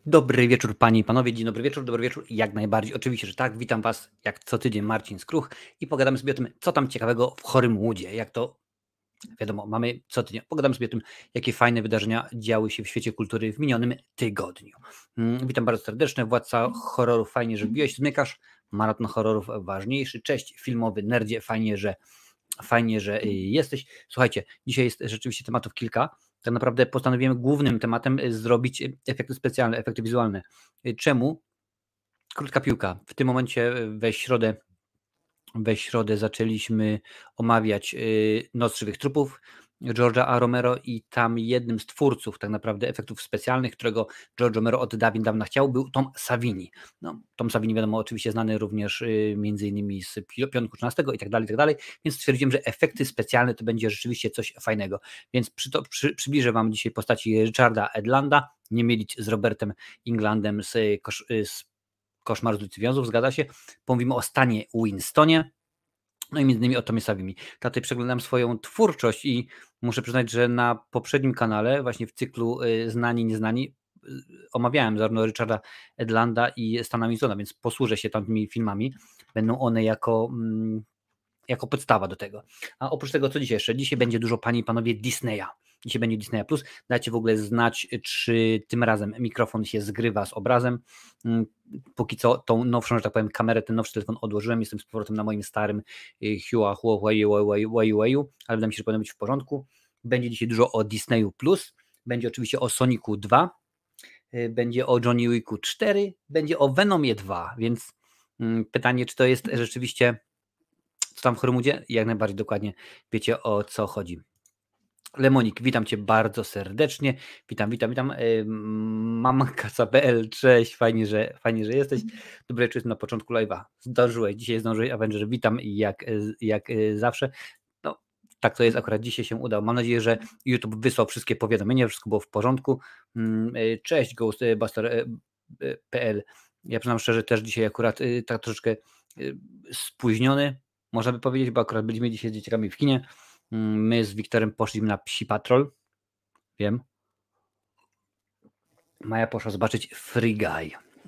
Dobry wieczór panie i panowie, dzień dobry wieczór, jak najbardziej, oczywiście, że tak, witam was jak co tydzień Marcin Skruch i pogadamy sobie o tym, co tam ciekawego w Hollywoodzie, jak to, wiadomo, mamy co tydzień, pogadamy sobie o tym, jakie fajne wydarzenia działy się w świecie kultury w minionym tygodniu. Witam bardzo serdecznie, władca horrorów, fajnie, że wbiłeś, zmykasz, maraton horrorów ważniejszy, cześć filmowy nerdzie, fajnie, że jesteś. Słuchajcie, dzisiaj jest rzeczywiście tematów kilka. Tak naprawdę postanowiłem głównym tematem zrobić efekty specjalne, efekty wizualne. Czemu? Krótka piłka. W tym momencie we środę zaczęliśmy omawiać Noc Żywych Trupów George'a A. Romero i tam jednym z twórców tak naprawdę efektów specjalnych, którego George Romero od dawna chciał, był Tom Savini. No, Tom Savini wiadomo oczywiście znany również między innymi z Piątku 13 i tak dalej, więc stwierdziłem, że efekty specjalne to będzie rzeczywiście coś fajnego. Więc przybliżę wam dzisiaj postaci Richarda Edlanda, nie mylić z Robertem Englandem z Koszmar z ulicy Wiązów, zgadza się. Pomówimy o Stanie Winstonie, no i między innymi o Tomie Savini. Tutaj przeglądam swoją twórczość i muszę przyznać, że na poprzednim kanale, właśnie w cyklu Znani, Nieznani, omawiałem zarówno Richarda Edlanda i Stana Winstona, więc posłużę się tamtymi filmami. Będą one jako podstawa do tego. A oprócz tego, co dzisiaj jeszcze? Dzisiaj będzie dużo panie i panowie Disneya. Dzisiaj będzie Disneya Plus. Dajcie w ogóle znać, czy tym razem mikrofon się zgrywa z obrazem. Póki co tą nowszą, że tak powiem, kamerę, ten nowszy telefon odłożyłem. Jestem z powrotem na moim starym Huawei, ale wydaje mi się, że powinno być w porządku. Będzie dzisiaj dużo o Disneyu Plus. Będzie oczywiście o Sonicu 2. Będzie o Johnny Wicku 4. Będzie o Venomie 2. Więc pytanie, czy to jest rzeczywiście co tam w Hollywoodzie? Jak najbardziej dokładnie wiecie, o co chodzi. Lemonik, witam cię bardzo serdecznie. Witam. Mamka.pl, cześć, fajnie, że jesteś. Dobry wieczór, jestem na początku live'a. Dzisiaj zdążyłeś, Avenger, witam i jak zawsze. No, tak to jest, akurat dzisiaj się udało. Mam nadzieję, że YouTube wysłał wszystkie powiadomienia, wszystko było w porządku. Cześć, Ghostbuster.pl. Ja przyznam szczerze, też dzisiaj akurat tak troszeczkę spóźniony, można by powiedzieć, bo akurat byliśmy dzisiaj z dzieciakami w kinie. My z Wiktorem poszliśmy na Psi Patrol. Wiem. Maja poszła zobaczyć Free Guy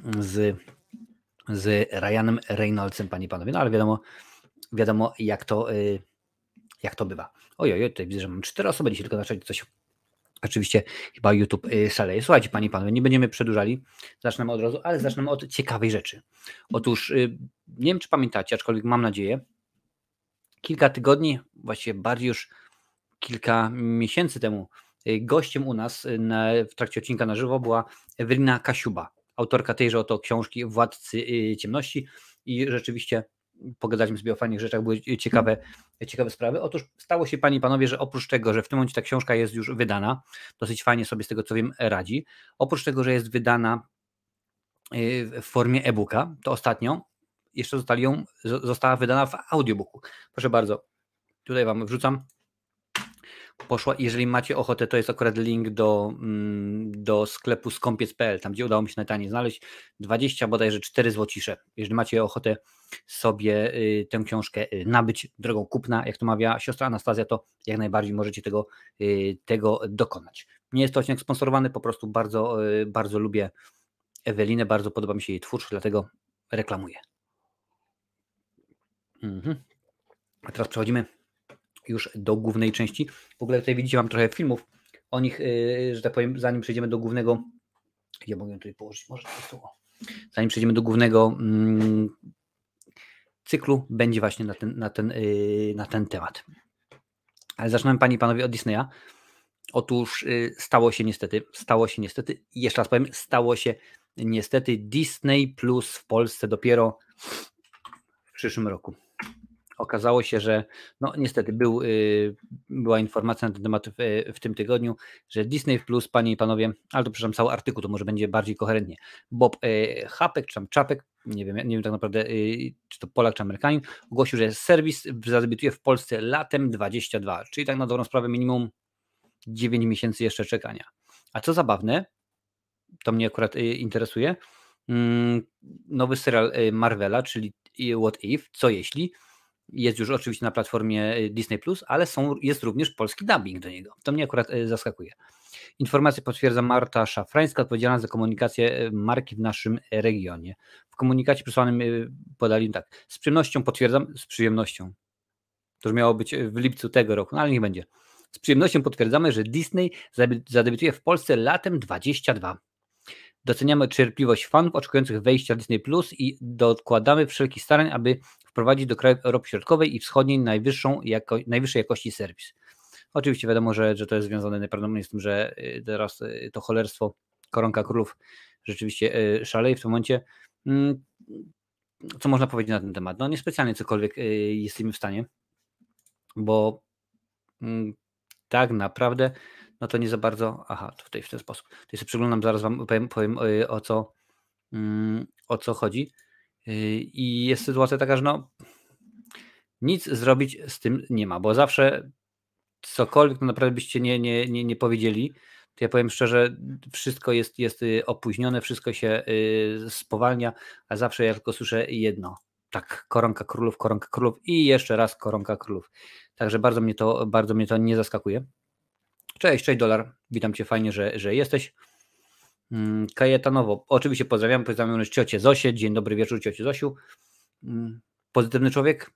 z Ryanem Reynoldsem, panie i panowie. No ale wiadomo jak to bywa. Ojoj, tutaj widzę, że mam 4 osoby dzisiaj, tylko zacząć coś. Oczywiście chyba YouTube szaleje. Słuchajcie, panie i panowie, nie będziemy przedłużali. Zaczynamy od razu, ale zaczynamy od ciekawej rzeczy. Otóż nie wiem, czy pamiętacie, aczkolwiek mam nadzieję, kilka tygodni, właściwie bardziej już kilka miesięcy temu, gościem u nas w trakcie odcinka na żywo była Ewelina Kasiuba, autorka tejże oto książki Władcy Ciemności i rzeczywiście pogadaliśmy sobie o fajnych rzeczach, były ciekawe sprawy. Otóż stało się, panie i panowie, że oprócz tego, że w tym momencie ta książka jest już wydana, dosyć fajnie sobie z tego co wiem radzi, oprócz tego, że jest wydana w formie e-booka, to ostatnio jeszcze została wydana w audiobooku. Proszę bardzo, tutaj wam wrzucam. Poszła, jeżeli macie ochotę, to jest akurat link do sklepu skąpiec.pl, tam gdzie udało mi się najtaniej znaleźć 20 bodajże 4 złocisze. Jeżeli macie ochotę sobie tę książkę nabyć drogą kupna, jak to mawia siostra Anastazja, to jak najbardziej możecie tego dokonać. Nie jest to odcinek sponsorowany, po prostu bardzo lubię Ewelinę, bardzo podoba mi się jej twórczość, dlatego reklamuję. A teraz przechodzimy już do głównej części. W ogóle tutaj widzicie, mam trochę filmów o nich, że tak powiem, zanim przejdziemy do głównego. Ja mogę tutaj położyć, może to słowo. Zanim przejdziemy do głównego cyklu, będzie właśnie na ten temat. Ale zaczynamy, panie i panowie, od Disneya. Otóż stało się niestety, jeszcze raz powiem, stało się niestety Disney Plus w Polsce dopiero w przyszłym roku. Okazało się, że no niestety była informacja na ten temat w tym tygodniu, że Disney Plus, panie i panowie, ale to przepraszam, cały artykuł, to może będzie bardziej koherentnie. Bob Chapek, czy tam Czapek, nie wiem tak naprawdę, czy to Polak, czy Amerykanin, ogłosił, że serwis zadebiutuje w Polsce latem 2022, czyli tak na dobrą sprawę minimum 9 miesięcy jeszcze czekania. A co zabawne, to mnie akurat interesuje, nowy serial Marvela, czyli What If, co jeśli, jest już oczywiście na platformie Disney+, ale jest również polski dubbing do niego. To mnie akurat zaskakuje. Informację potwierdza Marta Szafrańska, odpowiedzialna za komunikację marki w naszym regionie. W komunikacie przesłanym podali tak. Z przyjemnością potwierdzam, z przyjemnością. To już miało być w lipcu tego roku, no ale niech będzie. Z przyjemnością potwierdzamy, że Disney zadebiutuje w Polsce latem 2022. Doceniamy cierpliwość fanów oczekujących wejścia Disney Plus i dokładamy wszelkich starań, aby wprowadzić do krajów Europy Środkowej i Wschodniej najwyższej jakości serwis. Oczywiście wiadomo, że to jest związane najprawdopodobniej z tym, że teraz to cholerstwo Koronka Królów rzeczywiście szaleje w tym momencie. Co można powiedzieć na ten temat? No niespecjalnie cokolwiek jesteśmy w stanie, bo tak naprawdę no to nie za bardzo. Aha, to w ten sposób. To ja sobie przyglądam, zaraz wam powiem o co chodzi. I jest sytuacja taka, że no nic zrobić z tym nie ma, bo zawsze cokolwiek to naprawdę byście nie powiedzieli, to ja powiem szczerze, wszystko jest opóźnione, wszystko się spowalnia, a zawsze ja tylko słyszę jedno. Tak, Koronka Królów i jeszcze raz Koronka Królów. Także bardzo mnie to nie zaskakuje. Cześć dolar, witam Cię, fajnie, że jesteś. Kajetanowo, oczywiście pozdrawiam również ciocię Zosię, dzień dobry wieczór ciociu Zosiu. Pozytywny człowiek.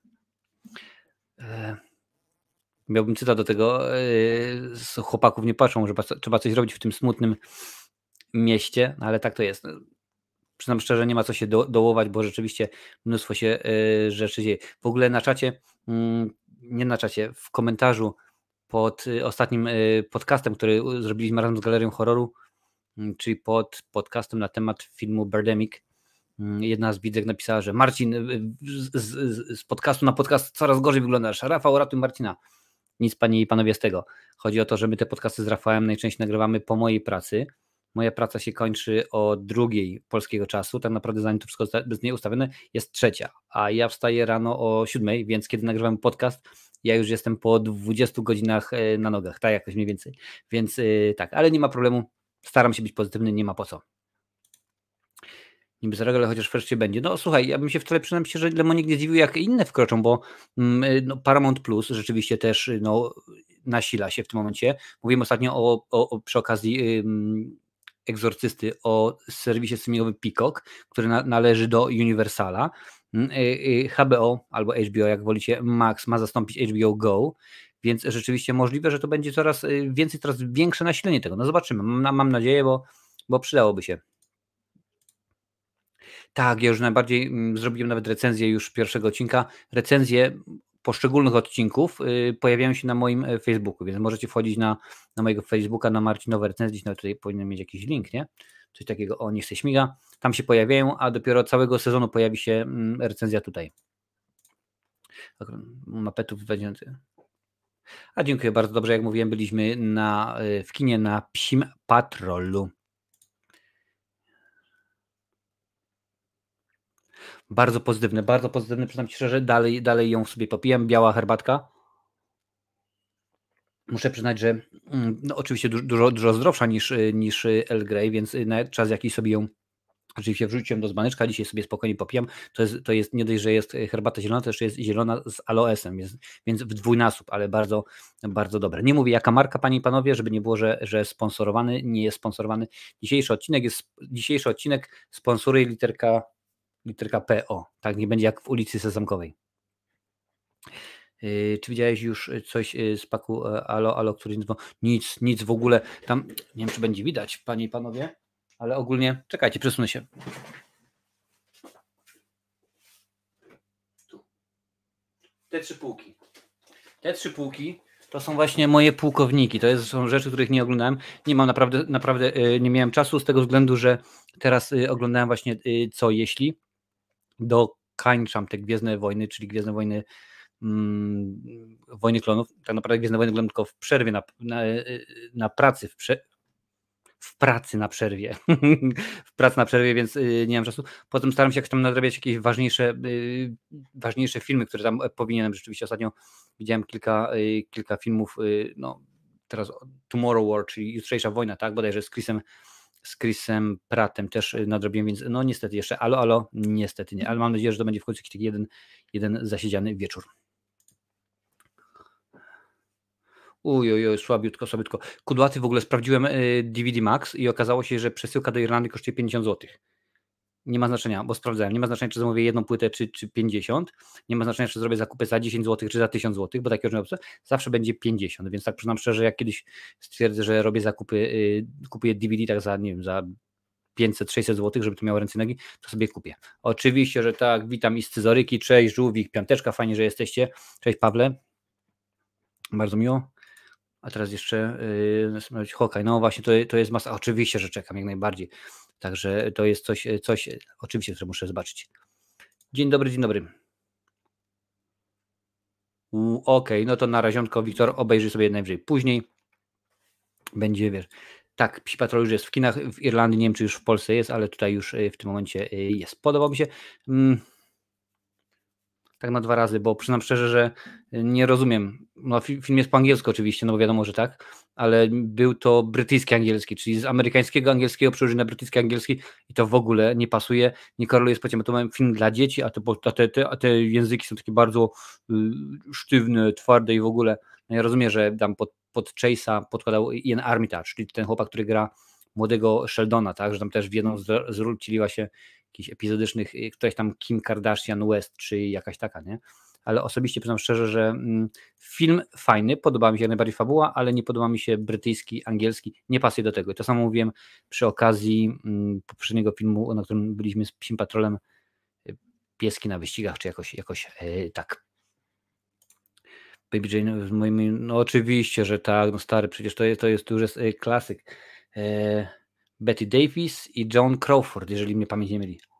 Miałbym cytat do tego, z chłopaków nie patrzą, że trzeba coś zrobić w tym smutnym mieście, ale tak to jest. Przyznam szczerze, nie ma co się dołować, bo rzeczywiście mnóstwo się rzeczy dzieje. W ogóle na czacie, nie na czacie, w komentarzu pod ostatnim podcastem, który zrobiliśmy razem z Galerią Horroru, czyli pod podcastem na temat filmu Birdemic, jedna z widzek napisała, że Marcin, z podcastu na podcast coraz gorzej wyglądasz. Rafał, ratuj Marcina. Nic panie i panowie z tego. Chodzi o to, że my te podcasty z Rafałem najczęściej nagrywamy po mojej pracy. Moja praca się kończy o 2:00 polskiego czasu. Tak naprawdę zanim to wszystko jest ustawione, jest 3:00, a ja wstaję rano o 7:00, więc kiedy nagrywamy podcast, ja już jestem po 20 godzinach na nogach, tak jakoś mniej więcej. Więc tak, ale nie ma problemu. Staram się być pozytywny, nie ma po co. Niby za rogę, ale chociaż wreszcie będzie. No słuchaj, ja bym się wcale przynajmniej się, że Lemonik nie zdziwił, jak inne wkroczą, bo no, Paramount Plus rzeczywiście też no, nasila się w tym momencie. Mówiłem ostatnio przy okazji Egzorcysty o serwisie streamingowym Peacock, który należy do Universala. HBO albo HBO, jak wolicie, Max ma zastąpić HBO Go, więc rzeczywiście możliwe, że to będzie coraz więcej, coraz większe nasilenie tego. No zobaczymy, mam nadzieję, bo przydałoby się. Tak, ja już najbardziej zrobiłem nawet recenzję już pierwszego odcinka. Recenzje poszczególnych odcinków pojawiają się na moim Facebooku, więc możecie wchodzić na mojego Facebooka, na Marcinowe recenzje, no tutaj powinien mieć jakiś link, nie? Coś takiego, niech się śmiga. Tam się pojawiają, a dopiero całego sezonu pojawi się recenzja tutaj. Mapetów 20. A dziękuję bardzo, dobrze, jak mówiłem, byliśmy w kinie na Psim Patrolu. Bardzo pozytywne, przyznam Ci szczerze, dalej ją sobie popijam, biała herbatka. Muszę przyznać, że no oczywiście dużo zdrowsza niż Earl Grey, więc na czas jakiś sobie ją oczywiście wrzuciłem do dzbaneczka, dzisiaj sobie spokojnie popijam. To jest nie dość, że jest herbata zielona, to jeszcze jest zielona z aloesem, więc w dwójnasób, ale bardzo, bardzo dobre. Nie mówię jaka marka, panie i panowie, żeby nie było, że sponsorowany, nie jest sponsorowany. Dzisiejszy odcinek sponsoruje literka PO, tak, nie będzie jak w ulicy Sezamkowej. Czy widziałeś już coś z paku Alo, który nic w ogóle tam, nie wiem czy będzie widać, panie i panowie, ale ogólnie, czekajcie, przesunę się. Te trzy półki to są właśnie moje pułkowniki, są rzeczy, których nie oglądałem, nie mam naprawdę nie miałem czasu z tego względu, że teraz oglądałem właśnie Co jeśli, dokańczam te Gwiezdne Wojny, czyli Gwiezdne Wojny Wojny Klonów, tak naprawdę Gwiezdne Wojny oglądam tylko w przerwie na pracy, w pracy na przerwie, więc nie mam czasu. Potem staram się jakoś tam nadrabiać jakieś ważniejsze filmy, które tam powinienem. Rzeczywiście ostatnio widziałem kilka filmów, no teraz Tomorrow War, czyli Jutrzejsza Wojna, tak, bodajże z Chrisem Prattem też nadrobiłem, więc no niestety jeszcze Alo, niestety nie, ale mam nadzieję, że to będzie w końcu jakiś taki jeden zasiedziany wieczór. Oj, słabiutko, słabiutko. Kudłaty w ogóle sprawdziłem DVD Max i okazało się, że przesyłka do Irlandii kosztuje 50 zł. Nie ma znaczenia, bo sprawdzałem. Nie ma znaczenia, czy zamówię jedną płytę, czy 50. Nie ma znaczenia, czy zrobię zakupy za 10 zł, czy za 1000 zł, bo takie różne opcje. Zawsze będzie 50, więc tak przyznam szczerze, jak kiedyś stwierdzę, że robię zakupy, kupuję DVD tak za, nie wiem, za 500-600 zł, żeby to miało ręce i nogi, to sobie kupię. Oczywiście, że tak. Witam i scyzoryki. Cześć, żółwik, piąteczka, fajnie, że jesteście. Cześć, Pawle. Bardzo miło. A teraz jeszcze Hawkeye. No właśnie, to jest masa. Oczywiście, że czekam jak najbardziej. Także to jest coś oczywiście, co muszę zobaczyć. Dzień dobry, dzień dobry. Okej, no to na razionko, Wiktor, obejrzyj sobie najwyżej później. Będzie, wiesz, tak, Psi Patrol już jest w kinach w Irlandii, nie wiem, czy już w Polsce jest, ale tutaj już w tym momencie jest. Podobał mi się. Tak na 2 razy, bo przyznam szczerze, że nie rozumiem. No, film jest po angielsku oczywiście, no bo wiadomo, że tak, ale był to brytyjski angielski, czyli z amerykańskiego angielskiego przełożyli na brytyjski angielski i to w ogóle nie pasuje, nie koreluje z płcią. To mamy film dla dzieci, a te języki są takie bardzo sztywne, twarde i w ogóle. No ja rozumiem, że tam pod Chase'a podkładał Ian Armitage, czyli ten chłopak, który gra młodego Sheldona, tak, że tam też w jedną z ról wcieliła się jakichś epizodycznych, któraś tam Kim Kardashian West, czy jakaś taka, nie? Ale osobiście przyznam szczerze, że film fajny, podoba mi się jak najbardziej fabuła, ale nie podoba mi się brytyjski, angielski, nie pasuje do tego. I to samo mówiłem przy okazji poprzedniego filmu, na którym byliśmy z Psim Patrolem, Pieski na wyścigach, czy jakoś tak. Baby Jane z moimi, no oczywiście, że tak, no stary, przecież to już jest klasyk. Betty Davis i Joan Crawford, jeżeli mnie pamięć nie myli.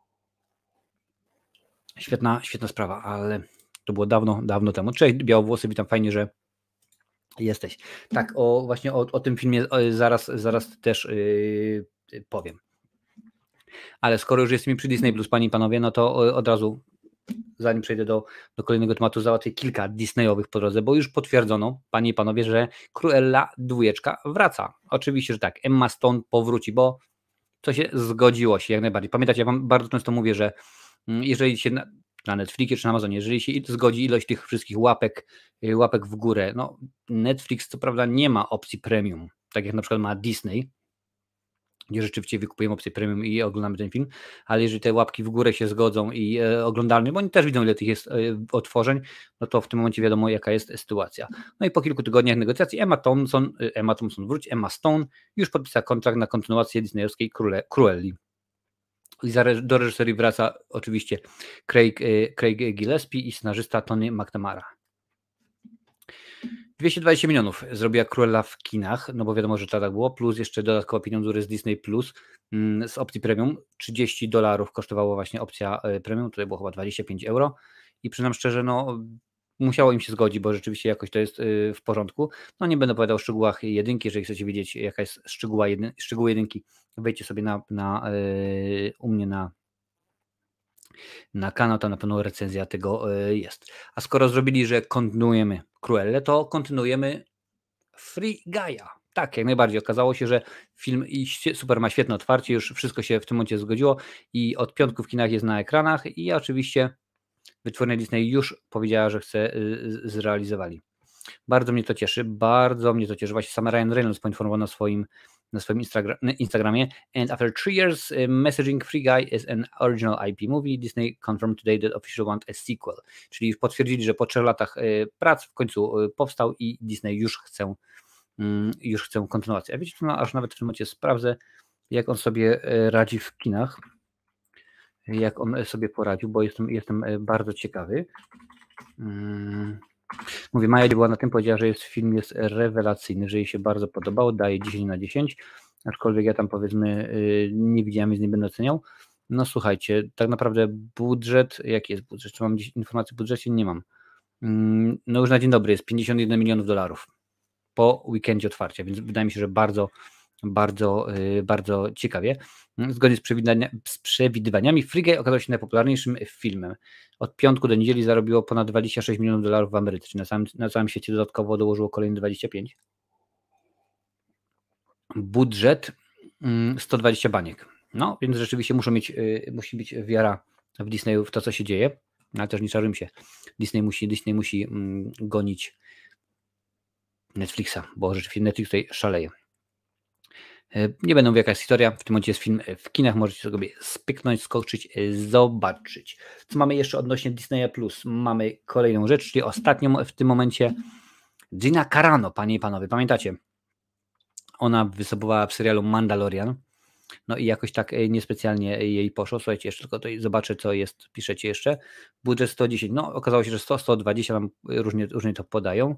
Świetna sprawa, ale to było dawno temu. Cześć, białowłosy, witam, fajnie, że jesteś. Tak, właśnie o tym filmie zaraz też powiem. Ale skoro już jesteśmy przy Disney Plus, panie i panowie, no to od razu, zanim przejdę do kolejnego tematu, załatwię kilka Disneyowych po drodze, bo już potwierdzono, panie i panowie, że Cruella 2 wraca. Oczywiście, że tak, Emma Stone powróci, bo to się zgodziło się jak najbardziej. Pamiętacie, ja wam bardzo często mówię, że jeżeli się na Netflixie czy na Amazonie, jeżeli się zgodzi ilość tych wszystkich łapek w górę, no Netflix co prawda nie ma opcji premium, tak jak na przykład ma Disney, gdzie rzeczywiście wykupujemy opcję premium i oglądamy ten film, ale jeżeli te łapki w górę się zgodzą i oglądalnie, bo oni też widzą, ile tych jest otworzeń, no to w tym momencie wiadomo, jaka jest sytuacja. No i po kilku tygodniach negocjacji Emma Stone już podpisała kontrakt na kontynuację disneyowskiej Cruelli. I do reżyserii wraca oczywiście Craig Gillespie i scenarzysta Tony McNamara. 220 milionów zrobiła Cruella w kinach, no bo wiadomo, że tak było, plus jeszcze dodatkowo pieniądze z Disney Plus z opcji premium. $30 kosztowała właśnie opcja premium, tutaj było chyba 25 euro i przyznam szczerze, no musiało im się zgodzić, bo rzeczywiście jakoś to jest w porządku. No nie będę opowiadał o szczegółach jedynki, jeżeli chcecie wiedzieć jaka jest szczegóły jedynki, wejdźcie sobie u mnie na kanał, tam na pewno recenzja tego jest. A skoro zrobili, że kontynuujemy Cruellę, to kontynuujemy Free Guy'a. Tak, jak najbardziej. Okazało się, że film super ma świetne otwarcie, już wszystko się w tym momencie zgodziło i od piątku w kinach jest na ekranach i oczywiście wytwórnia Disney już powiedziała, że chce zrealizowali. Bardzo mnie to cieszy, Właśnie sam Ryan Reynolds poinformował na swoim Instagramie. And after 3 years messaging, Free Guy is an original IP movie. Disney confirmed today that officially want a sequel. Czyli już potwierdzili, że po 3 latach prac w końcu powstał i Disney już chcą kontynuację. A wiecie, no, aż nawet w tym momencie sprawdzę, jak on sobie radzi w kinach. Jak on sobie poradził, bo jestem bardzo ciekawy. Mówię, Maja była na tym, powiedziała, że film jest rewelacyjny, że jej się bardzo podobało, daje 10 na 10, aczkolwiek ja tam powiedzmy nie widziałem, więc nie będę oceniał. No słuchajcie, tak naprawdę budżet, jaki jest budżet? Czy mam gdzieś informacje o budżecie? Nie mam. No już na dzień dobry jest $51 milionów po weekendzie otwarcia, więc wydaje mi się, że bardzo ciekawie. Zgodnie z przewidywaniami Free Guy okazał się najpopularniejszym filmem. Od piątku do niedzieli zarobiło ponad $26 milionów w Ameryce, czyli na całym świecie dodatkowo dołożyło kolejne 25. Budżet 120 baniek. No, więc rzeczywiście musi być wiara w Disneyu, w to, co się dzieje, no, ale też nie czarujmy się. Disney musi gonić Netflixa, bo rzeczywiście Netflix tutaj szaleje. Nie będę mówił, jaka jest historia. W tym momencie jest film w kinach, możecie sobie spyknąć, skoczyć, zobaczyć. Co mamy jeszcze odnośnie Disneya+. Mamy kolejną rzecz, czyli ostatnią w tym momencie. Gina Carano, panie i panowie, pamiętacie? Ona występowała w serialu Mandalorian. No i jakoś tak niespecjalnie jej poszło. Słuchajcie, jeszcze tylko tutaj zobaczę, co jest, piszecie jeszcze. Budżet 110, no okazało się, że 100, 120, nam różnie to podają.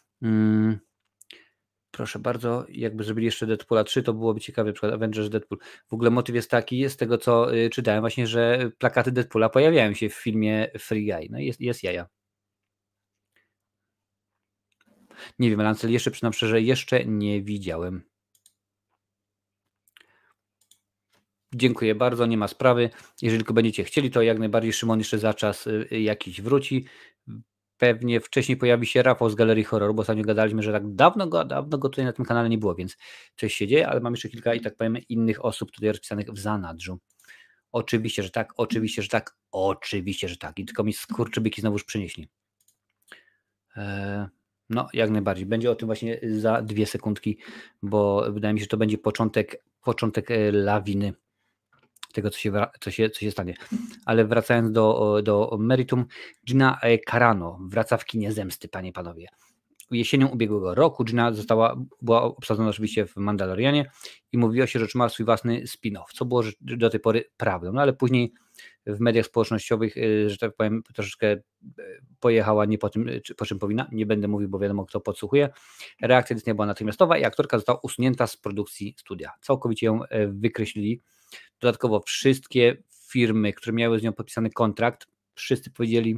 Proszę bardzo, jakby zrobili jeszcze Deadpoola 3, to byłoby ciekawe, na przykład Avengers Deadpool. W ogóle motyw jest taki, z tego co czytałem właśnie, że plakaty Deadpoola pojawiają się w filmie Free Guy. No jest jaja. Nie wiem, Lancel, jeszcze przynam szczerze, jeszcze nie widziałem. Dziękuję bardzo, nie ma sprawy. Jeżeli tylko będziecie chcieli, to jak najbardziej Szymon jeszcze za czas jakiś wróci. Pewnie wcześniej pojawi się Rafał z Galerii Horroru, bo ostatnio gadaliśmy, że tak dawno go tutaj na tym kanale nie było, więc coś się dzieje, ale mam jeszcze kilka i tak powiem innych osób tutaj rozpisanych w zanadrzu. Oczywiście, że tak, oczywiście, że tak, oczywiście, że tak. I tylko mi skurczybyki znowuż przynieśli. No, jak najbardziej. Będzie o tym właśnie za 2 sekundki, bo wydaje mi się, że to będzie początek lawiny tego, co się stanie. Ale wracając do meritum, Gina Carano wraca w kinie Zemsty, panie i panowie. Jesienią ubiegłego roku Gina była obsadzona oczywiście w Mandalorianie i mówiło się, że otrzymała swój własny spin-off, co było do tej pory prawdą, no ale później w mediach społecznościowych, że tak powiem, troszeczkę pojechała nie po tym, po czym powinna, nie będę mówił, bo wiadomo, kto podsłuchuje. Reakcja Disneya była natychmiastowa i aktorka została usunięta z produkcji studia. Całkowicie ją wykreślili. Dodatkowo wszystkie firmy, które miały z nią podpisany kontrakt, wszyscy powiedzieli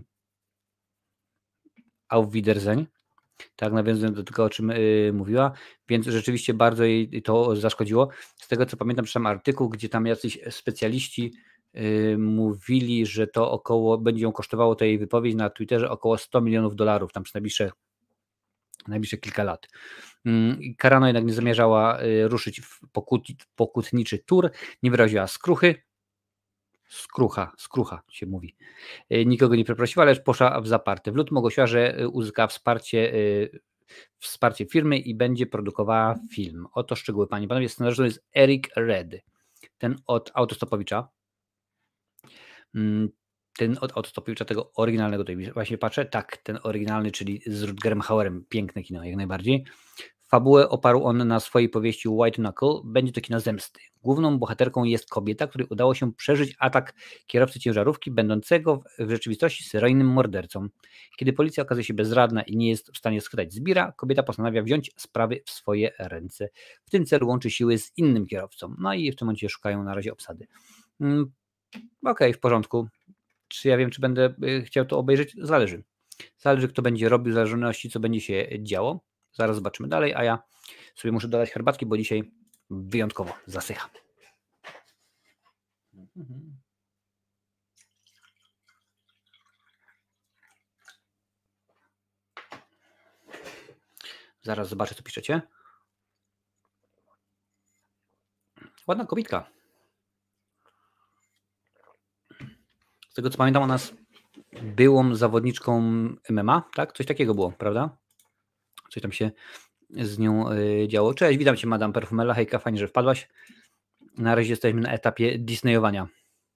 auf Wiedersehen, tak, nawiązując do tego, o czym mówiła, więc rzeczywiście bardzo jej to zaszkodziło. Z tego co pamiętam, przeczytałem artykuł, gdzie tam jacyś specjaliści mówili, że to będzie ją kosztowało, to jej wypowiedź na Twitterze, około $100 milionów, tam przez najbliższe kilka lat. Carano jednak nie zamierzała ruszyć w pokutniczy tour, nie wyraziła skrucha się mówi. Nikogo nie przeprosiła, lecz poszła w zaparte. W lutym ogłosiła, że uzyska wsparcie firmy i będzie produkowała film. Oto szczegóły, panie i panowie. Scenarzystą jest Eric Red, ten od Autostopowicza. Tego oryginalnego, tutaj właśnie patrzę, tak, ten oryginalny, czyli z Rutgerem Hauerem, piękne kino, jak najbardziej. Fabułę oparł on na swojej powieści White Knuckle, będzie to kino zemsty. Główną bohaterką jest kobieta, której udało się przeżyć atak kierowcy ciężarówki, będącego w rzeczywistości seryjnym mordercą. Kiedy policja okazuje się bezradna i nie jest w stanie schwytać zbira, kobieta postanawia wziąć sprawy w swoje ręce. W tym celu łączy siły z innym kierowcą. No i w tym momencie szukają na razie obsady. Okej, w porządku. Czy ja wiem, czy będę chciał to obejrzeć? Zależy. Zależy, kto będzie robił, w zależności, co będzie się działo. Zaraz zobaczymy dalej, a ja sobie muszę dodać herbatki, bo dzisiaj wyjątkowo zasycha. Zaraz zobaczę, co piszecie. Ładna kobitka. Z tego, co pamiętam, ona jest byłą zawodniczką MMA, tak? Coś takiego było, prawda? Coś tam się z nią działo. Cześć, witam cię, Madame Perfumella. Hejka, fajnie, że wpadłaś. Na razie jesteśmy na etapie Disneyowania.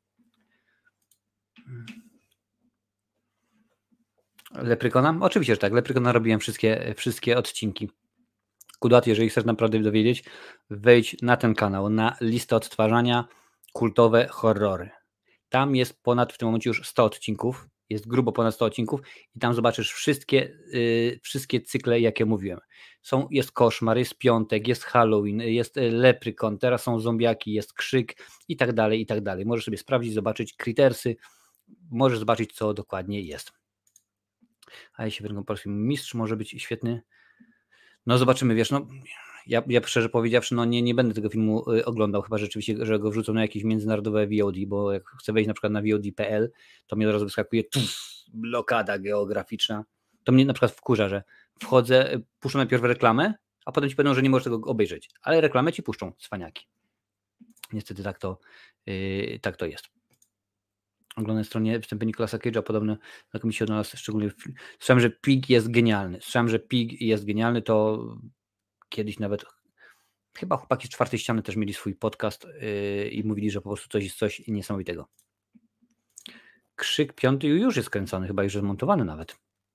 Leprykona? Oczywiście, że tak. Leprykona robiłem wszystkie odcinki. Kudat, jeżeli chcesz naprawdę dowiedzieć, wejdź na ten kanał, na listę odtwarzania kultowe horrory. Tam jest w tym momencie już 100 odcinków, jest grubo ponad 100 odcinków i tam zobaczysz wszystkie cykle, jakie mówiłem. Jest Koszmar, jest Piątek, jest Halloween, jest Leprykon, teraz są zombiaki, jest Krzyk i tak dalej, i tak dalej. Możesz sobie sprawdzić, zobaczyć Crittersy, możesz zobaczyć, co dokładnie jest. A jeśli w polskim mistrz może być świetny. No zobaczymy, wiesz, no ja szczerze powiedziawszy, no nie będę tego filmu oglądał, chyba rzeczywiście, że go wrzucą na jakieś międzynarodowe VOD, bo jak chcę wejść na przykład na VOD.pl, to mnie od razu wyskakuje blokada geograficzna. To mnie na przykład wkurza, że wchodzę, puszczą najpierw reklamę, a potem ci powiedzą, że nie możesz tego obejrzeć, ale reklamę ci puszczą, cwaniaki. Niestety tak to jest. Oglądam stronie wstępy Nicolasa Cage'a, podobno jak mi się odnalazł szczególnie. Słyszałem, że Pig jest genialny. To kiedyś nawet chyba chłopaki z Czwartej Ściany też mieli swój podcast i mówili, że po prostu coś jest coś niesamowitego. Krzyk 5 już jest kręcony, chyba już zmontowany nawet.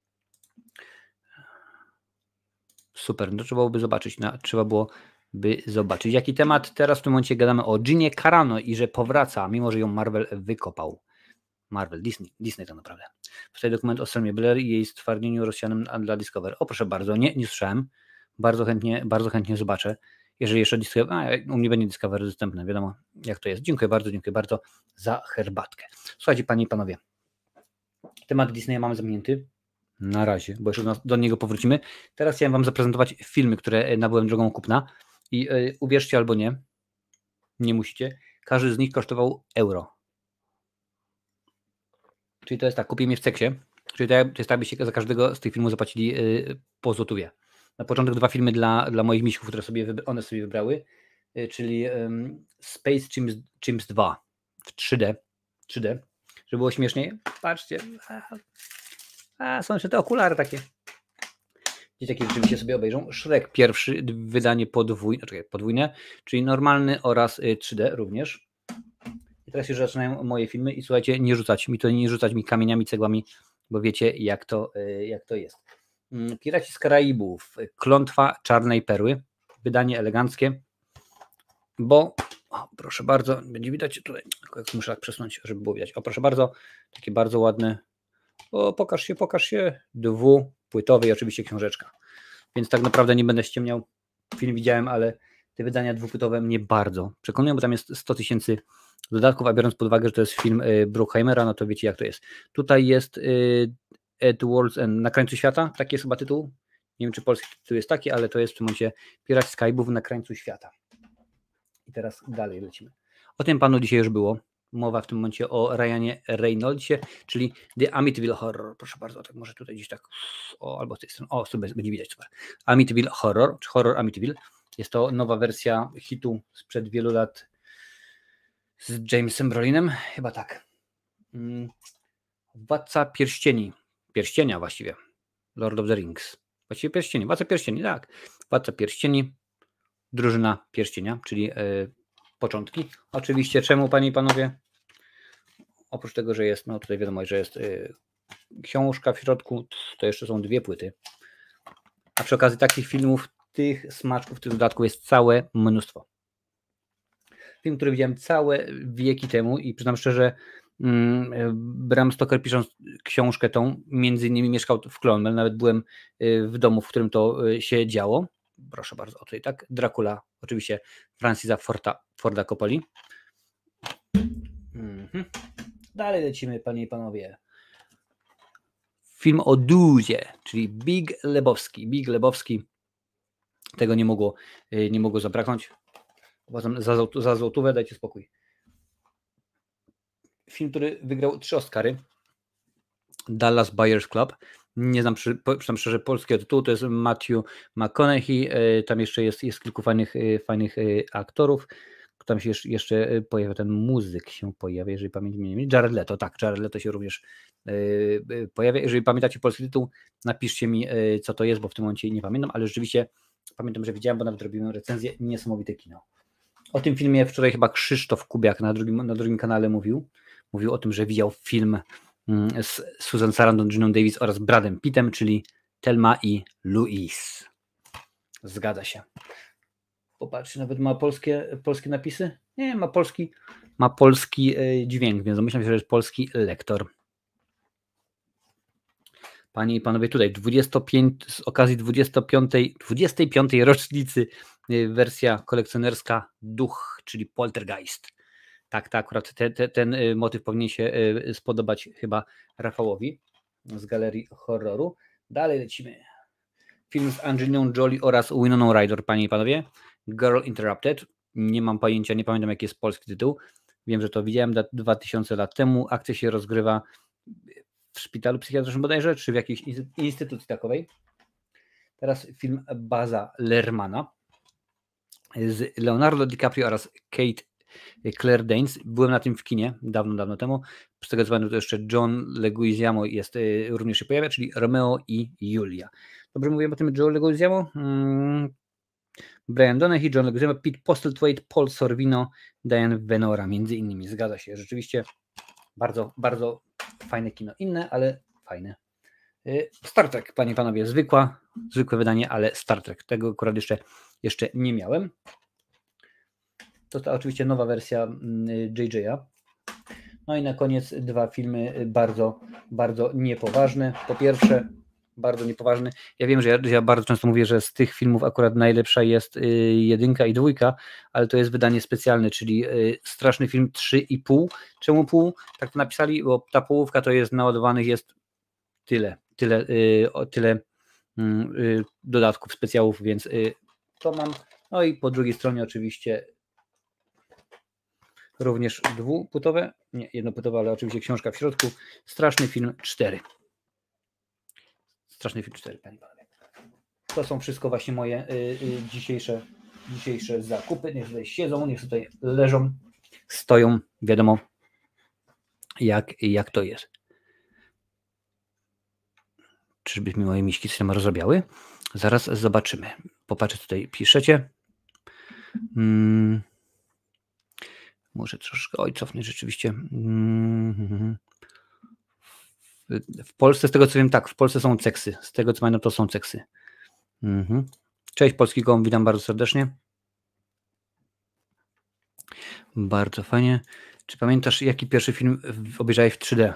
Super, no trzeba byłoby zobaczyć. Jaki temat? Teraz w tym momencie gadamy o Ginie Carano i że powraca, mimo że ją Marvel wykopał. Disney tak naprawdę. Tutaj dokument o Selmie Blair i jej stwardnieniu rozsianym dla Discovery. O proszę bardzo, nie słyszałem. Bardzo chętnie zobaczę. Jeżeli jeszcze Discovery, u mnie będzie Discovery dostępne, wiadomo jak to jest. Dziękuję bardzo za herbatkę. Słuchajcie panie i panowie, temat Disneya mamy zamknięty. Na razie, bo jeszcze do niego powrócimy. Teraz chciałem wam zaprezentować filmy, które nabyłem drogą kupna i uwierzcie albo nie musicie, każdy z nich kosztował euro. Czyli to jest tak, kupiłem je w Ceksie, czyli to jest tak, byście za każdego z tych filmów zapłacili po złotówie. Na początek 2 filmy dla moich misiów, które one sobie wybrały, czyli Space Chimps 2 w 3D, żeby było śmieszniej. Patrzcie, są jeszcze te okulary takie. Dzieciaki rzeczywiście sobie obejrzą. Shrek pierwszy, wydanie podwójne, czyli normalny oraz 3D również. I teraz już zaczynają moje filmy i słuchajcie, nie rzucać mi kamieniami, cegłami, bo wiecie jak to jest. Piraci z Karaibów, Klątwa Czarnej Perły, wydanie eleganckie, bo proszę bardzo, będzie widać tutaj, muszę tak przesunąć, żeby było widać. O proszę bardzo, takie bardzo ładne, pokaż się, 2-płytowe i oczywiście książeczka. Więc tak naprawdę nie będę ściemniał, film widziałem, ale te wydania 2-płytowe mnie bardzo przekonują, bo tam jest 100 000 dodatków, a biorąc pod uwagę, że to jest film Bruckheimera, no to wiecie jak to jest. Tutaj jest At World's End, Na krańcu świata, taki jest chyba tytuł. Nie wiem, czy polski tytuł jest taki, ale to jest w tym momencie Piraci z Karaibów na krańcu świata. I teraz dalej lecimy. O tym panu dzisiaj już było. Mowa w tym momencie o Ryanie Reynoldsie, czyli The Amityville Horror. Proszę bardzo, tak może tutaj gdzieś tak, albo z tej strony, sobie będzie widać, super. Amityville Horror, czy Horror Amityville. Jest to nowa wersja hitu sprzed wielu lat z Jamesem Brolinem, chyba tak. Władca Pierścienia właściwie, Lord of the Rings. Właściwie Pierścieni, Władca Pierścieni, tak. Władca Pierścieni, Drużyna Pierścienia, czyli początki. Oczywiście czemu, panie i panowie? Oprócz tego, że jest, no tutaj wiadomo, że jest książka w środku, to jeszcze są 2 płyty. A przy okazji takich filmów, tych smaczków, tych dodatków jest całe mnóstwo. Film, który widziałem całe wieki temu i przyznam szczerze, Bram Stoker pisząc książkę tą, między innymi mieszkał w Clonmel, nawet byłem w domu, w którym to się działo. Proszę bardzo, o tutaj tak, Dracula, oczywiście Francisa Forda Coppoli. Dalej lecimy, panie i panowie. Film o Duzie, czyli Big Lebowski. Tego nie mogło zabraknąć. Uważam, za złotówę dajcie spokój. Film, który wygrał 3 Oscary. Dallas Buyers Club. Nie znam, przyznam szczerze, polskiego tytułu. To jest Matthew McConaughey. Tam jeszcze jest kilku fajnych aktorów. Tam się jeszcze pojawia, ten muzyk się pojawia, jeżeli pamiętam mnie nie myli. Jared Leto, tak, Jared Leto się również pojawia. Jeżeli pamiętacie polski tytuł, napiszcie mi, co to jest, bo w tym momencie nie pamiętam, ale rzeczywiście pamiętam, że widziałem, bo nawet robiłem recenzję. Niesamowite kino. O tym filmie wczoraj chyba Krzysztof Kubiak na drugim kanale mówił o tym, że widział film z Susan Sarandon, Giną Davis oraz Bradem Pittem, czyli Thelma i Louise. Zgadza się. Popatrzcie, nawet ma polskie napisy? Nie, ma polski dźwięk, więc domyślam się, że jest polski lektor. Panie i panowie, tutaj z okazji 25. rocznicy wersja kolekcjonerska Duch, czyli Poltergeist. Tak, akurat ten motyw powinien się spodobać chyba Rafałowi z Galerii Horroru. Dalej lecimy. Film z Angeliną Jolie oraz Winoną Ryder, panie i panowie. Girl Interrupted. Nie mam pojęcia, nie pamiętam jaki jest polski tytuł. Wiem, że to widziałem 2000 lat temu. Akcja się rozgrywa w szpitalu psychiatrycznym bodajże, czy w jakiejś instytucji takowej. Teraz film Baza Lermana z Leonardo DiCaprio oraz Kate Claire Danes. Byłem na tym w kinie dawno temu. Z tego co pamiętam, to jeszcze John Leguizamo jest, również się pojawia, czyli Romeo i Julia. Dobrze mówię o tym John Leguizamo? Brian Donaghy, John Leguizamo, Pete Postlethwaite, Paul Sorvino, Diane Venora, między innymi. Zgadza się, rzeczywiście bardzo, bardzo fajne kino. Inne, ale fajne. Star Trek, panie i panowie, zwykłe wydanie, ale Star Trek. Tego akurat jeszcze nie miałem. To oczywiście nowa wersja JJ'a. No i na koniec 2 filmy bardzo, bardzo niepoważne. Po pierwsze, bardzo niepoważny. Ja wiem, że ja bardzo często mówię, że z tych filmów akurat najlepsza jest 1 i 2, ale to jest wydanie specjalne, czyli straszny film 3,5. Czemu pół? Tak to napisali, bo ta połówka to jest naładowanych jest tyle dodatków, specjałów, więc to mam. No i po drugiej stronie oczywiście również dwupłytowe, nie jednopłytowe, ale oczywiście książka w środku. Straszny film 4. Straszny film 4, panie i panowie. To są wszystko właśnie moje dzisiejsze zakupy. Niech tutaj siedzą, niech tutaj leżą, stoją, wiadomo jak to jest. Czyżby mi moje miśki się rozrabiały? Zaraz zobaczymy. Popatrzę, tutaj piszecie. Muszę troszkę cofnąć rzeczywiście. W Polsce, z tego co wiem, tak, w Polsce są ceksy. Z tego co pamiętam, to są ceksy. Cześć Polski Gołąb, witam bardzo serdecznie. Bardzo fajnie. Czy pamiętasz, jaki pierwszy film obejrzałeś w 3D?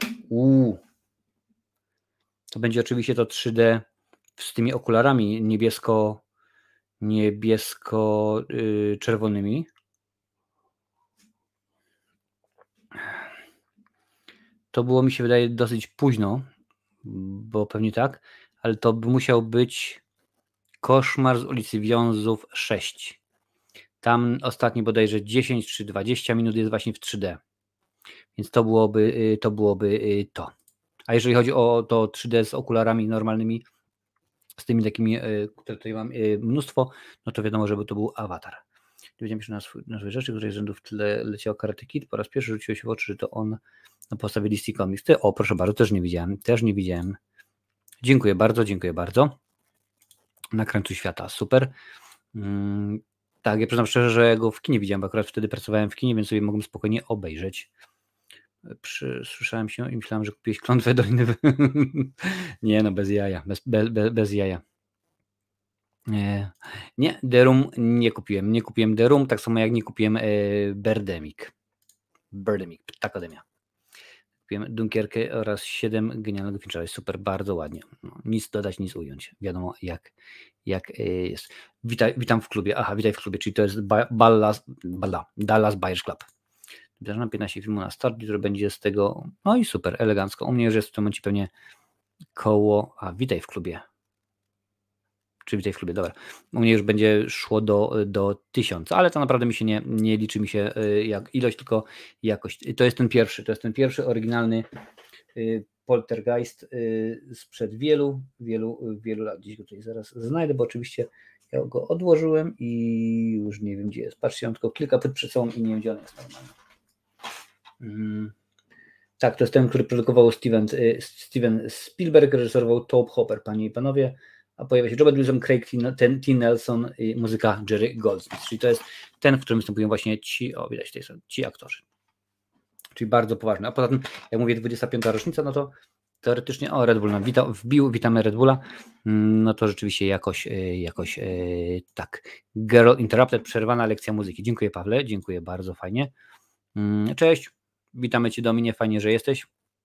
To będzie oczywiście to 3D z tymi okularami niebiesko-czerwonymi. To było, mi się wydaje, dosyć późno, bo pewnie tak, ale to by musiał być Koszmar z ulicy Wiązów 6. Tam ostatni bodajże 10 czy 20 minut jest właśnie w 3D. Więc to byłoby to. A jeżeli chodzi o to 3D z okularami normalnymi, z tymi takimi, które tutaj mam mnóstwo, no to wiadomo, żeby to był Awatar. Dowiedziałem się na swoje rzeczy, której rzędu w tle leciał Karate Kid. Po raz pierwszy rzuciło się w oczy, że to on na podstawie DC Comics. O, proszę bardzo, też nie widziałem. Dziękuję bardzo. Na krańcu świata, super. Tak, ja przyznam szczerze, że go w kinie widziałem, bo akurat wtedy pracowałem w kinie, więc sobie mogłem spokojnie obejrzeć. Słyszałem się i myślałem, że kupiłeś Klątwę Doliny. Nie, no bez jaja, bez jaja. Nie, The Room nie kupiłem. Nie kupiłem The Room, tak samo jak nie kupiłem Birdemic, Ptakademia. Kupiłem Dunkierkę oraz 7 genialnego Finchera. Super, bardzo ładnie. No, nic dodać, nic ująć. Wiadomo jak jest. Witam w klubie. Aha, witaj w klubie, czyli to jest Dallas Buyers Club. Wydarzam 15 filmów na start, który będzie z tego. No i super, elegancko. U mnie już jest w tym momencie pewnie koło. Witaj w klubie. Czy witaj w klubie, dobra. U mnie już będzie szło do 1000, ale to naprawdę mi się nie liczy mi się jak ilość, tylko jakość. To jest ten pierwszy oryginalny Poltergeist sprzed wielu lat. Gdzieś go tutaj zaraz znajdę, bo oczywiście ja go odłożyłem i już nie wiem gdzie jest. Patrzcie, mam tylko kilka pyt przed sobą i nie wiem gdzie on jest normalnie. Tak, to jest ten, który produkował Steven Spielberg, reżyserował Tobe Hooper, panie i panowie, a pojawia się Robert Wilson, Craig T. Nelson i muzyka Jerry Goldsmith, czyli to jest ten, w którym występują właśnie widać tutaj są ci aktorzy. Czyli bardzo poważny. A poza tym, jak mówię, 25. rocznica, no to teoretycznie, Red Bull nam witamy Red Bulla, no to rzeczywiście jakoś tak. Girl Interrupted, przerwana lekcja muzyki. Dziękuję Pawle, dziękuję bardzo, fajnie. Cześć, witamy Cię Dominie, fajnie, że jesteś.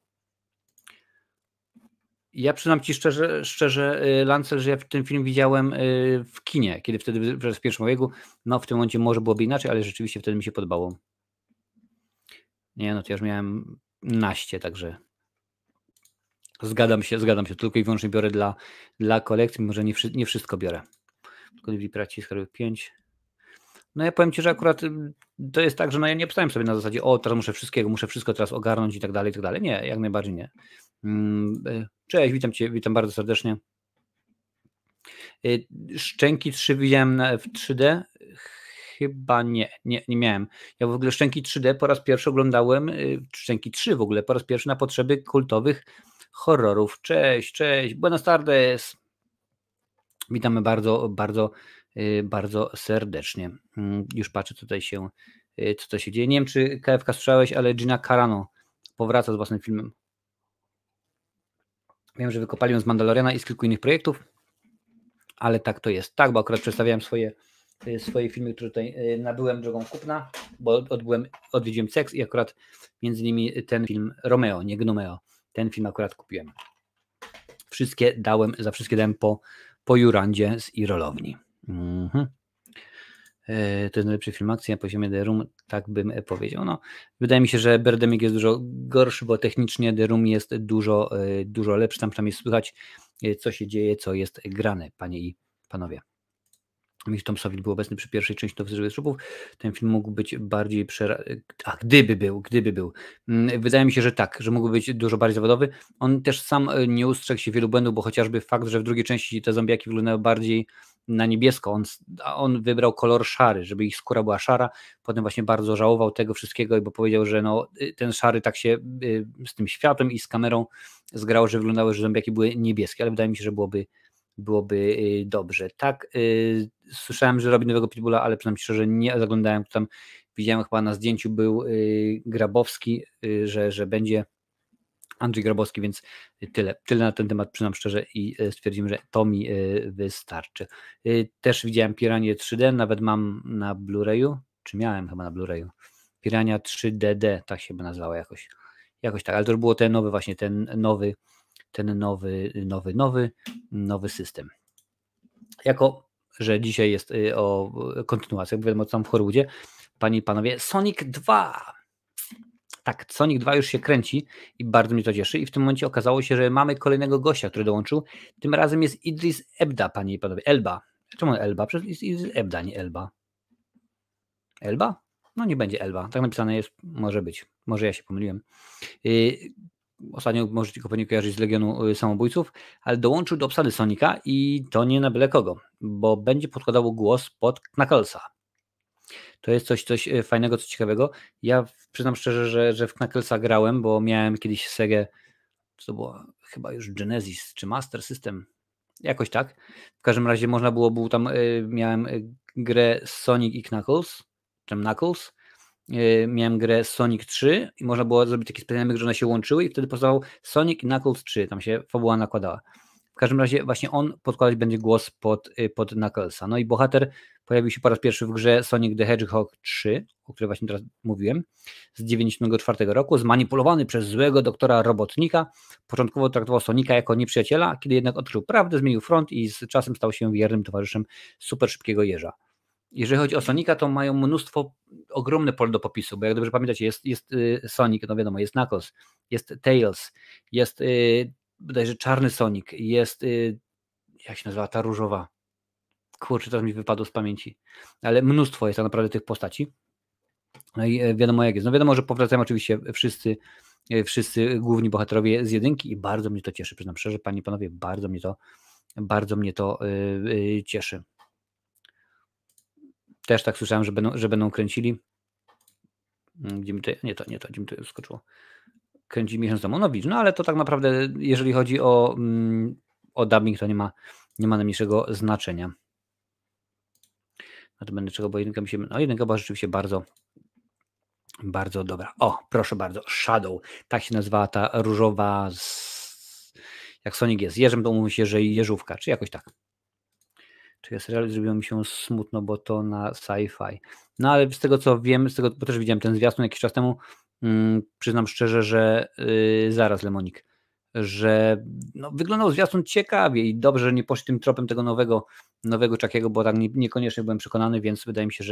Ja przyznam Ci szczerze, Lancel, że ja ten film widziałem w kinie, kiedy wtedy w pierwszym wieku, no w tym momencie może byłoby inaczej, ale rzeczywiście wtedy mi się podobało. Nie, no to ja już miałem naście, także zgadzam się, tylko i wyłącznie biorę dla kolekcji, może nie wszystko biorę. Tylko DVD Piraci z 5. No ja powiem Ci, że akurat to jest tak, że no ja nie postałem sobie na zasadzie, teraz muszę wszystko teraz ogarnąć i tak dalej. Nie, jak najbardziej nie. Cześć, witam Cię, witam bardzo serdecznie. Szczęki 3 widziałem w 3D, chyba nie miałem. Ja w ogóle Szczęki 3D po raz pierwszy oglądałem, Szczęki 3 w ogóle po raz pierwszy na potrzeby kultowych horrorów. Cześć, buenas tardes. Witamy bardzo serdecznie. Już patrzę, co tutaj się dzieje. Nie wiem, czy KFK słyszałeś, ale Gina Carano powraca z własnym filmem. Wiem, że wykopali ją z Mandaloriana i z kilku innych projektów, ale tak to jest. Tak, bo akurat przedstawiałem swoje filmy, które tutaj nabyłem drogą kupna, bo odwiedziłem Cex i akurat między innymi ten film Romeo, nie Gnomeo. Ten film akurat kupiłem. Za wszystkie dałem po Jurandzie z Irolowni. To jest najlepszy film akcji na poziomie The Room, tak bym powiedział. No, wydaje mi się, że Birdemic jest dużo gorszy, bo technicznie The Room jest dużo lepszy. Tam przynajmniej słychać, co się dzieje, co jest grane, panie i panowie. Mick Thompson był obecny przy pierwszej części Nowych Żywych Trupów. Ten film mógł być bardziej gdyby był. Wydaje mi się, że tak, że mógłby być dużo bardziej zawodowy. On też sam nie ustrzegł się wielu błędów, bo chociażby fakt, że w drugiej części te zombiaki wyglądały bardziej na niebiesko. On wybrał kolor szary, żeby ich skóra była szara. Potem właśnie bardzo żałował tego wszystkiego, bo powiedział, że no, ten szary tak się z tym światłem i z kamerą zgrało, że wyglądały, że zombiaki były niebieskie, ale wydaje mi się, że byłoby dobrze. Tak, słyszałem, że robi nowego Pitbulla, ale przyznam szczerze, nie zaglądałem. Tam widziałem chyba na zdjęciu był Grabowski, że będzie Andrzej Grabowski, więc tyle na ten temat, przyznam szczerze, i stwierdzimy, że to mi wystarczy. Też widziałem Piranię 3D, nawet mam na Blu-rayu, czy miałem chyba na Blu-rayu. Pirania 3DD, tak się by nazywało jakoś tak, ale to już było ten nowy właśnie, ten nowy system. Jako, że dzisiaj jest o kontynuacji, jak wiadomo, co tam w Hollywoodzie, panie i panowie, Sonic 2. Tak, Sonic 2 już się kręci i bardzo mnie to cieszy i w tym momencie okazało się, że mamy kolejnego gościa, który dołączył. Tym razem jest Idris Elba, panie i panowie. Elba. Czemu Elba? Przecież jest Idris Elba, nie Elba. Elba? No nie będzie Elba. Tak napisane jest, może być. Może ja się pomyliłem. Ostatnio możecie go pewnie kojarzyć z Legionu Samobójców, ale dołączył do obsady Sonika i to nie na byle kogo, bo będzie podkładało głos pod Knucklesa. To jest coś fajnego, coś ciekawego. Ja przyznam szczerze, że w Knucklesa grałem, bo miałem kiedyś Segę, to było chyba już Genesis czy Master System, jakoś tak. W każdym razie można było tam, miałem grę Sonic i Knuckles, czy Knuckles, miałem grę Sonic 3 i można było zrobić taki specjalny myk, że one się łączyły i wtedy powstawał Sonic i Knuckles 3, tam się fabuła nakładała. W każdym razie właśnie on podkładać będzie głos pod Knucklesa. No i bohater pojawił się po raz pierwszy w grze Sonic the Hedgehog 3, o której właśnie teraz mówiłem, z 1994 roku, zmanipulowany przez złego doktora Robotnika. Początkowo traktował Sonika jako nieprzyjaciela, kiedy jednak odkrył prawdę, zmienił front i z czasem stał się wiernym towarzyszem super szybkiego jeża. Jeżeli chodzi o Sonika, to mają ogromne pole do popisu, bo jak dobrze pamiętacie, jest Sonic, no wiadomo, jest Knuckles, jest Tails, jest bodajże czarny Sonic, jest jak się nazywa ta różowa? Kurczę, teraz mi wypadło z pamięci, ale mnóstwo jest tak naprawdę tych postaci. No i wiadomo jak jest. No wiadomo, że powracają oczywiście wszyscy główni bohaterowie z jedynki i bardzo mnie to cieszy, przyznam szczerze, panie i panowie, bardzo mnie to cieszy. Też tak słyszałem, że będą kręcili. Gdzie mi to, nie to, gdzie mi to skoczyło. Kręci miesiąc temu. No widzisz, no ale to tak naprawdę, jeżeli chodzi o dubbing, to nie ma najmniejszego znaczenia. No to będę czego, bo jedynka mi się... No jedynka była rzeczywiście bardzo dobra. O, proszę bardzo, Shadow. Tak się nazywała ta różowa jak Sonic jest jeżem, to mówi się, że jeżówka, czy jakoś tak. Czy serial zrobiło mi się smutno, bo to na sci-fi. No ale z tego co wiem, bo też widziałem ten zwiastun jakiś czas temu, przyznam szczerze, że zaraz Lemonik, że no, wyglądał zwiastun ciekawie i dobrze, że nie poszli tym tropem tego nowego Chuckiego, bo tak niekoniecznie byłem przekonany, więc wydaje mi się,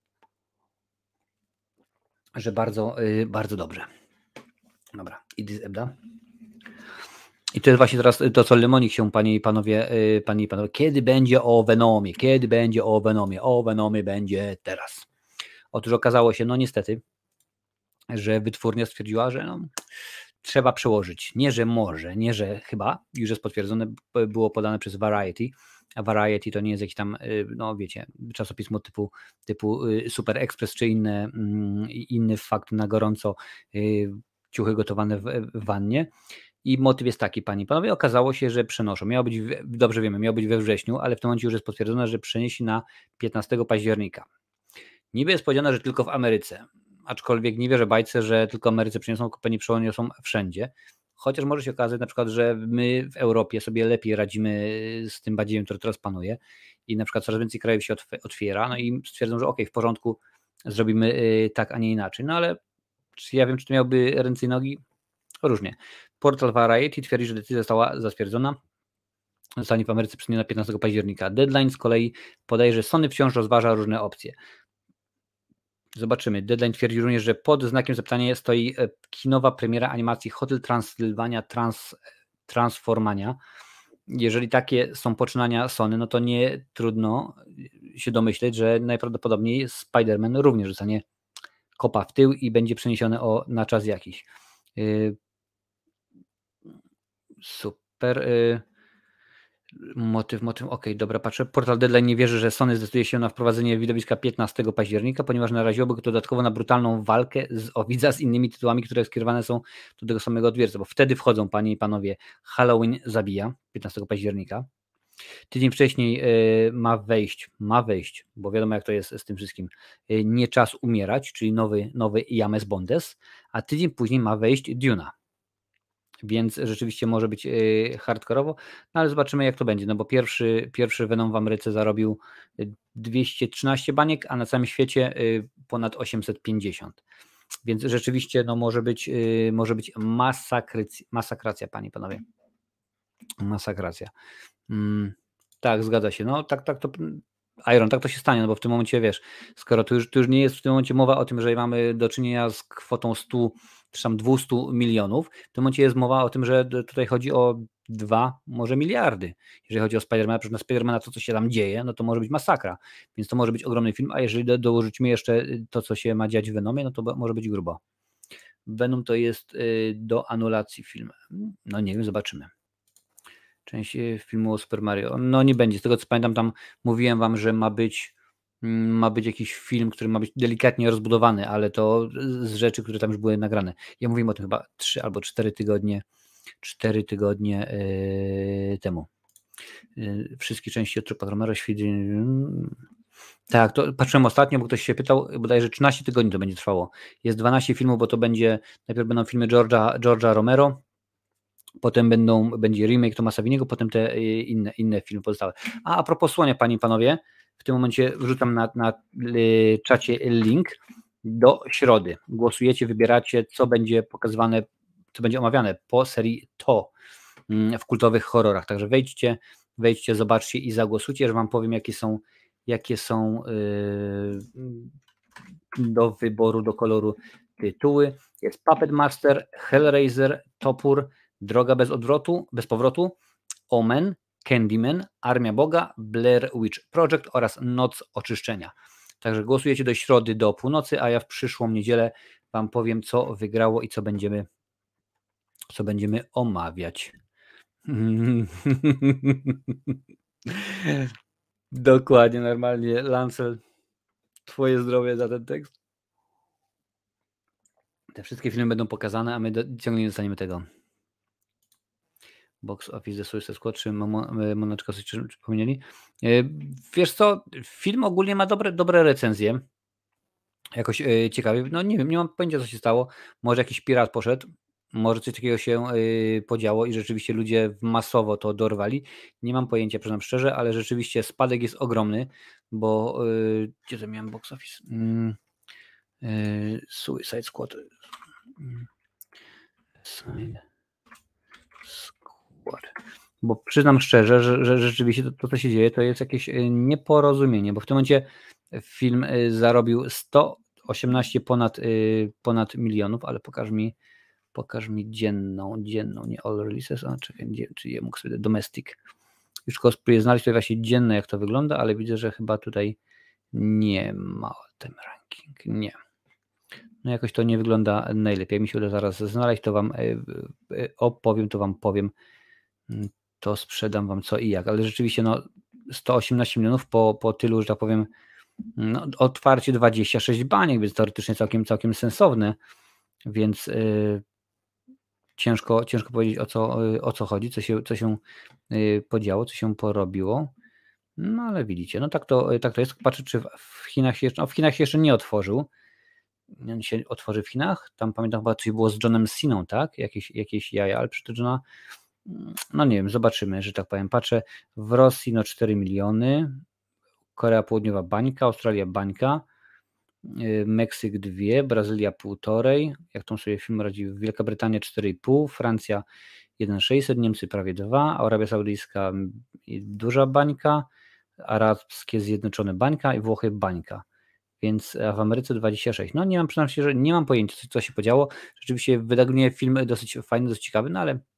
że bardzo dobrze. Dobra, Idris Elba. I to jest właśnie teraz to, co Lemonik się, panie i panowie, kiedy będzie o Venomie? Kiedy będzie o Venomie? O Venomie będzie teraz. Otóż okazało się, no niestety, że wytwórnia stwierdziła, że no, trzeba przełożyć. Nie, że może, nie, że chyba, już jest potwierdzone, było podane przez Variety, a Variety to nie jest jakiś tam, no wiecie, czasopismo typu Super Express czy inny fakt na gorąco, ciuchy gotowane w wannie. I motyw jest taki, panie i panowie, okazało się, że przenoszą. Miało być, dobrze wiemy, miało być we wrześniu, ale w tym momencie już jest potwierdzone, że przenieśli na 15 października. Niby jest powiedziane, że tylko w Ameryce, aczkolwiek nie wierzę bajce, że tylko w Ameryce przyniosą, kopeni przeniosą wszędzie. Chociaż może się okazać na przykład, że my w Europie sobie lepiej radzimy z tym badziewiem, który teraz panuje i na przykład coraz więcej krajów się otwiera, no i stwierdzą, że okej, w porządku, zrobimy tak, a nie inaczej. No ale czy ja wiem, czy to miałby ręce i nogi? Różnie. Portal Variety twierdzi, że decyzja została zatwierdzona. Zostanie w Ameryce przeniesiona 15 października. Deadline z kolei podaje, że Sony wciąż rozważa różne opcje. Zobaczymy. Deadline twierdzi również, że pod znakiem zapytania stoi kinowa premiera animacji Hotel Transylvania Transformania. Jeżeli takie są poczynania Sony, no to nie trudno się domyśleć, że najprawdopodobniej Spider-Man również zostanie kopa w tył i będzie przeniesiony na czas jakiś. Super. Motyw, okej, dobra, patrzę. Portal Deadline nie wierzy, że Sony zdecyduje się na wprowadzenie widowiska 15 października, ponieważ naraziłoby go to dodatkowo na brutalną walkę o widza z innymi tytułami, które skierowane są do tego samego odbiorcy, bo wtedy wchodzą, panie i panowie, Halloween zabija 15 października. Tydzień wcześniej ma wejść, bo wiadomo jak to jest z tym wszystkim, Nie czas umierać, czyli nowy James Bondes, a tydzień później ma wejść Duna. Więc rzeczywiście może być hardkorowo, no ale zobaczymy jak to będzie, no bo pierwszy Venom w Ameryce zarobił 213 baniek, a na całym świecie ponad 850. Więc rzeczywiście no może być masakracja, panie i panowie. Masakracja. Tak, zgadza się. No tak to Iron, tak to się stanie, no bo w tym momencie wiesz, skoro tu już nie jest w tym momencie mowa o tym, że mamy do czynienia z kwotą 100 czy tam 200 milionów, w tym momencie jest mowa o tym, że tutaj chodzi o 2 może miliardy. Jeżeli chodzi o Spider-Mana, przecież na Spider-Mana to, co się tam dzieje, no to może być masakra, więc to może być ogromny film, a jeżeli dołożymy jeszcze to, co się ma dziać w Venomie, no to może być grubo. Venom to jest do anulacji film. No nie wiem, zobaczymy. Część filmu o Super Mario. No nie będzie. Z tego co pamiętam, tam mówiłem wam, że ma być jakiś film, który ma być delikatnie rozbudowany, ale to z rzeczy, które tam już były nagrane. Ja mówiłem o tym chyba 3 albo 4 tygodnie temu. Wszystkie części od Trupa Romero tak, to patrzyłem ostatnio, bo ktoś się pytał, bodajże 13 tygodni to będzie trwało. Jest 12 filmów, bo to najpierw będą filmy George'a Romero, potem będzie remake Tomasa Winiego, potem te inne filmy pozostałe. A propos słonia, panie i panowie, w tym momencie wrzucam na czacie link do środy. Głosujecie, wybieracie, co będzie pokazywane, co będzie omawiane po serii To w kultowych horrorach. Także wejdźcie, zobaczcie i zagłosujcie, że wam powiem, jakie są do wyboru, do koloru tytuły. Jest Puppet Master, Hellraiser, Topór, Droga bez powrotu, Omen, Candyman, Armia Boga, Blair Witch Project oraz Noc Oczyszczenia. Także głosujecie do środy do północy, a ja w przyszłą niedzielę wam powiem, co wygrało i co będziemy omawiać. Dokładnie, normalnie. Lancel, twoje zdrowie za ten tekst. Te wszystkie filmy będą pokazane, a my ciągle nie dostaniemy tego. Box Office The Suicide Squad czy Moneczka, czy wspomnieli. Wiesz co, film ogólnie ma dobre recenzje. Jakoś ciekawie. No nie wiem, nie mam pojęcia co się stało. Może jakiś pirat poszedł, może coś takiego się podziało i rzeczywiście ludzie masowo to dorwali. Nie mam pojęcia, przyznam szczerze, ale rzeczywiście spadek jest ogromny, bo gdzie to miałem Box Office? Suicide Squad. Bo przyznam szczerze, że rzeczywiście to, co się dzieje, to jest jakieś nieporozumienie, bo w tym momencie film zarobił 118 ponad milionów, ale pokaż mi dzienną, nie all releases, a czekaj, czy je mógł sobie domestic. Już tylko spróbuję znaleźć tutaj właśnie dzienne, jak to wygląda, ale widzę, że chyba tutaj nie ma ten ranking, nie. No jakoś to nie wygląda najlepiej. Jak mi się uda zaraz znaleźć, to Wam opowiem, to Wam powiem, to sprzedam Wam co i jak. Ale rzeczywiście 118 milionów po tylu, że tak powiem, otwarcie 26 baniek, więc teoretycznie całkiem sensowne, więc ciężko powiedzieć o co chodzi, co się podziało, co się porobiło. No ale widzicie, tak to jest. Patrzę, czy w Chinach się jeszcze, w Chinach się jeszcze nie otworzył. On się otworzy w Chinach. Tam pamiętam, chyba coś było z Johnem Ceną, tak? Jakieś jaja, ale przecież Johna, no nie wiem, zobaczymy, że tak powiem. Patrzę, w Rosji 4 miliony, Korea Południowa bańka, Australia bańka, Meksyk 2, Brazylia 1,5, jak tam sobie film radzi, Wielka Brytania 4,5, Francja 1,600, Niemcy prawie 2, Arabia Saudyjska duża bańka, Arabskie Zjednoczone bańka i Włochy bańka. Więc w Ameryce 26. No nie mam, przyznam się, że nie mam pojęcia, co się podziało. Rzeczywiście według mnie film dosyć fajny, dosyć ciekawy, no ale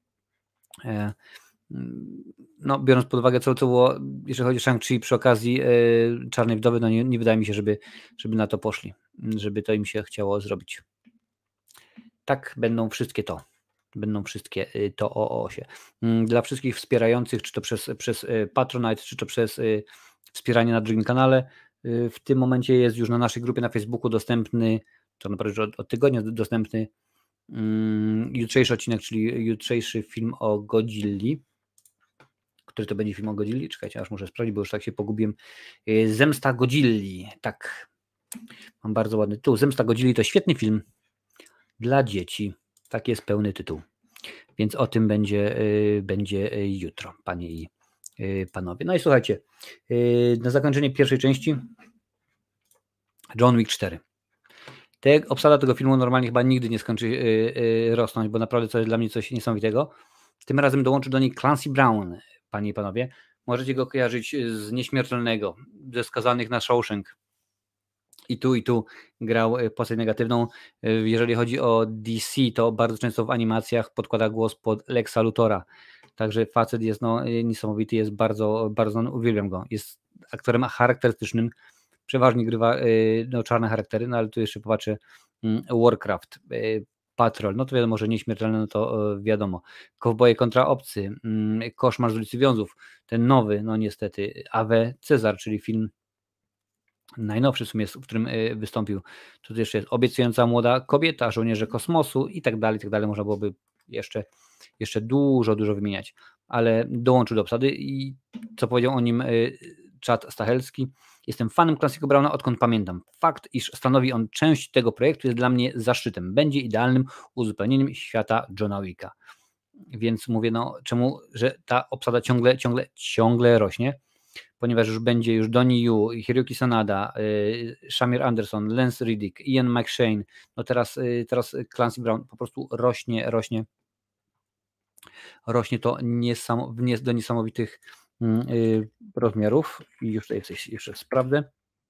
biorąc pod uwagę, co było, jeżeli chodzi o Shang-Chi przy okazji Czarnej Wdowy, no nie wydaje mi się, żeby na to poszli, żeby to im się chciało zrobić. Tak, będą wszystkie to. Będą wszystkie to o się. Dla wszystkich wspierających, czy to przez Patronite, czy to przez wspieranie na drugim kanale, w tym momencie jest już na naszej grupie na Facebooku dostępny, to naprawdę od tygodnia dostępny jutrzejszy odcinek, czyli jutrzejszy film o Godzilli. Który to będzie film o Godzilli? Czekajcie, aż muszę sprawdzić, bo już tak się pogubiłem. Zemsta Godzilli, tak. Mam bardzo ładny tytuł. Zemsta Godzilli to świetny film dla dzieci. Tak jest pełny tytuł. Więc o tym będzie jutro, panie i panowie. No i słuchajcie, na zakończenie pierwszej części John Wick 4. Obsada tego filmu normalnie chyba nigdy nie skończy rosnąć, bo naprawdę to jest dla mnie coś niesamowitego. Tym razem dołączy do niej Clancy Brown, panie i panowie. Możecie go kojarzyć z Nieśmiertelnego, ze Skazanych na Shawshank. I tu grał postać negatywną. Jeżeli chodzi o DC, to bardzo często w animacjach podkłada głos pod Lexa Luthora. Także facet jest niesamowity, jest bardzo, bardzo uwielbiam go. Jest aktorem charakterystycznym. Przeważnie grywa czarne charaktery, no ale tu jeszcze popatrzę, Warcraft, Patrol, no to wiadomo, że Nieśmiertelne, no to wiadomo. Kowboje kontra obcy, Koszmar z ulicy Wiązów, ten nowy, no niestety, Ave Cezar, czyli film najnowszy w sumie, w którym wystąpił. Tu jeszcze jest Obiecująca młoda kobieta, Żołnierze kosmosu i tak dalej, można byłoby jeszcze dużo wymieniać, ale dołączył do obsady i co powiedział o nim Chad Stahelski: jestem fanem Clancy'ego Browna, odkąd pamiętam. Fakt, iż stanowi on część tego projektu, jest dla mnie zaszczytem. Będzie idealnym uzupełnieniem świata Johna Wicka. Więc mówię, czemu, że ta obsada ciągle rośnie, ponieważ już będzie Donnie Yu, Hiroki Sanada, Shamir Anderson, Lance Reddick, Ian McShane, no teraz Clancy Brown po prostu rośnie to do niesamowitych rozmiarów i już tutaj jeszcze sprawdzę.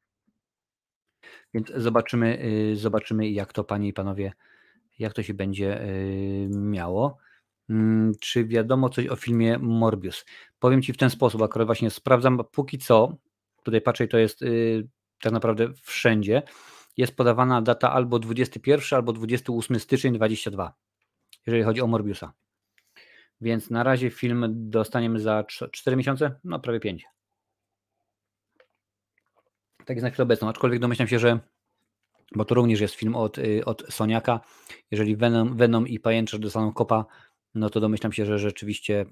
Więc zobaczymy, jak to, panie i panowie, jak to się będzie miało. Czy wiadomo coś o filmie Morbius? Powiem ci w ten sposób, akurat właśnie sprawdzam, póki co, tutaj patrzę, to jest tak naprawdę wszędzie, jest podawana data albo 21, albo 28 styczeń 22, jeżeli chodzi o Morbiusa. Więc na razie film dostaniemy za 4 miesiące, no prawie 5. Tak jest na chwilę obecną, aczkolwiek domyślam się, że, bo to również jest film od Soniaka, jeżeli Venom i Pajęczyk dostaną kopa, no to domyślam się, że rzeczywiście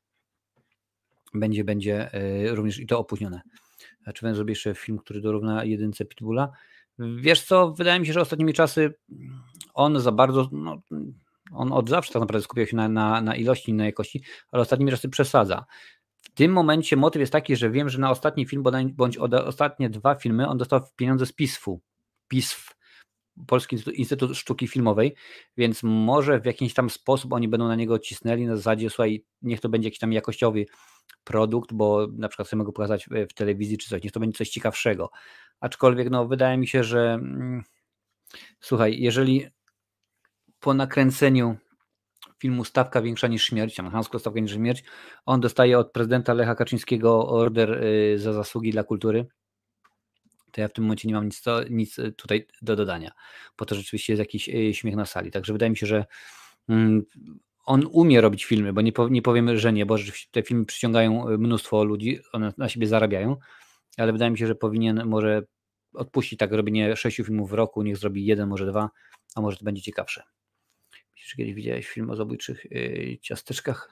będzie również i to opóźnione. Czy zrobię jeszcze film, który dorówna jedynce Pitbulla? Wiesz co, wydaje mi się, że ostatnimi czasy on za bardzo, on od zawsze tak naprawdę skupiał się na ilości, na jakości, ale ostatnimi czasy przesadza. W tym momencie motyw jest taki, że wiem, że na ostatni film, bądź ostatnie 2 filmy on dostał pieniądze z PISF, Polski Instytut Sztuki Filmowej, więc może w jakiś tam sposób oni będą na niego cisnęli na zasadzie, słuchaj, niech to będzie jakiś tam jakościowy produkt, bo na przykład chcemy go pokazać w telewizji czy coś, niech to będzie coś ciekawszego. Aczkolwiek wydaje mi się, że słuchaj, jeżeli po nakręceniu filmu Stawka większa niż śmierć, Hansko Stawka niż śmierć, on dostaje od prezydenta Lecha Kaczyńskiego order za zasługi dla kultury, to ja w tym momencie nie mam nic tutaj do dodania, bo to rzeczywiście jest jakiś śmiech na sali. Także wydaje mi się, że on umie robić filmy, bo nie powiem, że nie, bo rzeczywiście te filmy przyciągają mnóstwo ludzi, one na siebie zarabiają, ale wydaje mi się, że powinien może odpuścić tak robienie 6 filmów w roku, niech zrobi 1, może 2, a może to będzie ciekawsze. Myślisz, że kiedyś widziałeś film o zabójczych ciasteczkach?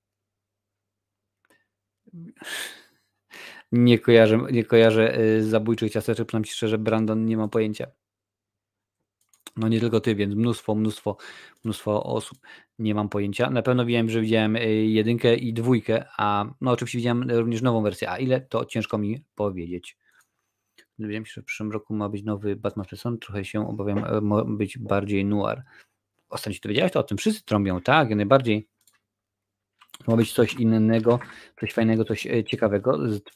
Nie kojarzę zabójczych ciasteczek, przynajmniej szczerze, Brandon, nie mam pojęcia. No nie tylko ty, więc mnóstwo osób. Nie mam pojęcia. Na pewno wiem, że widziałem 1 i 2, a no oczywiście widziałem również nową wersję. A ile, to ciężko mi powiedzieć. Dowiedziałem się, że w przyszłym roku ma być nowy Batman Person. Trochę się obawiam, ma być bardziej noir. Ostatnio się dowiedziałeś, to o tym wszyscy trąbią, tak, jak najbardziej. Ma być coś innego, coś fajnego, coś ciekawego. Z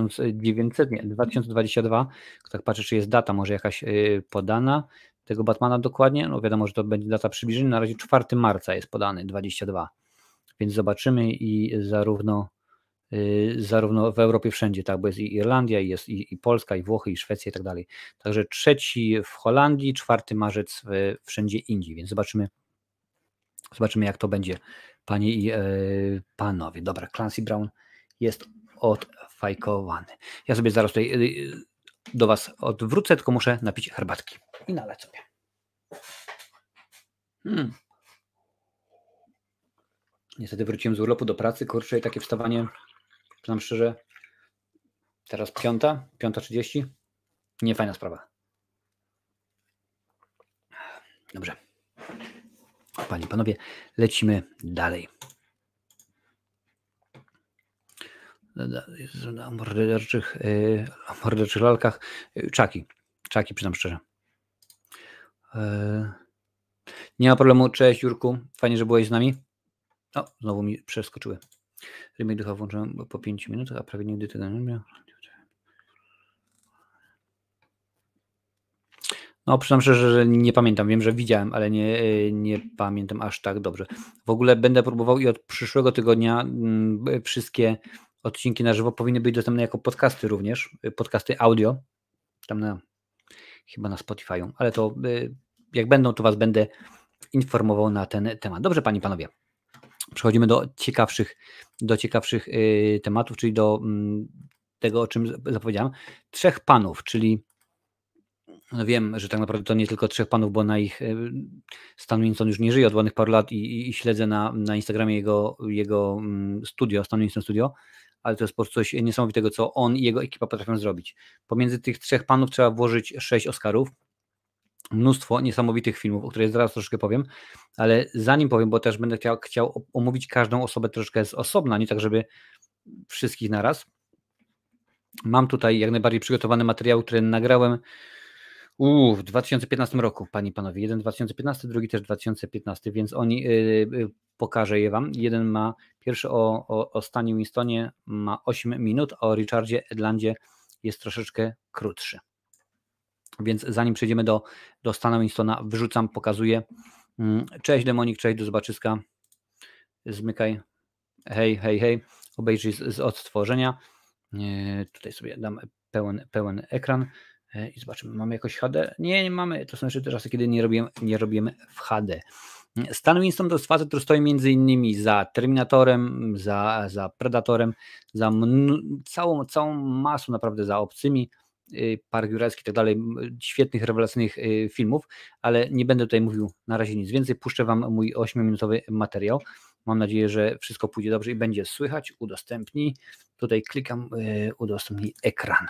2022, tak patrzę, czy jest data może jakaś podana tego Batmana dokładnie. No wiadomo, że to będzie data przybliżenia. Na razie 4 marca jest podany, 22. Więc zobaczymy i zarówno w Europie wszędzie, tak, bo jest i Irlandia, jest i Polska, i Włochy, i Szwecja i tak dalej. Także 3 w Holandii, 4 marzec wszędzie indziej, więc zobaczymy jak to będzie, panie i panowie. Dobra, Clancy Brown jest odfajkowany. Ja sobie zaraz tutaj do was odwrócę, tylko muszę napić herbatki i nalać sobie. Niestety wróciłem z urlopu do pracy, kurczę, i takie wstawanie, przyznam szczerze, teraz 5:30, nie fajna sprawa. Dobrze. Panie i panowie, lecimy dalej. O morderczych lalkach. Czaki, przyznam szczerze. Nie ma problemu. Cześć, Jurku. Fajnie, że byłeś z nami. O, znowu mi przeskoczyły. Remake ducha włączyłem po 5 minutach, a prawie nigdy tego nie miałem. No, przyznam szczerze, że nie pamiętam. Wiem, że widziałem, ale nie pamiętam aż tak dobrze. W ogóle będę próbował i od przyszłego tygodnia wszystkie odcinki na żywo powinny być dostępne jako podcasty również. Podcasty audio. Tam chyba na Spotify'u. Ale to jak będą, to was będę informował na ten temat. Dobrze, panie i panowie. Przechodzimy do ciekawszych tematów, czyli do tego, o czym zapowiedziałem. 3 panów, czyli no wiem, że tak naprawdę to nie tylko 3 panów, bo na ich Stan Winston już nie żyje od ładnych paru lat i śledzę na Instagramie jego studio, Stan Winston Studio, ale to jest po prostu coś niesamowitego, co on i jego ekipa potrafią zrobić. Pomiędzy tych 3 panów trzeba włożyć 6 Oscarów, mnóstwo niesamowitych filmów, o których zaraz troszkę powiem, ale zanim powiem, bo też będę chciał omówić każdą osobę troszkę z osobna, nie tak, żeby wszystkich naraz. Mam tutaj jak najbardziej przygotowane materiały, które nagrałem w 2015 roku, panie i panowie. Jeden 2015, drugi też 2015, więc pokażę je wam. Pierwszy o Stanie Winstonie ma 8 minut, a o Richardzie Edlandzie jest troszeczkę krótszy. Więc zanim przejdziemy do Stana Winstona, wyrzucam, pokazuję. Cześć Demonik, cześć, do zobaczyska. Zmykaj. Hej. Obejrzyj z odtworzenia. Tutaj sobie dam pełen ekran. I zobaczymy, mamy jakoś HD? Nie mamy, to są jeszcze te czasy, kiedy nie robiłem w HD. Stan Winston to jest facet, który stoi między innymi za Terminatorem, za Predatorem, za całą masą naprawdę, za Obcymi, Park Jurajski i tak dalej, świetnych, rewelacyjnych filmów, ale nie będę tutaj mówił na razie nic więcej, puszczę wam mój 8-minutowy materiał. Mam nadzieję, że wszystko pójdzie dobrze i będzie słychać. Udostępnij. Tutaj klikam, udostępnij ekran.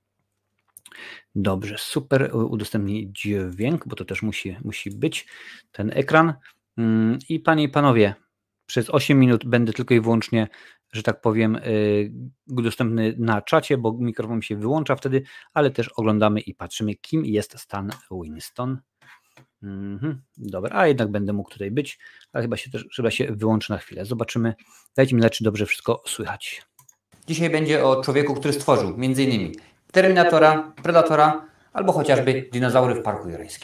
Dobrze, super, udostępnij dźwięk, bo to też musi być ten ekran. I panie i panowie, przez 8 minut będę tylko i wyłącznie, że tak powiem, dostępny na czacie, bo mikrofon się wyłącza wtedy, ale też oglądamy i patrzymy, kim jest Stan Winston. Dobra, a jednak będę mógł tutaj być, ale chyba się wyłączy na chwilę. Zobaczymy, dajcie mi znać, czy dobrze wszystko słychać. Dzisiaj będzie o człowieku, który stworzył m.in. Terminatora, Predatora albo chociażby dinozaury w Parku Jurajskim.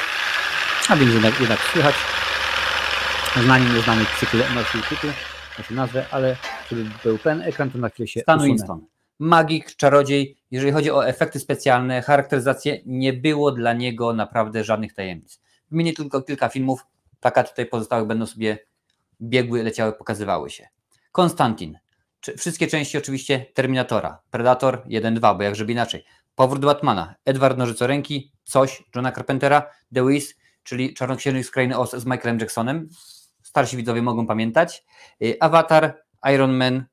A więc jednak słychać. Znani, cykl nosił nazwę, ale żeby był ten ekran, to na chwilę się Stan Winston. magik, czarodziej. Jeżeli chodzi o efekty specjalne, charakteryzację, nie było dla niego naprawdę żadnych tajemnic. Wymienię tylko kilka filmów, plakaty tutaj pozostałych będą sobie biegły, leciały, pokazywały się. Konstantin. Wszystkie części oczywiście Terminatora. Predator 1-2, bo jak żeby inaczej. Powrót do Batmana. Edward Nożycoręki, Coś, Johna Carpentera, The Wiz, czyli Czarnoksiężnik z Krainy Oz z Michaelem Jacksonem. Starsi widzowie mogą pamiętać. Avatar, Iron Man,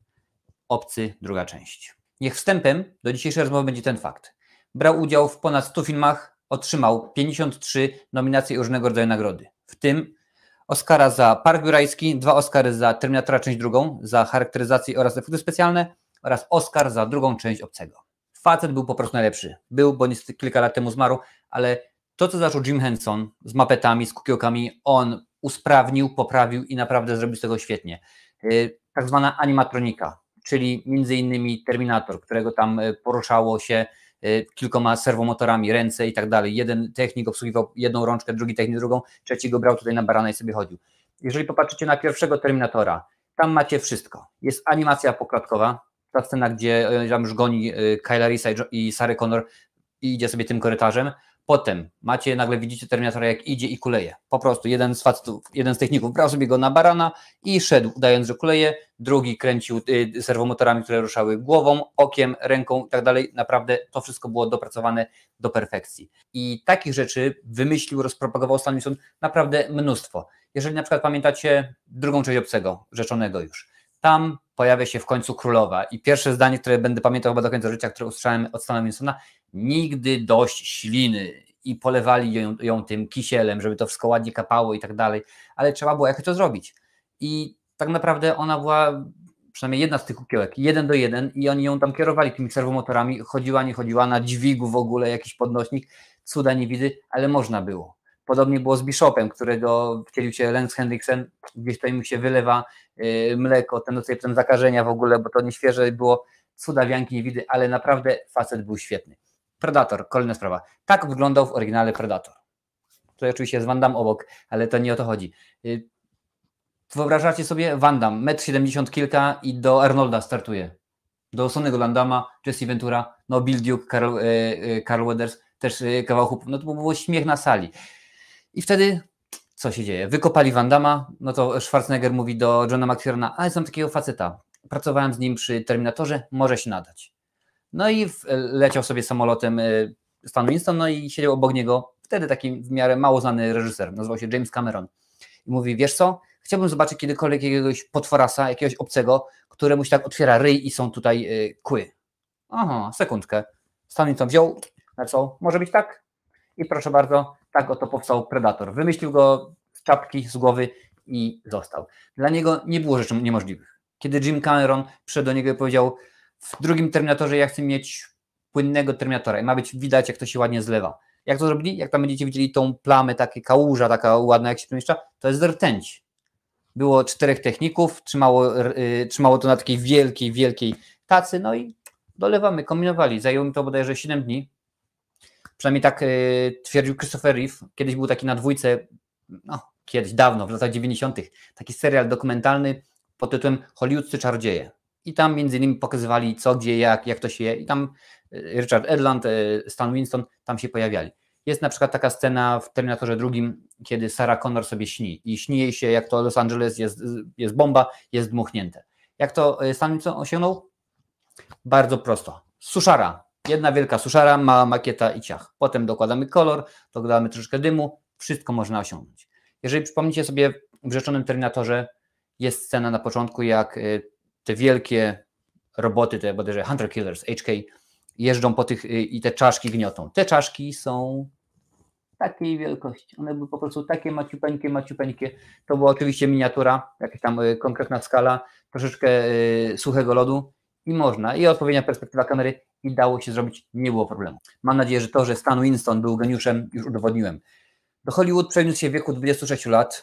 Obcy, druga część. Niech wstępem do dzisiejszej rozmowy będzie ten fakt. Brał udział w ponad 100 filmach, otrzymał 53 nominacje i różnego rodzaju nagrody. W tym Oscara za Park Jurajski, 2 Oscary za Terminatora część drugą, za charakteryzację oraz efekty specjalne oraz Oscar za drugą część Obcego. Facet był po prostu najlepszy. Był, bo niestety kilka lat temu zmarł, ale to, co zaczął Jim Henson z mapetami, z kukiełkami, on usprawnił, poprawił i naprawdę zrobił z tego świetnie. Tak zwana animatronika, czyli między innymi Terminator, którego tam poruszało się kilkoma serwomotorami, ręce i tak dalej. Jeden technik obsługiwał jedną rączkę, drugi technik drugą, trzeci go brał tutaj na barana i sobie chodził. Jeżeli popatrzycie na pierwszego Terminatora, tam macie wszystko. Jest animacja poklatkowa, ta scena, gdzie tam już goni Kyla Reese'a i Sarah Connor i idzie sobie tym korytarzem. Potem macie, nagle widzicie Terminatora, jak idzie i kuleje. Po prostu jeden z facetów, jeden z techników brał sobie go na barana i szedł, udając, że kuleje. Drugi kręcił serwomotorami, które ruszały głową, okiem, ręką i tak dalej. Naprawdę to wszystko było dopracowane do perfekcji. I takich rzeczy wymyślił, rozpropagował Stan Winston naprawdę mnóstwo. Jeżeli na przykład pamiętacie drugą część Obcego, Rzeczonego już, tam pojawia się w końcu królowa i pierwsze zdanie, które będę pamiętał chyba do końca życia, które usłyszałem od Stana Winsona: nigdy dość śliny, i polewali ją tym kisielem, żeby to wszystko ładnie kapało i tak dalej, ale trzeba było jakoś to zrobić. I tak naprawdę ona była, przynajmniej jedna z tych kukiełek, 1:1 i oni ją tam kierowali tymi serwomotorami, chodziła, nie chodziła, na dźwigu w ogóle jakiś podnośnik, cuda nie widy, ale można było. Podobnie było z Bishopem, którego wcielił się Lance Henriksen, gdzieś tutaj mu się wylewa mleko, ten zakażenia w ogóle, bo to nieświeże było, cuda wianki nie widy, ale naprawdę facet był świetny. Predator, kolejna sprawa. Tak wyglądał w oryginale Predator. Tutaj oczywiście jest Van Damme obok, ale to nie o to chodzi. Wyobrażacie sobie Van Damme, 1,70 m kilka i do Arnolda startuje. Do Sonny'ego Landama, Jesse Ventura, no Bill Duke, Carl Weathers, też kawał chłopów. No to było śmiech na sali. I wtedy co się dzieje? Wykopali Van Damma, no to Schwarzenegger mówi do Johna McTierna: ale znam takiego faceta, pracowałem z nim przy Terminatorze, może się nadać. No i leciał sobie samolotem Stan Winston, no i siedział obok niego wtedy taki w miarę mało znany reżyser, nazywał się James Cameron. I mówi: wiesz co, chciałbym zobaczyć kiedykolwiek jakiegoś potworasa, jakiegoś obcego, któremu się tak otwiera ryj i są tutaj kły. Aha, sekundkę. Stan Winston wziął, no co, może być tak? I proszę bardzo, tak oto powstał Predator. Wymyślił go z czapki, z głowy i został. Dla niego nie było rzeczy niemożliwych. Kiedy Jim Cameron przyszedł do niego i powiedział: w drugim Terminatorze ja chcę mieć płynnego Terminatora i ma być widać, jak to się ładnie zlewa. Jak to zrobili? Jak tam będziecie widzieli tą plamę, takie kałuża, taka ładna, jak się przemieszcza, to jest rtęć. Było 4 techników, trzymało to na takiej wielkiej tacy, no i dolewamy, kombinowali. Zajęło mi to bodajże 7 dni. Przynajmniej tak twierdził Christopher Reeve. Kiedyś był taki na Dwójce, no kiedyś, dawno, w latach 90. taki serial dokumentalny pod tytułem Hollywoodscy czarodzieje. I tam między innymi pokazywali co, gdzie, jak to się je. I tam Richard Edlund, Stan Winston tam się pojawiali. Jest na przykład taka scena w Terminatorze drugim, kiedy Sarah Connor sobie śni. I śni jej się, jak to Los Angeles jest bomba, jest dmuchnięte. Jak to Stan Winston osiągnął? Bardzo prosto. Suszara. Jedna wielka suszara, mała makieta i ciach. Potem dokładamy kolor, dokładamy troszeczkę dymu, wszystko można osiągnąć. Jeżeli przypomnicie sobie, w Rzeczonym Terminatorze jest scena na początku, jak te wielkie roboty, te bodajże Hunter Killers, HK, jeżdżą po tych i te czaszki gniotą. Te czaszki są takiej wielkości. One były po prostu takie maciupeńkie. To była oczywiście miniatura, jakaś tam konkretna skala, troszeczkę suchego lodu i można. I odpowiednia perspektywa kamery i dało się zrobić, nie było problemu. Mam nadzieję, że to, że Stan Winston był geniuszem, już udowodniłem. Do Hollywood przeniósł się w wieku 26 lat.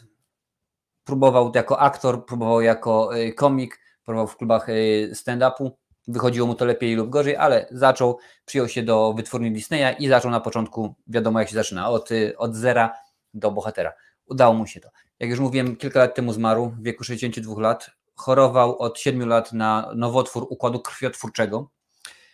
Próbował jako aktor, próbował jako komik, próbował w klubach stand-upu. Wychodziło mu to lepiej lub gorzej, ale przyjął się do wytwórni Disneya i zaczął na początku, wiadomo jak się zaczyna, od zera do bohatera. Udało mu się to. Jak już mówiłem, kilka lat temu zmarł, w wieku 62 lat. Chorował od 7 lat na nowotwór układu krwiotwórczego.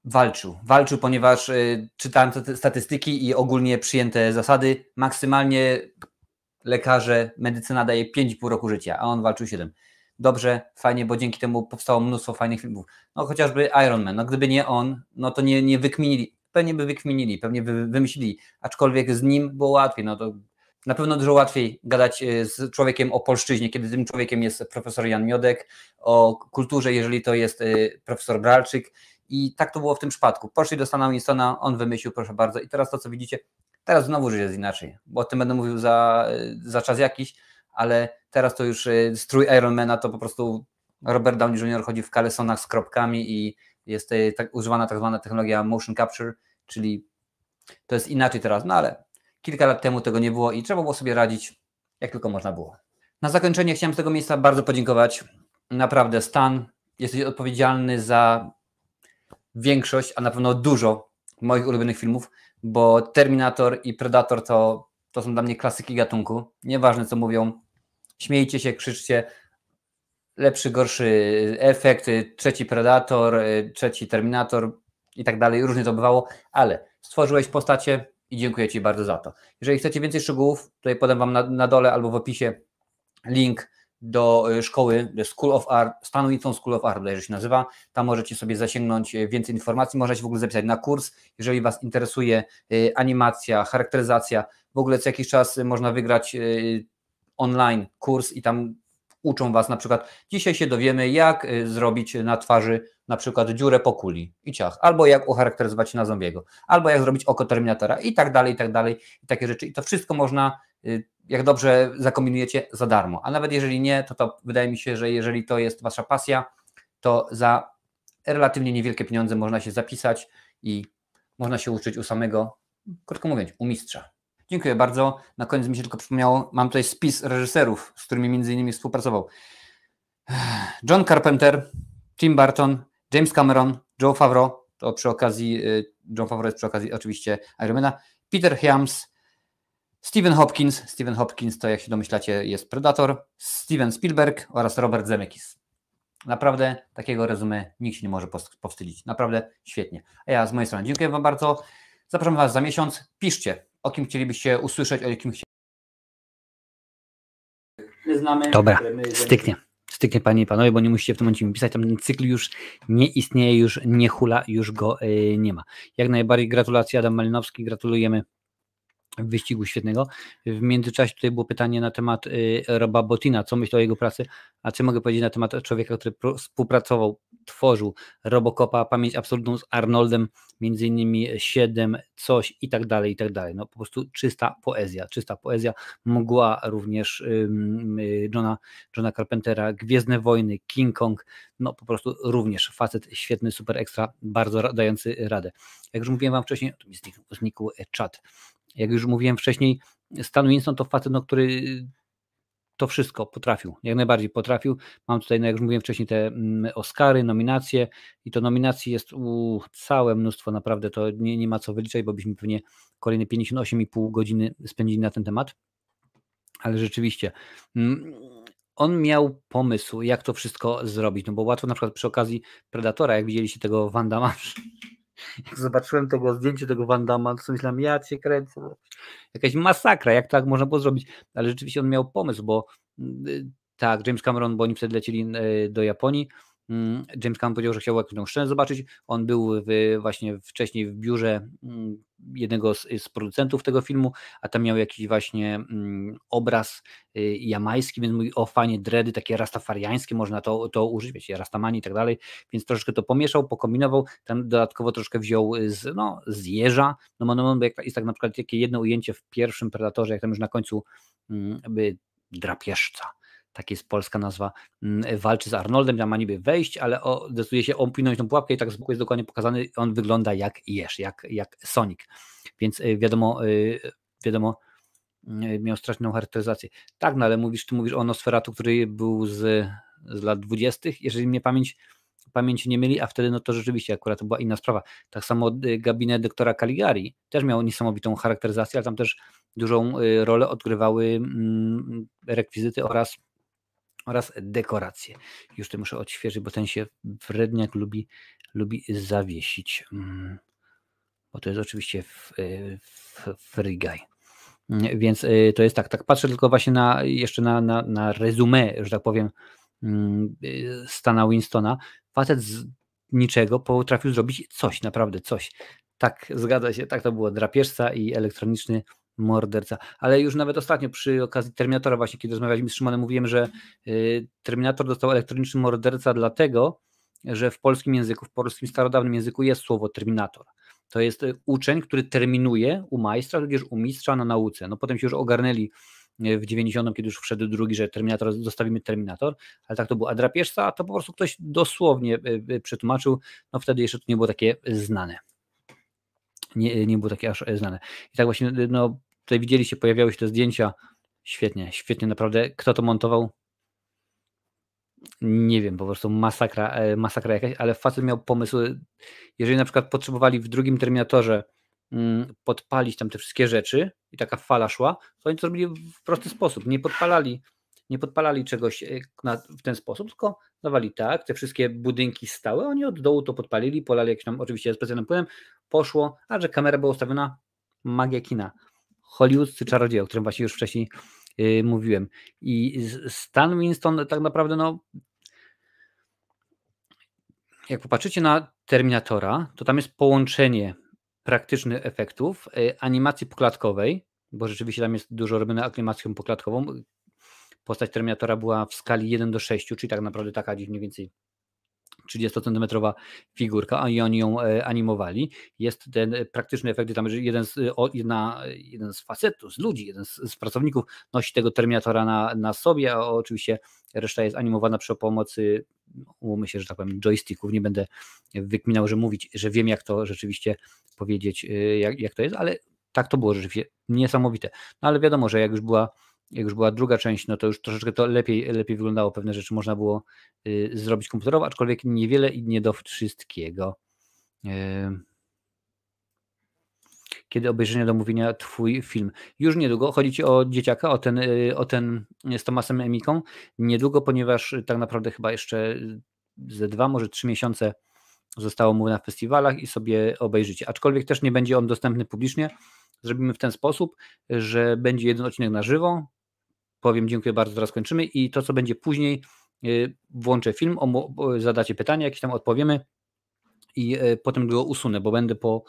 Walczył, ponieważ czytałem statystyki i ogólnie przyjęte zasady. Maksymalnie lekarze, medycyna daje 5,5 roku życia, a on walczył 7. Dobrze, fajnie, bo dzięki temu powstało mnóstwo fajnych filmów. No chociażby Iron Man, no gdyby nie on, no to nie wykminili, pewnie by wykminili, pewnie by wymyślili, aczkolwiek z nim było łatwiej, no to na pewno dużo łatwiej gadać z człowiekiem o polszczyźnie, kiedy tym człowiekiem jest profesor Jan Miodek, o kulturze, jeżeli to jest profesor Bralczyk, i tak to było w tym przypadku. Poszli do Stana Winstona, on wymyślił, proszę bardzo, i teraz to, co widzicie, teraz znowu już jest inaczej, bo o tym będę mówił za czas jakiś, ale teraz to już strój Ironmana to po prostu Robert Downey Jr. chodzi w kalesonach z kropkami i jest używana tak zwana technologia motion capture, czyli to jest inaczej teraz, no ale kilka lat temu tego nie było i trzeba było sobie radzić jak tylko można było. Na zakończenie chciałem z tego miejsca bardzo podziękować. Naprawdę, Stan, jesteś odpowiedzialny za większość, a na pewno dużo moich ulubionych filmów, bo Terminator i Predator to są dla mnie klasyki gatunku. Nieważne co mówią, śmiejcie się, krzyczcie, lepszy, gorszy efekt, trzeci Predator, trzeci Terminator i tak dalej, różnie to bywało, ale stworzyłeś postacie i dziękuję Ci bardzo za to. Jeżeli chcecie więcej szczegółów, tutaj podam Wam na dole albo w opisie link do szkoły School of Art, Stan Winston School of Art, bodajże się nazywa. Tam możecie sobie zasięgnąć więcej informacji, możecie w ogóle zapisać na kurs, jeżeli Was interesuje animacja, charakteryzacja. W ogóle co jakiś czas można wygrać online kurs i tam uczą Was na przykład, dzisiaj się dowiemy, jak zrobić na twarzy na przykład dziurę po kuli i ciach, albo jak ucharakteryzować na zombiego, albo jak zrobić oko Terminatora i tak dalej, i takie rzeczy. I to wszystko można, jak dobrze zakombinujecie, za darmo. A nawet jeżeli nie, to wydaje mi się, że jeżeli to jest Wasza pasja, to za relatywnie niewielkie pieniądze można się zapisać i można się uczyć u samego, krótko mówiąc, u mistrza. Dziękuję bardzo. Na koniec mi się tylko przypomniało, mam tutaj spis reżyserów, z którymi między innymi współpracował. John Carpenter, Tim Burton, James Cameron, Jon Favreau, to przy okazji, Jon Favreau jest przy okazji oczywiście Ironmana, Peter Hyams, Stephen Hopkins to, jak się domyślacie, jest Predator, Steven Spielberg oraz Robert Zemeckis. Naprawdę takiego resume nikt się nie może powstydzić. Naprawdę świetnie. A ja z mojej strony dziękuję Wam bardzo. Zapraszam Was za miesiąc. Piszcie, o kim chcielibyście usłyszeć, o jakim my znamy. Dobra, styknie Panie i Panowie, bo nie musicie w tym momencie mi pisać, tam ten cykl już nie istnieje, już nie hula, już go nie ma. Jak najbardziej gratulacje, Adam Malinowski, gratulujemy wyścigu świetnego. W międzyczasie tutaj było pytanie na temat Roba Bottina, co myślę o jego pracy, a co mogę powiedzieć na temat człowieka, który współpracował, tworzył Robocopa, Pamięć Absolutną z Arnoldem, między innymi 7, coś i tak dalej, no po prostu czysta poezja, Mgła również Johna Carpentera, Gwiezdne Wojny, King Kong, no po prostu również facet świetny, super ekstra, bardzo dający radę. Jak już mówiłem Wam wcześniej, tu mi znikł czat. Jak już mówiłem wcześniej, Stan Winston to facet, który to wszystko potrafił, jak najbardziej potrafił. Mam tutaj, jak już mówiłem wcześniej, te Oscary, nominacje i to nominacji jest całe mnóstwo, naprawdę to nie ma co wyliczać, bo byśmy pewnie kolejne 58,5 godziny spędzili na ten temat, ale rzeczywiście on miał pomysł, jak to wszystko zrobić, no bo łatwo na przykład przy okazji Predatora, jak widzieliście tego Van Damme, jak zobaczyłem tego zdjęcie tego Van Damme, to myślałem, ja cię kręcę, jakaś masakra, jak tak można było zrobić, ale rzeczywiście on miał pomysł, bo tak, James Cameron, bo oni wtedy lecieli do Japonii, James Cameron powiedział, że chciał jakąś scenę zobaczyć, on był właśnie wcześniej w biurze jednego z producentów tego filmu, a tam miał jakiś właśnie obraz jamański, więc mówi, o fajnie, dready takie rastafariańskie, można to użyć, wiecie, rastamani i tak dalej, więc troszeczkę to pomieszał, pokombinował, tam dodatkowo troszkę wziął z jeża, bo jest tak na przykład takie jedno ujęcie w pierwszym Predatorze, jak tam już na końcu drapieżca, tak jest polska nazwa, walczy z Arnoldem, tam ma niby wejść, ale decyduje się opinąć tą pułapkę i tak z boku jest dokładnie pokazany, on wygląda jak jeż, jak Sonic, więc wiadomo, miał straszną charakteryzację. Tak, no ale ty mówisz o Nosferatu, który był z lat 20., jeżeli mnie pamięć nie myli, a wtedy no to rzeczywiście akurat to była inna sprawa. Tak samo gabinet doktora Caligari też miał niesamowitą charakteryzację, ale tam też dużą rolę odgrywały rekwizyty oraz dekoracje. Już to muszę odświeżyć, bo ten się wredniak lubi lubi zawiesić. Bo to jest oczywiście Free Guy. Więc to jest tak patrzę tylko właśnie jeszcze na resume, że tak powiem, Stana Winstona. Facet z niczego potrafił zrobić coś, naprawdę coś. Tak, zgadza się, tak to było. Drapieżca i elektroniczny morderca. Ale już nawet ostatnio przy okazji Terminatora właśnie, kiedy rozmawialiśmy z Szymonem, mówiłem, że Terminator dostał elektroniczny morderca dlatego, że w polskim języku, w polskim starodawnym języku jest słowo Terminator. To jest uczeń, który terminuje u majstra, tudzież u mistrza na nauce. No potem się już ogarnęli w 90, kiedy już wszedł drugi, że Terminator, zostawimy Terminator, ale tak to było. A drapieżca, a to po prostu ktoś dosłownie przetłumaczył, no wtedy jeszcze to nie było takie znane. Nie było takie aż znane. I tak właśnie, no tutaj widzieliście, pojawiały się te zdjęcia, świetnie, naprawdę. Kto to montował? Nie wiem, po prostu masakra jakaś, ale facet miał pomysł, jeżeli na przykład potrzebowali w drugim Terminatorze podpalić tam te wszystkie rzeczy i taka fala szła, to oni to robili w prosty sposób. Nie podpalali czegoś w ten sposób, tylko dawali tak, te wszystkie budynki stały, oni od dołu to podpalili, polali jakimś tam oczywiście specjalnym płynem, poszło, a że kamera była ustawiona, magia kina. Hollywoodzcy czarodzieje, o którym właśnie już wcześniej mówiłem. I Stan Winston tak naprawdę, no jak popatrzycie na Terminatora, to tam jest połączenie praktycznych efektów, animacji poklatkowej, bo rzeczywiście tam jest dużo robione animacją poklatkową. Postać Terminatora była w skali 1:6, czyli tak naprawdę taka gdzieś mniej więcej 30-centymetrowa figurka, a i oni ją animowali. Jest ten praktyczny efekt, tam że jeden z facetów, z ludzi, jeden z pracowników nosi tego Terminatora na sobie, a oczywiście reszta jest animowana przy pomocy, umówmy się, że tak powiem, joysticków. Nie będę wykminał, że mówić, że wiem, jak to rzeczywiście powiedzieć, jak to jest, ale tak to było rzeczywiście niesamowite. No ale wiadomo, że jak już była druga część, no to już troszeczkę to lepiej wyglądało. Pewne rzeczy można było zrobić komputerowo, aczkolwiek niewiele i nie do wszystkiego. Kiedy obejrzenia domówienia twój film? Już niedługo. Chodzi ci o dzieciaka, o ten z Tomasem Emiką. Niedługo, ponieważ tak naprawdę chyba jeszcze ze 2, może 3 miesiące zostało mu na festiwalach i sobie obejrzycie. Aczkolwiek też nie będzie on dostępny publicznie. Zrobimy w ten sposób, że będzie jeden odcinek na żywo. Powiem dziękuję bardzo, zaraz kończymy i to, co będzie później, włączę film, zadacie pytania, jakieś tam odpowiemy i potem go usunę, bo będę po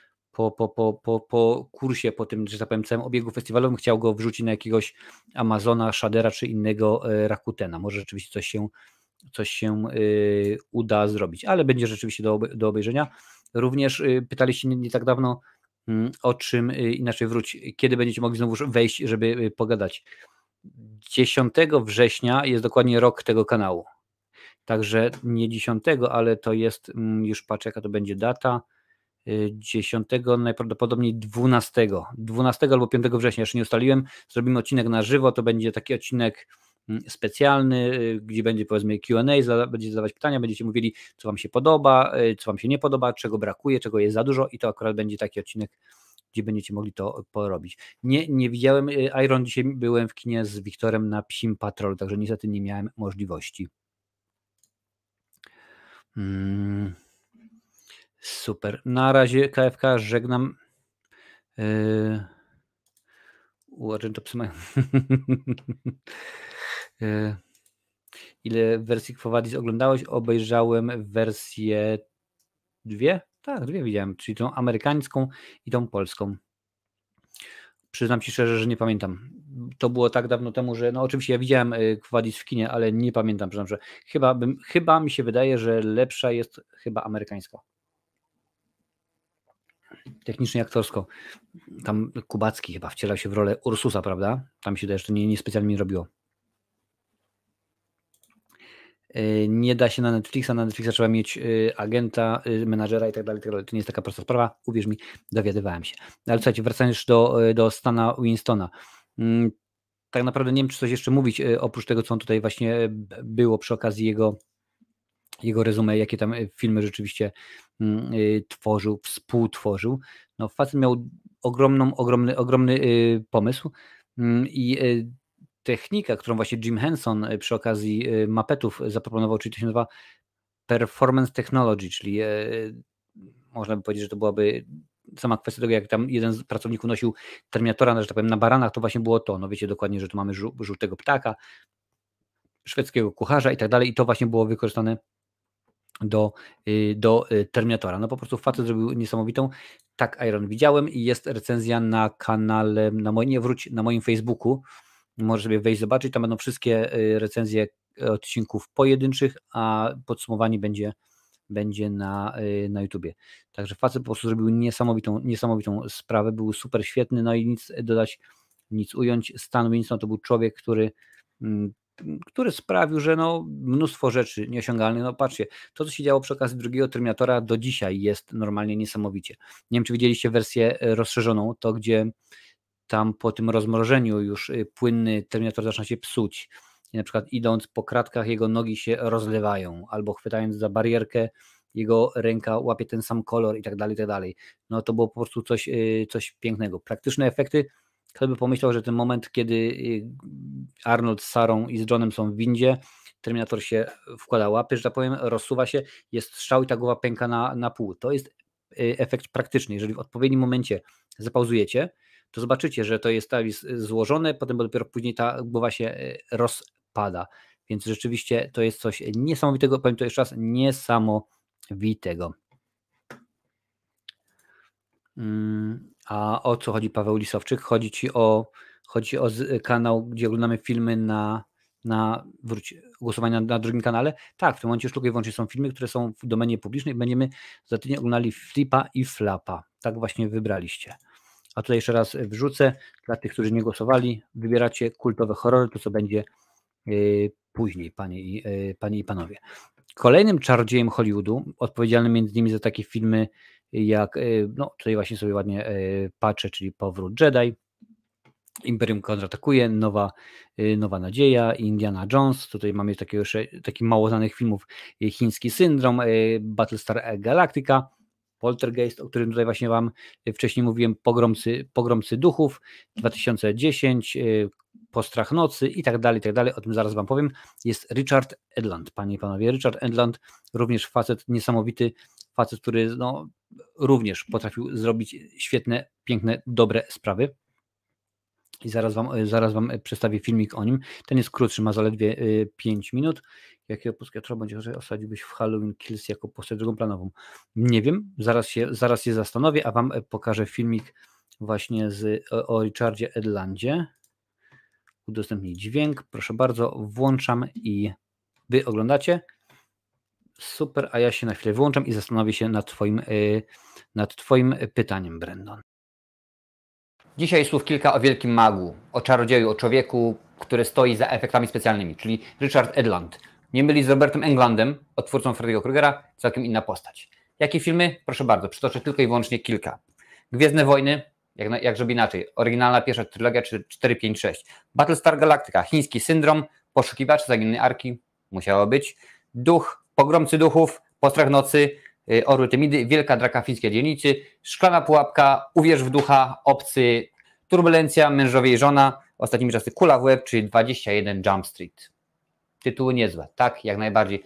kursie, po tym, że tak powiem, całym obiegu festiwalowym chciał go wrzucić na jakiegoś Amazona, Shadera czy innego Rakutena. Może rzeczywiście coś się uda zrobić, ale będzie rzeczywiście do obejrzenia. Również pytaliście nie tak dawno, o czym inaczej wróć, kiedy będziecie mogli znowu wejść, żeby pogadać. 10 września jest dokładnie rok tego kanału. Także nie 10, ale to jest, już patrzę jaka to będzie data, 10, najprawdopodobniej 12 albo 5 września, jeszcze nie ustaliłem, zrobimy odcinek na żywo, to będzie taki odcinek specjalny, gdzie będzie powiedzmy Q&A, będziecie zadawać pytania, będziecie mówili, co wam się podoba, co wam się nie podoba, czego brakuje, czego jest za dużo i to akurat będzie taki odcinek, gdzie będziecie mogli to porobić. Nie widziałem Iron, dzisiaj byłem w kinie z Wiktorem na Psim Patrolu, także niestety nie miałem możliwości. Super. Na razie KFK, żegnam. Uważam, to psy mają. Ile wersji Quo Vadis oglądałeś? Obejrzałem wersję 2? Tak, 2 widziałem, czyli tą amerykańską i tą polską. Przyznam ci szczerze, że nie pamiętam. To było tak dawno temu, że no oczywiście ja widziałem Quo Vadis w kinie, ale nie pamiętam, przyznam, że chyba mi się wydaje, że lepsza jest chyba amerykańska. Technicznie i aktorsko. Tam Kubacki chyba wcielał się w rolę Ursusa, prawda? Tam się też to nie specjalnie mi robiło. Nie da się na Netflixa trzeba mieć agenta, menadżera i tak dalej. To nie jest taka prosta sprawa, uwierz mi, dowiadywałem się. Ale słuchajcie, wracając do Stana Winstona. Tak naprawdę nie wiem, czy coś jeszcze mówić, oprócz tego, co on tutaj właśnie było przy okazji jego resume, jakie tam filmy rzeczywiście tworzył, współtworzył. No facet miał ogromny pomysł i technika, którą właśnie Jim Henson przy okazji Muppetów zaproponował, czyli to się nazywa performance technology, czyli można by powiedzieć, że to byłaby sama kwestia tego, jak tam jeden z pracowników nosił Terminatora, że tak powiem, na baranach, to właśnie było to. No wiecie dokładnie, że tu mamy żółtego ptaka, szwedzkiego kucharza i tak dalej, i to właśnie było wykorzystane do Terminatora. No po prostu facet zrobił niesamowitą. Tak, Iron widziałem i jest recenzja na kanale, na moim Facebooku. Możesz sobie wejść, zobaczyć, tam będą wszystkie recenzje odcinków pojedynczych, a podsumowanie będzie na YouTubie. Także facet po prostu zrobił niesamowitą sprawę, był super świetny, no i nic dodać, nic ująć. Stan Winston to był człowiek, który sprawił, że no, mnóstwo rzeczy nieosiągalnych. No patrzcie, to co się działo przy okazji drugiego Terminatora do dzisiaj jest normalnie niesamowicie. Nie wiem, czy widzieliście wersję rozszerzoną, to gdzie tam po tym rozmrożeniu już płynny Terminator zaczyna się psuć. I na przykład idąc po kratkach jego nogi się rozlewają, albo chwytając za barierkę jego ręka łapie ten sam kolor i tak dalej, i tak dalej. No to było po prostu coś pięknego. Praktyczne efekty. Kto by pomyślał, że ten moment, kiedy Arnold z Sarą i z Johnem są w windzie, Terminator się wkłada łapy, że tak powiem, rozsuwa się, jest strzał i ta głowa pęka na pół. To jest efekt praktyczny. Jeżeli w odpowiednim momencie zapauzujecie, to zobaczycie, że to jest tak złożone, potem dopiero później ta głowa się rozpada. Więc rzeczywiście to jest coś niesamowitego, powiem to jeszcze raz, niesamowitego. A o co chodzi, Paweł Lisowczyk? Chodzi ci o kanał, gdzie oglądamy filmy głosowania na drugim kanale? Tak, w tym momencie już tylko i wyłącznie są filmy, które są w domenie publicznej. Będziemy za tydzień oglądali Flipa i Flapa. Tak właśnie wybraliście. A tutaj jeszcze raz wrzucę, dla tych, którzy nie głosowali, wybieracie kultowe horrory, to co będzie później, panie i panowie. Kolejnym czarodziejem Hollywoodu, odpowiedzialnym między innymi za takie filmy jak, no tutaj właśnie sobie ładnie patrzę, czyli Powrót Jedi, Imperium kontratakuje, Nowa Nadzieja, Indiana Jones, tutaj mamy takich mało znanych filmów, Chiński Syndrom, Battlestar Galactica, Poltergeist, o którym tutaj właśnie wam wcześniej mówiłem, Pogromcy Duchów, 2010, Postrach Nocy i tak dalej, o tym zaraz wam powiem. Jest Richard Edlund, panie i panowie. Richard Edlund, również facet niesamowity, facet, który no, również potrafił zrobić świetne, piękne, dobre sprawy. I zaraz wam przedstawię filmik o nim. Ten jest krótszy, ma zaledwie 5 minut. Jakiego psychiatra będzie osadziłbyś w Halloween Kills jako postać drugoplanową? Nie wiem, zaraz się zastanowię, a wam pokażę filmik właśnie o Richardzie Edlundzie. Udostępnij dźwięk, proszę bardzo, włączam i wy oglądacie. Super, a ja się na chwilę wyłączam i zastanowię się nad twoim pytaniem, Brandon. Dzisiaj słów kilka o wielkim magu, o czarodzieju, o człowieku, który stoi za efektami specjalnymi, czyli Richard Edlund. Nie mylić z Robertem Englundem, odtwórcą Freddy'ego Krugera, całkiem inna postać. Jakie filmy? Proszę bardzo, przytoczę tylko i wyłącznie kilka. Gwiezdne Wojny, jak żeby inaczej, oryginalna pierwsza trylogia 4, 5, 6. Battlestar Galactica, Chiński Syndrom, Poszukiwacze Zaginionej Arki, musiało być. Duch, Pogromcy Duchów, Postrach Nocy, Orły Temidy, Wielka Draka Fińskiej Dzielnicy, Szklana Pułapka, Uwierz w Ducha, Obcy, Turbulencja, Mężowie i Żona, ostatnimi czasy Kula w łeb, czyli 21 Jump Street. Tytuły niezłe, tak, jak najbardziej.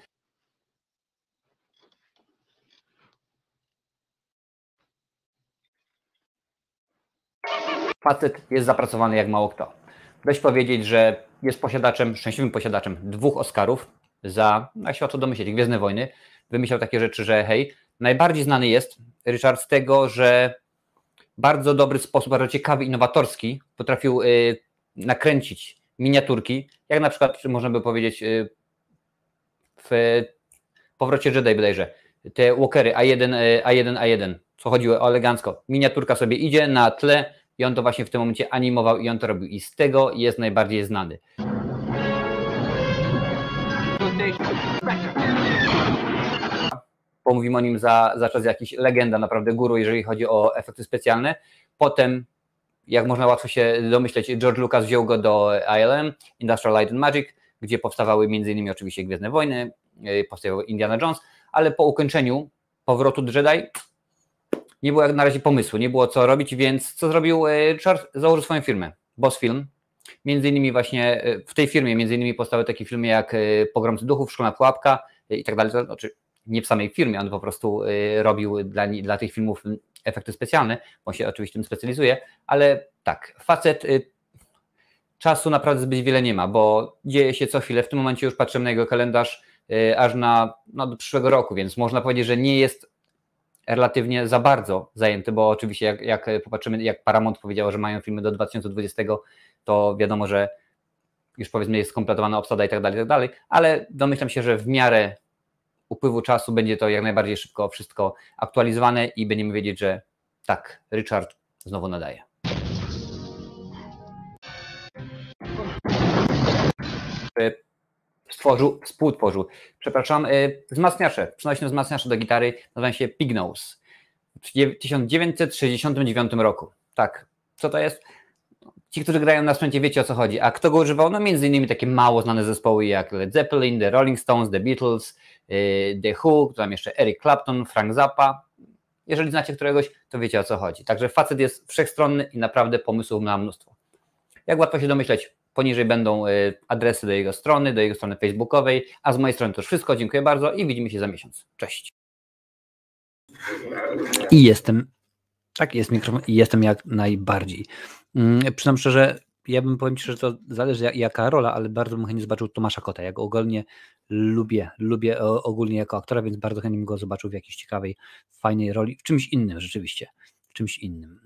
Facet jest zapracowany jak mało kto. Weź powiedzieć, że jest szczęśliwym posiadaczem 2 Oscarów za, jak się łatwo domyśleć, Gwiezdne Wojny. Wymyślał takie rzeczy, że hej, najbardziej znany jest Richard z tego, że bardzo dobry sposób, bardzo ciekawy, innowatorski potrafił nakręcić miniaturki, jak na przykład można by powiedzieć w Powrocie Jedi bodajże, te walkery A1, co chodziło o elegancko. Miniaturka sobie idzie na tle i on to właśnie w tym momencie animował i on to robił i z tego jest najbardziej znany. Pomówimy o nim za czas jakiś legenda, naprawdę guru, jeżeli chodzi o efekty specjalne. Potem, jak można łatwo się domyśleć, George Lucas wziął go do ILM, Industrial Light and Magic, gdzie powstawały m.in. oczywiście Gwiezdne Wojny, powstawał Indiana Jones, ale po ukończeniu Powrotu Jedi nie było jak na razie pomysłu, nie było co robić, więc co zrobił Charles? Założył swoją firmę, Boss Film. Między innymi właśnie w tej firmie powstały takie filmy jak Pogromcy Duchów, Szklana Pułapka i tak dalej. Znaczy, nie w samej firmie, on po prostu robił dla tych filmów efekty specjalne, bo się oczywiście tym specjalizuje, ale tak, facet czasu naprawdę zbyt wiele nie ma, bo dzieje się co chwilę. W tym momencie już patrzymy na jego kalendarz aż do przyszłego roku, więc można powiedzieć, że nie jest relatywnie za bardzo zajęty, bo oczywiście jak popatrzymy, jak Paramount powiedziało, że mają filmy do 2020, to wiadomo, że już powiedzmy jest skompletowana obsada i tak dalej, ale domyślam się, że w miarę upływu czasu będzie to jak najbardziej szybko wszystko aktualizowane i będziemy wiedzieć, że tak, Richard znowu nadaje. Współtworzył, wzmacniacze, przynośne wzmacniacze do gitary, nazywają się Pignose w 1969 roku. Tak, co to jest? Ci, którzy grają na sprzęcie, wiecie o co chodzi. A kto go używał? No między innymi takie mało znane zespoły jak Led Zeppelin, The Rolling Stones, The Beatles, The Who, tam jeszcze Eric Clapton, Frank Zappa. Jeżeli znacie któregoś, to wiecie o co chodzi. Także facet jest wszechstronny i naprawdę pomysłów ma mnóstwo. Jak łatwo się domyśleć, poniżej będą adresy do jego strony facebookowej, a z mojej strony to już wszystko. Dziękuję bardzo i widzimy się za miesiąc. Cześć. I jestem. Tak, jest mikrofon i jestem jak najbardziej. Przyznam szczerze, ja bym powiedział, że to zależy jaka rola, ale bardzo bym chętnie zobaczył Tomasza Kota. Ja go ogólnie lubię ogólnie jako aktora, więc bardzo chętnie bym go zobaczył w jakiejś ciekawej, fajnej roli, w czymś innym rzeczywiście, w czymś innym.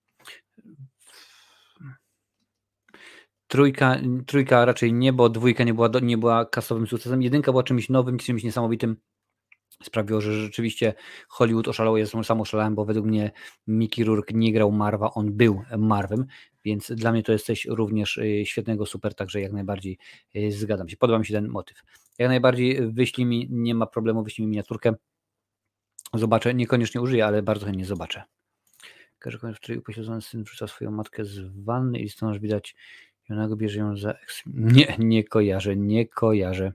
Trójka raczej nie, bo dwójka nie była kasowym sukcesem. Jedynka była czymś nowym, czymś niesamowitym. Sprawiło, że rzeczywiście Hollywood oszalał. Ja sam oszalałem, bo według mnie Mickey Rourke nie grał Marva, on był Marvem, więc dla mnie to jest coś również świetnego, super, także jak najbardziej zgadzam się. Podoba mi się ten motyw. Jak najbardziej nie ma problemu, wyślij mi miniaturkę. Zobaczę, niekoniecznie użyję, ale bardzo chętnie zobaczę. Każdy koniec, w której upośledzony syn wrzuca swoją matkę z wanny i stąd widać, i ona go bierze ją za... Nie kojarzę.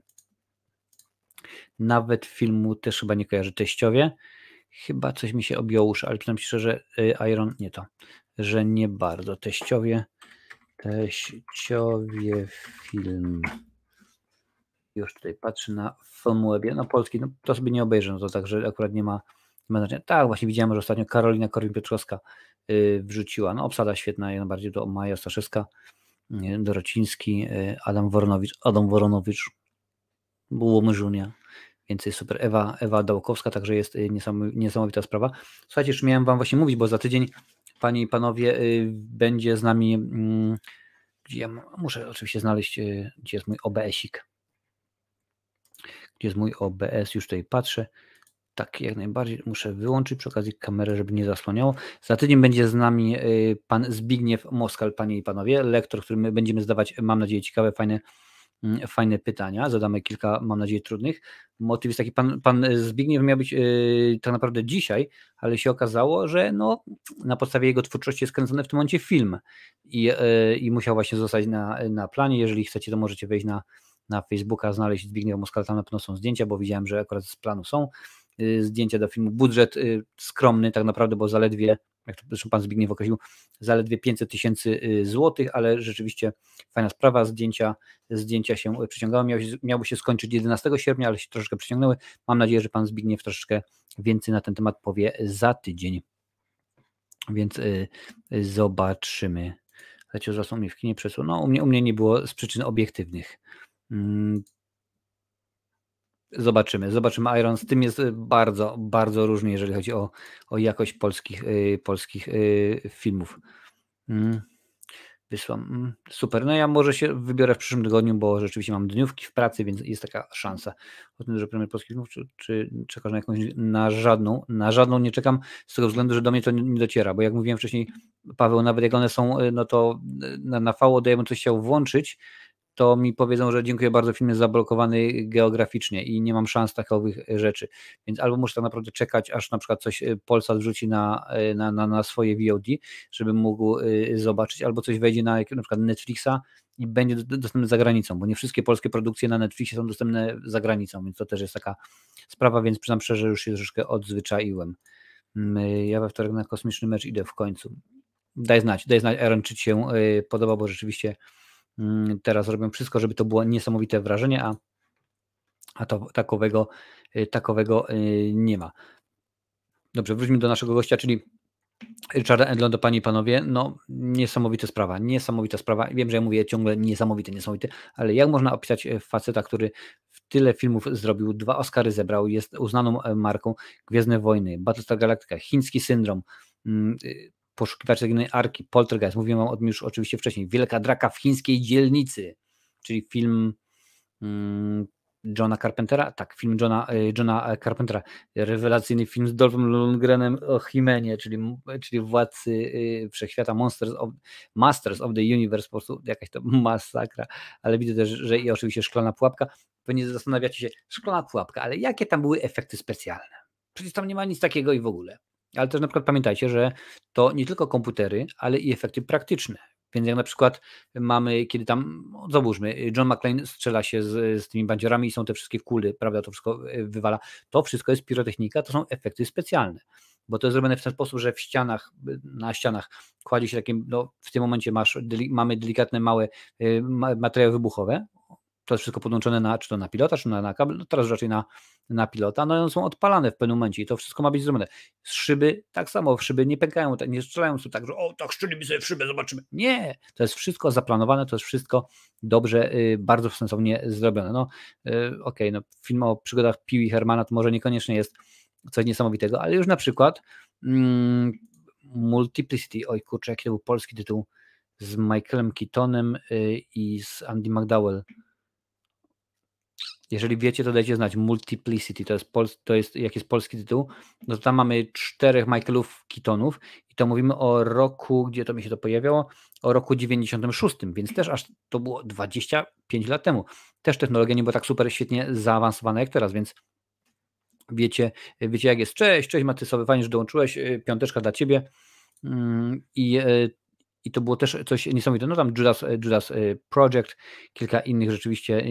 Nawet filmu też chyba nie kojarzę. Teściowie? Chyba coś mi się objęło uszy, ale przyznam się szczerze, Iron nie to, że nie bardzo. Teściowie film. Już tutaj patrzę na Filmwebie, no polski, no to sobie nie obejrzę, no to także akurat nie ma znaczenia. Tak, właśnie widziałem, że ostatnio Karolina Korwin-Piotrowska wrzuciła, no obsada świetna, jak najbardziej to Maja Staszewska, Dorociński, Adam Woronowicz, było Myrzunia, więc jest super. Ewa Dałkowska, także jest niesamowita sprawa. Słuchajcie, już miałem wam właśnie mówić, bo za tydzień, panie i panowie, będzie z nami, gdzie ja muszę oczywiście znaleźć, gdzie jest mój OBS-ik. Gdzie jest mój OBS, już tutaj patrzę. Tak, jak najbardziej muszę wyłączyć przy okazji kamerę, żeby nie zasłaniało. Za tydzień będzie z nami pan Zbigniew Moskal, panie i panowie, lektor, którym będziemy zdawać, mam nadzieję, ciekawe, fajne pytania. Zadamy kilka, mam nadzieję, trudnych. Motyw jest taki, pan Zbigniew miał być tak naprawdę dzisiaj, ale się okazało, że no, na podstawie jego twórczości jest kręcony w tym momencie film i musiał właśnie zostać na planie. Jeżeli chcecie, to możecie wejść na Facebooka, znaleźć Zbigniew Moskal, tam na pewno są zdjęcia, bo widziałem, że akurat z planu są zdjęcia do filmu. Budżet skromny tak naprawdę, bo zaledwie, jak to zresztą pan Zbigniew określił, zaledwie 500 000 złotych, ale rzeczywiście fajna sprawa. Zdjęcia się przyciągały. Miały się skończyć 11 sierpnia, ale się troszeczkę przyciągnęły. Mam nadzieję, że pan Zbigniew troszeczkę więcej na ten temat powie za tydzień. Więc zobaczymy. Leciał zasłon mi w kinie przesłał. No, u mnie nie było z przyczyn obiektywnych. Zobaczymy. Iron. Z tym jest bardzo, bardzo różnie, jeżeli chodzi o jakość polskich filmów. Wysłam. Super. No ja może się wybiorę w przyszłym tygodniu, bo rzeczywiście mam dniówki w pracy, więc jest taka szansa. O tym, że premier polskich filmów, czy czekasz na jakąś? Na żadną nie czekam, z tego względu, że do mnie to nie dociera, bo jak mówiłem wcześniej, Paweł, nawet jak one są, no to na VOD ja bym coś chciał włączyć, to mi powiedzą, że dziękuję bardzo, film jest zablokowany geograficznie i nie mam szans takowych rzeczy. Więc albo muszę tak naprawdę czekać, aż na przykład coś Polsat wrzuci na swoje VOD, żebym mógł zobaczyć, albo coś wejdzie na przykład Netflixa i będzie dostępne za granicą, bo nie wszystkie polskie produkcje na Netflixie są dostępne za granicą, więc to też jest taka sprawa, więc przyznam szczerze, że już się troszeczkę odzwyczaiłem. Ja we wtorek na kosmiczny mecz idę w końcu. Daj znać, Aaron, czy ci się podoba, bo rzeczywiście teraz robią wszystko, żeby to było niesamowite wrażenie, a to takowego nie ma. Dobrze, wróćmy do naszego gościa, czyli Richarda Edlunda, panie i panowie, no niesamowita sprawa. Wiem, że ja mówię ciągle niesamowity, ale jak można opisać faceta, który w tyle filmów zrobił, 2 Oscary zebrał, jest uznaną marką, Gwiezdne Wojny, Battlestar Galactica, Chiński Syndrom, Poszukiwacze Zaginionej Arki, Poltergeist, mówiłem wam o tym już oczywiście wcześniej, Wielka Draka w chińskiej dzielnicy, czyli film Johna Carpentera, tak, film Johna Carpentera, rewelacyjny film z Dolphem Lundgrenem o He-Manie, czyli Władcy Wszechświata, Masters of the Universe, po prostu jakaś to masakra, ale widzę też, że i oczywiście Szklana Pułapka. Pewnie zastanawiacie się, Szklana Pułapka, ale jakie tam były efekty specjalne? Przecież tam nie ma nic takiego i w ogóle. Ale też na przykład pamiętajcie, że to nie tylko komputery, ale i efekty praktyczne. Więc jak na przykład mamy, kiedy tam, załóżmy, John McClane strzela się z tymi bandziorami i są te wszystkie kule, prawda, to wszystko wywala, to wszystko jest pirotechnika, to są efekty specjalne, bo to jest zrobione w ten sposób, że na ścianach kładzie się takie, no w tym momencie mamy delikatne, małe materiały wybuchowe, to jest wszystko podłączone czy to na pilota, czy na kabel, no teraz raczej na pilota, no i one są odpalane w pewnym momencie i to wszystko ma być zrobione. Z szyby tak samo, szyby nie pękają, nie strzelają tu tak, że tak szczelimy sobie w szybę, zobaczymy. Nie, to jest wszystko zaplanowane, to jest wszystko dobrze, bardzo sensownie zrobione. No okej, no film o przygodach Pee-wee Hermana to może niekoniecznie jest coś niesamowitego, ale już na przykład Multiplicity, oj kurczę, jaki to był polski tytuł, z Michaelem Keatonem i z Andy McDowell. Jeżeli wiecie, to dajcie znać. Multiplicity, to jest jak jest polski tytuł, no to tam mamy 4 Michaelów Keatonów i to mówimy o roku, gdzie to mi się to pojawiało, o roku 96, więc też aż to było 25 lat temu. Też technologia nie była tak super świetnie zaawansowana jak teraz, więc wiecie jak jest. Cześć Matysowy, fajnie, że dołączyłeś, 5 dla ciebie. I to było też coś niesamowitego. No tam Judas Project, kilka innych rzeczywiście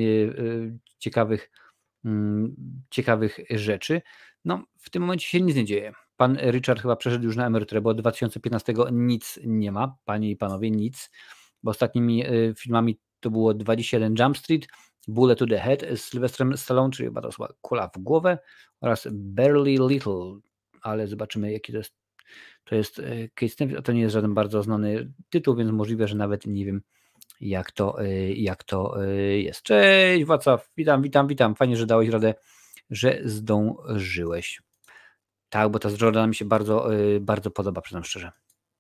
ciekawych rzeczy. No w tym momencie się nic nie dzieje. Pan Richard chyba przeszedł już na emeryturę, bo od 2015 nic nie ma, panie i panowie, nic. Bo ostatnimi filmami to było 21 Jump Street, Bullet to the Head z Sylwestrem Stallone, czyli chyba to chyba kula w głowę, oraz Barely Little, ale zobaczymy jaki to jest. To jest Kate Stanfield, to nie jest żaden bardzo znany tytuł, więc możliwe, że nawet nie wiem jak to jest. Cześć Wacław, witam. Fajnie, że dałeś radę, że zdążyłeś. Tak, bo ta z Jordana mi się bardzo podoba, przyznam szczerze.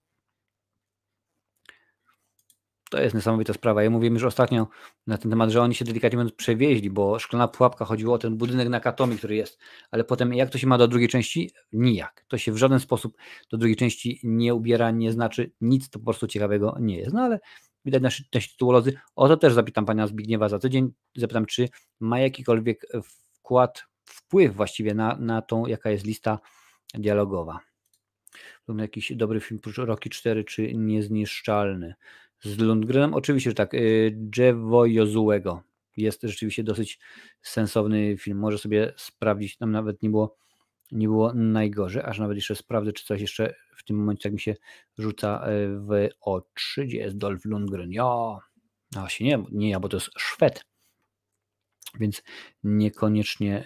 To jest niesamowita sprawa. Ja mówiłem już ostatnio na ten temat, że oni się delikatnie mówiąc przewieźli, bo Szklana Pułapka chodziło o ten budynek na Katomi, który jest, ale potem jak to się ma do drugiej części? Nijak. To się w żaden sposób do drugiej części nie ubiera, nie znaczy nic, to po prostu ciekawego nie jest. No ale widać nasi tytułolodzy. O to też zapytam pana Zbigniewa za tydzień. Zapytam, czy ma jakikolwiek wpływ właściwie na tą, jaka jest lista dialogowa. Jakiś dobry film, Rocky 4 czy Niezniszczalny. Z Lundgrenem? Oczywiście, że tak. Drzewo Jozułego. Jest rzeczywiście dosyć sensowny film. Może sobie sprawdzić. Tam nawet nie było najgorzej. Aż nawet jeszcze sprawdzę, czy coś jeszcze w tym momencie tak mi się rzuca w oczy. Gdzie jest Dolph Lundgren? Ja. Właśnie nie ja, bo to jest Szwed. Więc niekoniecznie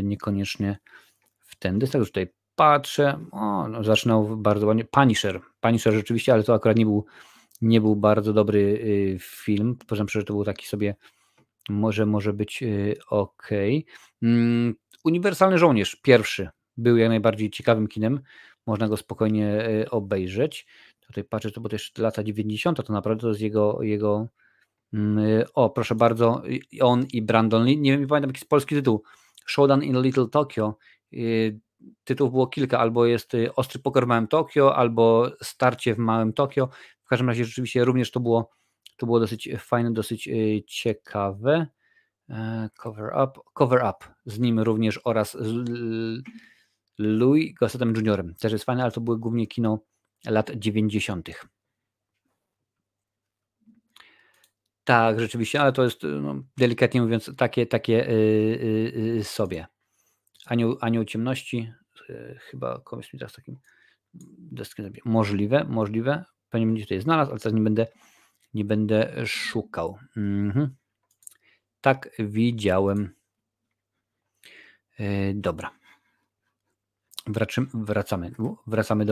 wtedy. Tak już tutaj patrzę. No, zaczynał bardzo ładnie. Punisher rzeczywiście, ale to akurat nie był bardzo dobry film. Poza tym, że to był taki sobie, może być ok. Uniwersalny Żołnierz, pierwszy, był jak najbardziej ciekawym kinem. Można go spokojnie obejrzeć. Tutaj patrzę, bo to jeszcze lata 90, to naprawdę to jest jego proszę bardzo, on i Brandon Lee. Nie pamiętam jaki jest polski tytuł. Showdown in Little Tokyo. Tytułów było kilka, albo jest Ostry Poker w Małym Tokio, albo Starcie w Małym Tokio. W każdym razie rzeczywiście również to było dosyć fajne, dosyć ciekawe. Cover Up z nim również oraz z Louis Gossettem Jr. Też jest fajne, ale to były głównie kino lat 90. Tak, rzeczywiście, ale to jest delikatnie mówiąc takie sobie. Anioł Ciemności, chyba kogoś mi teraz takim deskiem możliwe. Pewnie będzie tutaj znalazł, ale teraz nie będę szukał. Tak, widziałem. Dobra. Wracamy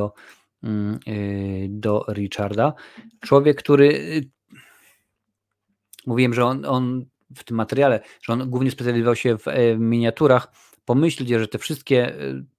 do Richarda. Człowiek, który mówiłem, że on w tym materiale, że on głównie specjalizował się w miniaturach. Pomyślcie, że te wszystkie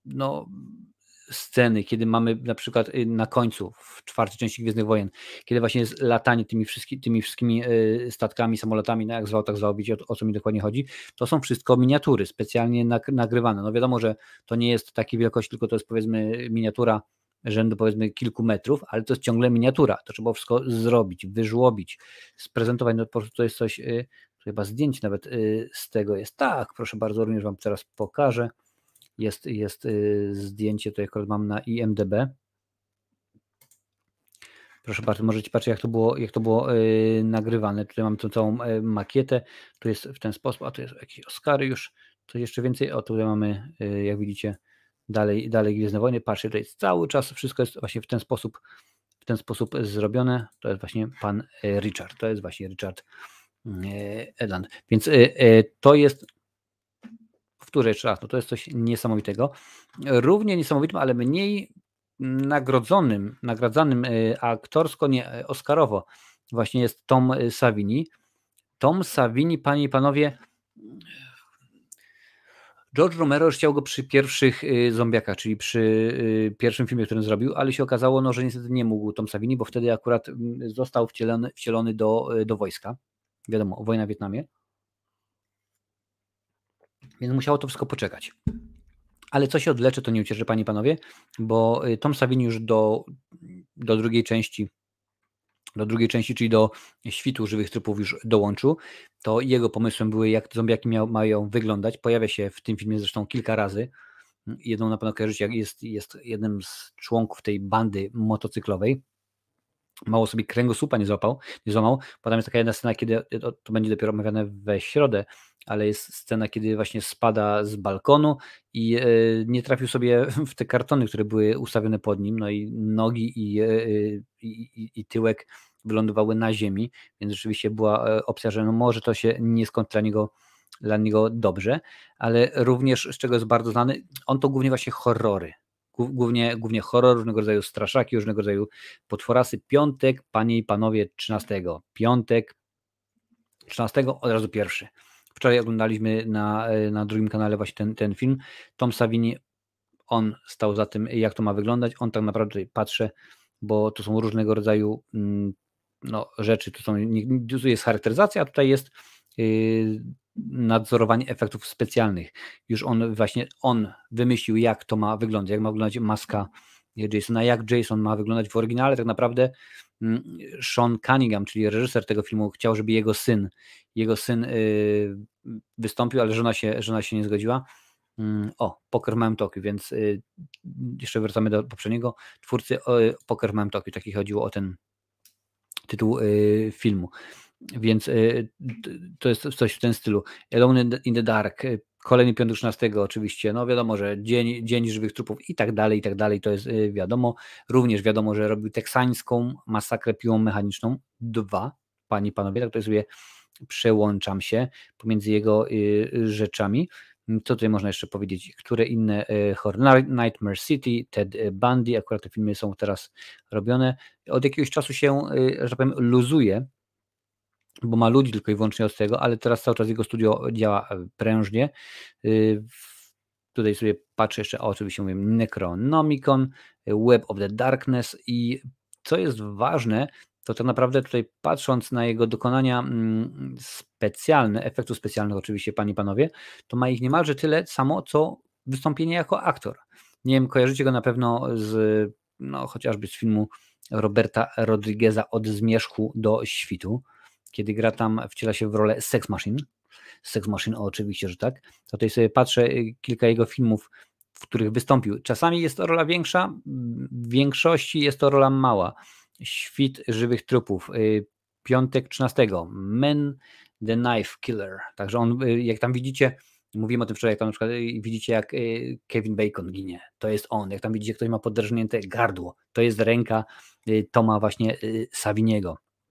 sceny, kiedy mamy na przykład na końcu w czwartej części Gwiezdnych Wojen, kiedy właśnie jest latanie tymi wszystkimi statkami, samolotami, no jak zwał, tak zwał, wiecie o co mi dokładnie chodzi, to są wszystko miniatury specjalnie nagrywane. No wiadomo, że to nie jest takiej wielkości, tylko to jest powiedzmy miniatura rzędu powiedzmy kilku metrów, ale to jest ciągle miniatura. To trzeba wszystko zrobić, wyżłobić, sprezentować. No po prostu to jest coś, chyba zdjęć nawet z tego jest. Tak, proszę bardzo, również Wam teraz pokażę. Jest zdjęcie, to akurat mam na IMDb. Proszę bardzo, możecie patrzeć, jak to było nagrywane. Tutaj mam tą całą makietę. Tu jest w ten sposób, a tu jest jakieś Oscary już, to jeszcze więcej. O, tutaj mamy, jak widzicie, dalej Gwiezdne Wojny. Patrzcie, to jest cały czas, wszystko jest właśnie w ten sposób zrobione. To jest właśnie pan Richard. To jest właśnie Richard Edlund. Więc to jest, powtórzę jeszcze raz, no to jest coś niesamowitego. Równie niesamowitym, ale mniej nagradzanym aktorsko, nie oscarowo właśnie jest Tom Savini. Tom Savini, panie i panowie, George Romero już chciał go przy pierwszych zombiakach, czyli przy pierwszym filmie, który zrobił, ale się okazało, że niestety nie mógł Tom Savini, bo wtedy akurat został wcielony do wojska. Wiadomo, wojna w Wietnamie. Więc musiało to wszystko poczekać. Ale co się odleczy, to nie ucieszy, panie i panowie, bo Tom Savini już do drugiej części, czyli do Świtu żywych trupów już dołączył. To jego pomysłem były, jak te zombiaki mają wyglądać. Pojawia się w tym filmie zresztą kilka razy. Jedną na pewno kojarzycie, jak jest jednym z członków tej bandy motocyklowej. Mało sobie kręgosłupa nie złamał. Potem jest taka jedna scena, kiedy to będzie dopiero omawiane we środę, ale jest scena, kiedy właśnie spada z balkonu i nie trafił sobie w te kartony, które były ustawione pod nim, no i nogi i tyłek wylądowały na ziemi, więc rzeczywiście była opcja, że no może to się nie skończy dla niego dobrze, ale również, z czego jest bardzo znany, on to głównie właśnie horrory. Głównie horror, różnego rodzaju straszaki, różnego rodzaju potworasy. Piątek, panie i panowie, 13. Piątek, 13, od razu pierwszy. Wczoraj oglądaliśmy na drugim kanale właśnie ten film. Tom Savini, on stał za tym, jak to ma wyglądać. On tak naprawdę tutaj patrzy, bo to są różnego rodzaju rzeczy. Tu jest charakteryzacja, a tutaj jest nadzorowanie efektów specjalnych. Już on wymyślił, jak to ma wyglądać, jak ma wyglądać maska Jasona, jak Jason ma wyglądać w oryginale. Tak naprawdę Sean Cunningham, czyli reżyser tego filmu, chciał, żeby jego syn wystąpił, ale żona się nie zgodziła. Poker Ma'am Tokyo, więc jeszcze wracamy do poprzedniego twórcy Poker Ma'am Tokyo, taki chodziło o ten tytuł filmu. Więc to jest coś w tym stylu. Alone in the Dark, kolejny piątek 13 oczywiście, no wiadomo, że Dzień Żywych Trupów i tak dalej, to jest wiadomo. Również wiadomo, że robił teksańską masakrę piłą mechaniczną 2, panie i panowie, tak to sobie przełączam się pomiędzy jego rzeczami. Co tutaj można jeszcze powiedzieć? Które inne horror? Nightmare City, Ted Bundy, akurat te filmy są teraz robione. Od jakiegoś czasu się, że tak powiem, luzuje, bo ma ludzi tylko i wyłącznie od tego, ale teraz cały czas jego studio działa prężnie. Tutaj sobie patrzę jeszcze, oczywiście mówię Necronomicon, Web of the Darkness i co jest ważne, to tak naprawdę tutaj patrząc na jego dokonania specjalne, efektów specjalnych oczywiście, panie i panowie, to ma ich niemalże tyle samo, co wystąpienie jako aktor. Nie wiem, kojarzycie go na pewno chociażby z filmu Roberta Rodrigueza Od zmierzchu do świtu, kiedy gra tam, wciela się w rolę Sex Machine, oczywiście, że tak. Tutaj sobie patrzę kilka jego filmów, w których wystąpił. Czasami jest to rola większa, w większości jest to rola mała. Świt żywych trupów, piątek 13, Men the Knife Killer. Także on, jak tam widzicie, mówimy o tym wczoraj, jak tam na przykład widzicie, jak Kevin Bacon ginie, to jest on. Jak tam widzicie, ktoś ma podrażnięte gardło, to jest ręka Toma właśnie Saviniego.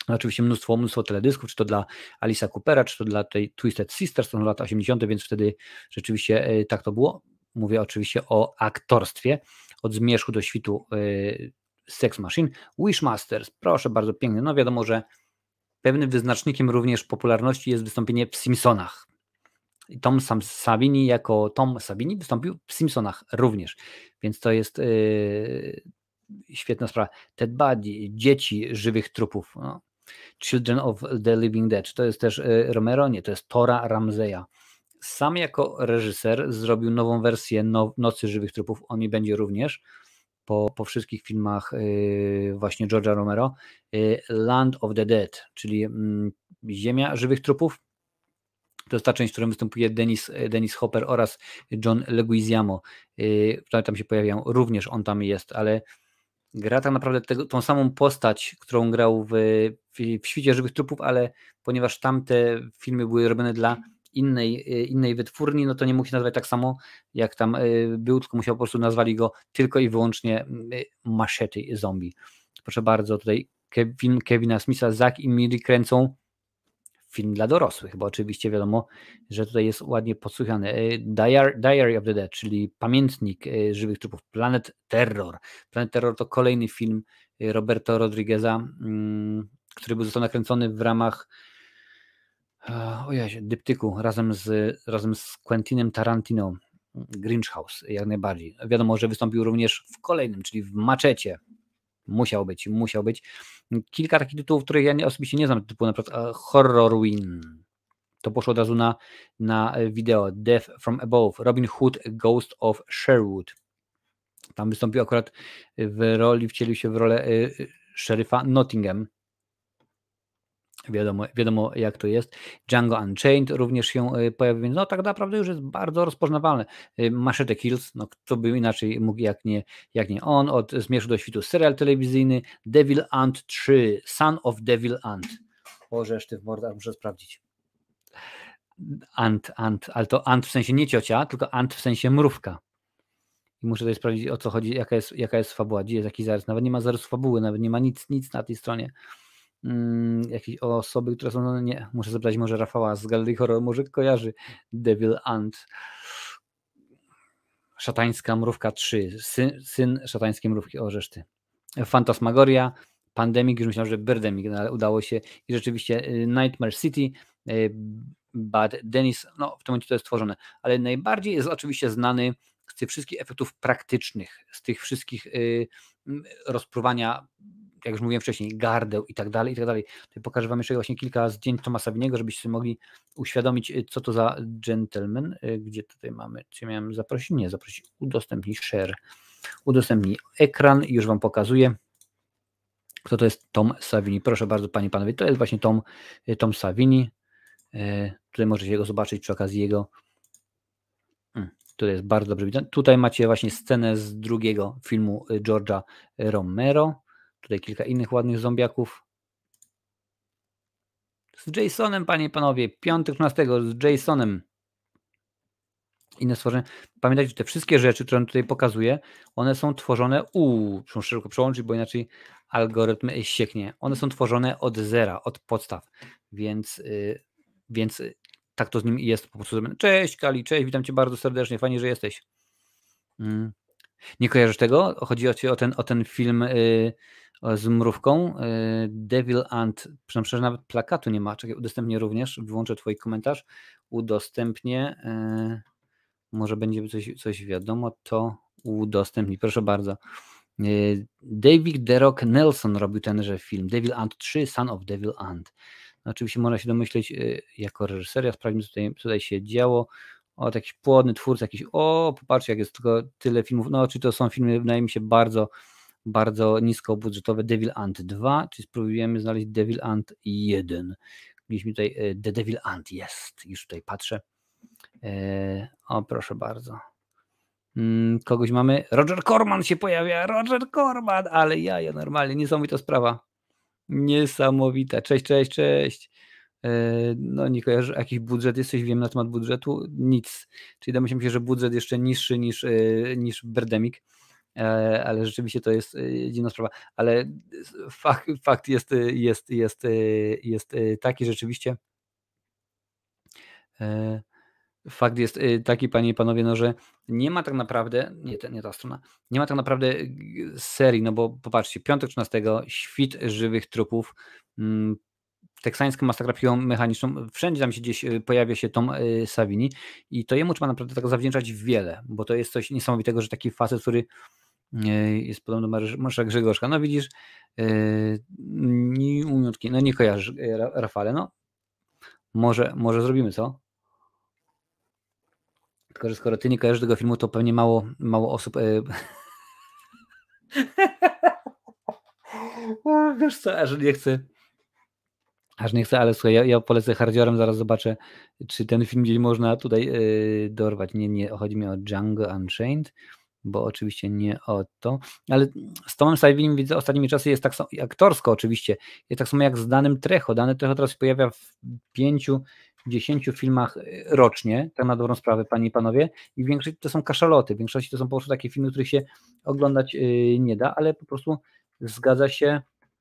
No, oczywiście mnóstwo teledysków, czy to dla Alice'a Coopera, czy to dla tej Twisted Sisters, to są lata 80., więc wtedy rzeczywiście tak to było. Mówię oczywiście o aktorstwie, od zmierzchu do świtu Sex Machine. Wishmasters, proszę bardzo, pięknie. No wiadomo, że pewnym wyznacznikiem również popularności jest wystąpienie w Simpsonach. I Tom Savini jako Tom Savini wystąpił w Simpsonach również, więc to jest świetna sprawa. Ted Bundy, dzieci żywych trupów. No. Children of the Living Dead. To jest też Romero? Nie, to jest Tora Ramseya. Sam jako reżyser zrobił nową wersję Nocy Żywych Trupów. On i będzie również po wszystkich filmach właśnie George'a Romero. Land of the Dead, czyli Ziemia Żywych Trupów. To jest ta część, w której występuje Dennis Hopper oraz John Leguizamo. Tam się pojawiają, również on tam jest, ale gra tak naprawdę tą samą postać, którą grał w Świcie Żywych Trupów, ale ponieważ tamte filmy były robione dla innej wytwórni, no to nie mógł się nazywać tak samo, jak tam był, tylko musiał po prostu nazwali go tylko i wyłącznie Machete Zombie. Proszę bardzo, tutaj film Kevina Smitha, Zack i Miri kręcą film dla dorosłych, bo oczywiście wiadomo, że tutaj jest ładnie podsłuchany. Diary of the Dead, czyli pamiętnik żywych trupów. Planet Terror. Planet Terror to kolejny film Roberto Rodrigueza, który został nakręcony w ramach dyptyku razem z Quentinem Tarantino. Grinch House, jak najbardziej. Wiadomo, że wystąpił również w kolejnym, czyli w Maczecie. Musiał być. Kilka takich tytułów, których ja osobiście nie znam, typu na przykład Horrorwin. To poszło od razu na wideo. Death from Above, Robin Hood, Ghost of Sherwood. Tam wystąpił akurat wcielił się w rolę szeryfa Nottingham. Wiadomo jak to jest. Django Unchained również się pojawił, więc no tak naprawdę już jest bardzo rozpoznawalne. Machete Kills, no kto by inaczej mógł jak nie on, od zmierzchu do świtu serial telewizyjny, Devil Ant 3, Son of Devil Ant. O, ty w mordę, muszę sprawdzić. Ant, ale to Ant w sensie nie ciocia, tylko Ant w sensie mrówka. I muszę tutaj sprawdzić, o co chodzi, jaka jest fabuła, gdzie jest jakiś zarys. Nawet nie ma zarysu fabuły, nawet nie ma nic na tej stronie. Jakieś osoby, które są, nie, muszę zapytać może Rafała z Galerii Horror, może kojarzy Devil Ant. Szatańska Mrówka 3, syn szatańskiej mrówki, ty. Fantasmagoria, Pandemic, już myślałem, że Birdemic, ale udało się i rzeczywiście Nightmare City, Bad Dennis, no w tym momencie to jest tworzone, ale najbardziej jest oczywiście znany z tych wszystkich efektów praktycznych, z tych wszystkich rozpruwania, jak już mówiłem wcześniej, gardeł i tak dalej. Tutaj pokażę wam jeszcze właśnie kilka zdjęć Toma Saviniego, żebyście sobie mogli uświadomić, co to za gentleman. Gdzie tutaj mamy, czy miałem zaprosić? Nie, zaprosić. Udostępnij share. Udostępnij ekran i już wam pokazuję, kto to jest Tom Savini. Proszę bardzo, panie i panowie, to jest właśnie Tom Savini. Tutaj możecie go zobaczyć przy okazji jego. Tutaj jest bardzo dobrze widać. Tutaj macie właśnie scenę z drugiego filmu George'a Romero. Tutaj kilka innych ładnych zombiaków. Z Jasonem, panie i panowie. 5.12 z Jasonem. Inne stworzenie. Pamiętajcie, że te wszystkie rzeczy, które on tutaj pokazuje, one są tworzone. Muszę szybko przełączyć, bo inaczej algorytm sieknie. One są tworzone od zera, od podstaw. Więc tak to z nim jest po prostu. Cześć Kali, cześć, witam cię bardzo serdecznie, fajnie, że jesteś. Nie kojarzysz tego? Chodzi o ten film z mrówką. Devil Ant, przynajmniej nawet plakatu nie ma. Czekaj, udostępnię również, wyłączę twój komentarz. Udostępnię. Może będzie coś wiadomo, to udostępnij. Proszę bardzo. David The Rock Nelson robił tenże film. Devil Ant 3, Son of Devil Ant. No, oczywiście można się domyśleć jako reżyseria. Sprawdźmy, co tutaj się działo. Jakiś płodny twórca, popatrzcie, jak jest tylko tyle filmów. No, czy to są filmy, wydaje mi się, bardzo, bardzo niskobudżetowe. Devil Ant 2, czy spróbujemy znaleźć Devil Ant 1. Gdzieś mi tutaj The Devil Ant jest. Już tutaj patrzę. Proszę bardzo. Kogoś mamy. Roger Corman się pojawia. Roger Corman, ale ja normalnie, niesamowita sprawa. Niesamowita. Cześć. No nie kojarzę, jakiś budżet jest, coś wiem na temat budżetu? Nic. Czyli domyślam się, że budżet jeszcze niższy niż Birdemic. ale rzeczywiście to jest dziwna sprawa. Ale fakt jest taki rzeczywiście, e, fakt jest taki, panie i panowie, no, że nie ma tak naprawdę, nie ta strona, nie ma tak naprawdę serii, no bo popatrzcie, piątek 13, Świt żywych trupów, mm, teksańska masakra piłą mechaniczną, wszędzie tam się gdzieś pojawia się Tom Savini i to jemu trzeba naprawdę tak zawdzięczać wiele, bo to jest coś niesamowitego, że taki facet, który jest podobno do Mariusza Grzegorzka. No widzisz, Niuniutki, no nie kojarzysz, Rafale, no może zrobimy, co? Tylko że skoro ty nie kojarzysz tego filmu, to pewnie mało osób. Wiesz co, aż nie chcę, ale słuchaj, ja polecę hardziorem, zaraz zobaczę, czy ten film gdzieś można tutaj dorwać. Nie, chodzi mi o Django Unchained, bo oczywiście nie o to, ale z Tomem Savinim widzę ostatnimi czasy jest tak samo, aktorsko oczywiście, jest tak samo jak z Danym Trejo. Dany Trejo teraz się pojawia w 5-10 filmach rocznie, tak na dobrą sprawę, panie i panowie, i w większości to są kaszaloty, w większości to są po prostu takie filmy, których się oglądać nie da, ale po prostu zgadza się.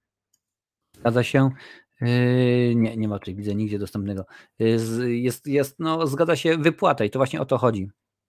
Nie ma tutaj, widzę, nigdzie dostępnego. No, zgadza się wypłata i to właśnie o to chodzi.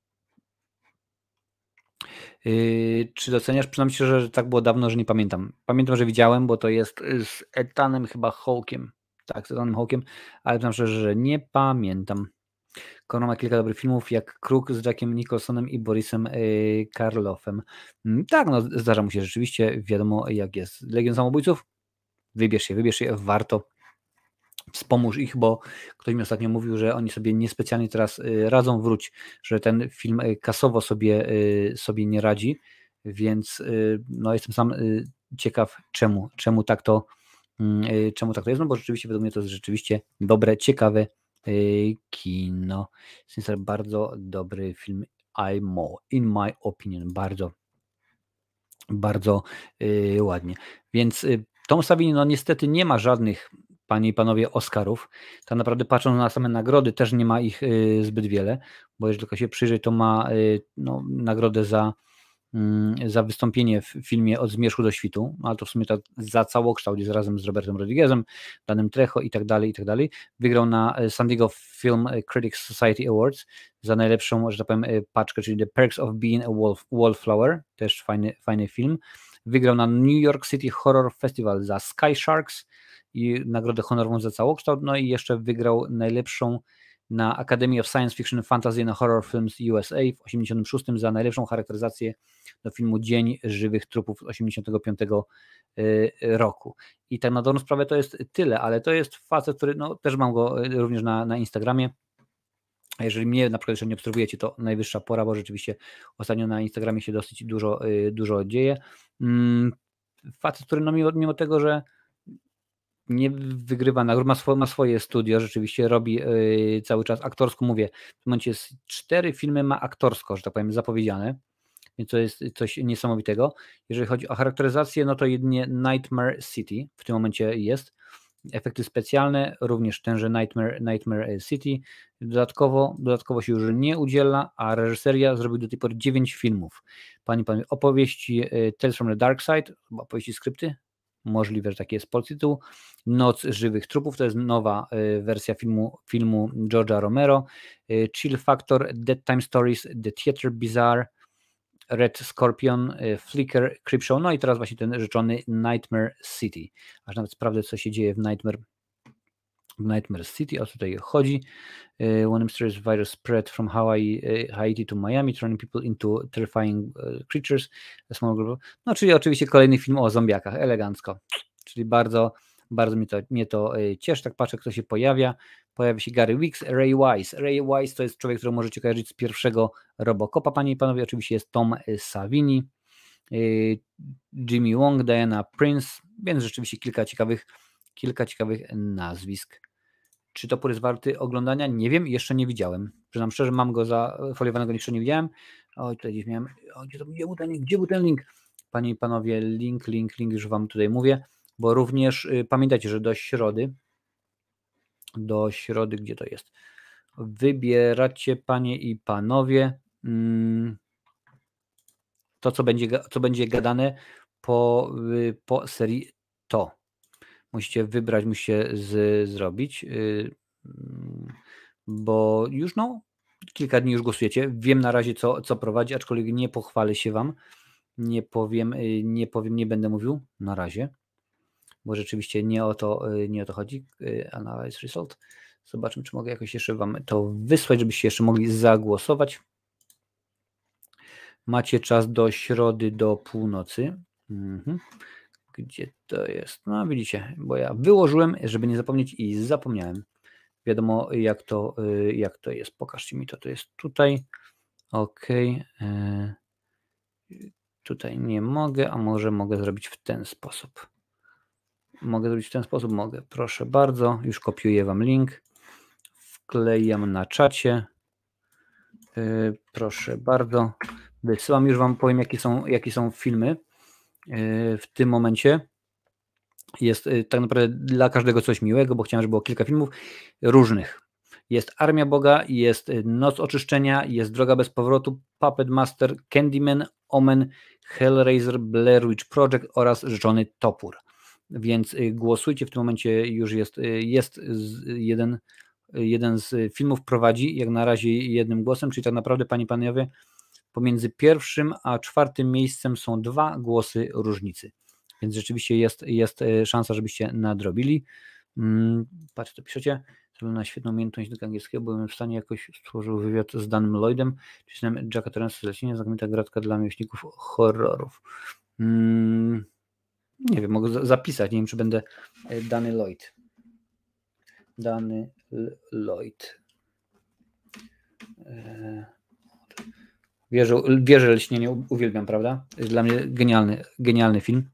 Czy doceniasz? Przyznam się, że tak było dawno, że nie pamiętam. Pamiętam, że widziałem, bo to jest z Ethanem chyba Hawkiem. Tak, z Ethanem Hawkiem, ale przyznam szczerze, że nie pamiętam. Konor ma kilka dobrych filmów, jak Kruk z Jackiem Nicholsonem i Borisem Karloffem. Tak, no zdarza mu się rzeczywiście, wiadomo jak jest. Legion Samobójców? Wybierz się, warto. Wspomóż ich, bo ktoś mi ostatnio mówił, że oni sobie niespecjalnie teraz radzą, wróć, że ten film kasowo sobie nie radzi, więc no jestem sam ciekaw czemu tak to jest, no bo rzeczywiście według mnie to jest rzeczywiście dobre, ciekawe kino. Jest to bardzo dobry film, in my opinion, bardzo ładnie. Więc Tom Savini no niestety nie ma żadnych, panie i panowie, Oscarów. Tak naprawdę patrząc na same nagrody, też nie ma ich zbyt wiele, bo jeżeli tylko się przyjrzeć, to ma no, nagrodę za wystąpienie w filmie Od zmierzchu do świtu, ale to w sumie tak za całokształt jest razem z Robertem Rodriguezem, Danem Trejo i tak dalej, i tak dalej. Wygrał na San Diego Film Critics Society Awards za najlepszą, że tak powiem, paczkę, czyli The Perks of Being a Wallflower, też fajny film. Wygrał na New York City Horror Festival za Sky Sharks i nagrodę honorową za całokształt, no i jeszcze wygrał najlepszą na Academy of Science Fiction, Fantasy and Horror Films USA w 1986 za najlepszą charakteryzację do filmu Dzień żywych trupów z 1985 roku. I tak na dobrą sprawę to jest tyle, ale to jest facet, który no, też mam go również na Instagramie. A jeżeli mnie na przykład jeszcze nie obserwujecie, to najwyższa pora, bo rzeczywiście ostatnio na Instagramie się dosyć dużo dzieje. Facet, który no, mimo tego, że nie wygrywa nagród, ma swoje studio, rzeczywiście robi cały czas aktorsko, mówię, w tym momencie jest 4 filmy ma aktorsko, że tak powiem, zapowiedziane, więc to jest coś niesamowitego. Jeżeli chodzi o charakteryzację, no to jedynie Nightmare City w tym momencie jest. Efekty specjalne, również tenże Nightmare City. Dodatkowo się już nie udziela, a reżyseria zrobił do tej pory 9 filmów. Panie, opowieści Tales from the Dark Side, opowieści skrypty, możliwe, że taki jest polski tytuł. Noc żywych trupów, to jest nowa wersja filmu George'a Romero. Chill Factor, Dead Time Stories, The Theatre Bizarre, Red Scorpion, Flicker, Creepshow, no i teraz właśnie ten rzeczony Nightmare City. Aż nawet sprawdzę, co się dzieje w Nightmare City, o co tutaj chodzi. One mysterious virus spread from Haiti to Miami, turning people into terrifying creatures. A small group. No, czyli oczywiście kolejny film o zombiakach, elegancko. Czyli bardzo mnie to cieszy. Tak patrzę, kto się pojawia. Pojawia się Gary Weeks, Ray Wise. Ray Wise to jest człowiek, którego możecie kojarzyć z pierwszego Robocopa, panie i panowie. Oczywiście jest Tom Savini, Jimmy Wong, Diana Prince, więc rzeczywiście kilka ciekawych nazwisk. Czy Topór jest warty oglądania? Nie wiem, jeszcze nie widziałem. Przyznam szczerze, mam go zafoliowanego, jeszcze nie widziałem. Oj, tutaj gdzieś miałem. Gdzie był ten link? Panie i panowie, link, już wam tutaj mówię, bo również pamiętajcie, że do środy, gdzie to jest? Wybieracie, panie i panowie. to co będzie gadane po serii to. Musicie wybrać, musicie zrobić, bo już kilka dni już głosujecie. Wiem na razie, co prowadzi, aczkolwiek nie pochwalę się Wam. Nie powiem, nie będę mówił na razie, bo rzeczywiście nie o to chodzi. Analyze result. Zobaczmy, czy mogę jakoś jeszcze Wam to wysłać, żebyście jeszcze mogli zagłosować. Macie czas do środy, do północy. Gdzie to jest? No widzicie, bo ja wyłożyłem, żeby nie zapomnieć i zapomniałem. Wiadomo, jak to jest. Pokażcie mi to. To jest tutaj. OK. Tutaj nie mogę, a może mogę zrobić w ten sposób. Mogę zrobić w ten sposób? Mogę. Proszę bardzo. Już kopiuję Wam link. Wklejam na czacie. Proszę bardzo. Wysyłam, już Wam powiem, jakie są filmy w tym momencie. Jest tak naprawdę dla każdego coś miłego, bo chciałem, żeby było kilka filmów różnych. Jest Armia Boga, jest Noc Oczyszczenia, jest Droga bez powrotu, Puppet Master, Candyman, Omen, Hellraiser, Blair Witch Project oraz Rzeczony Topór. Więc głosujcie, w tym momencie już jest jeden z filmów prowadzi, jak na razie jednym głosem, czyli tak naprawdę, panie i panowie, pomiędzy pierwszym a czwartym miejscem są 2 głosy różnicy. Więc rzeczywiście jest szansa, żebyście nadrobili. Patrzcie, to piszecie. Na świetną umiejętność do angielskiego, byłem w stanie jakoś stworzył wywiad z Danym Lloydem, czy znam Jacka Torrance'a Zlecenia, znakomita gratka dla miłośników horrorów. Nie wiem, mogę zapisać, nie wiem, czy będę Dany Lloyd. Dany Lloyd. Wieże lśnienie uwielbiam, prawda? Jest dla mnie genialny film.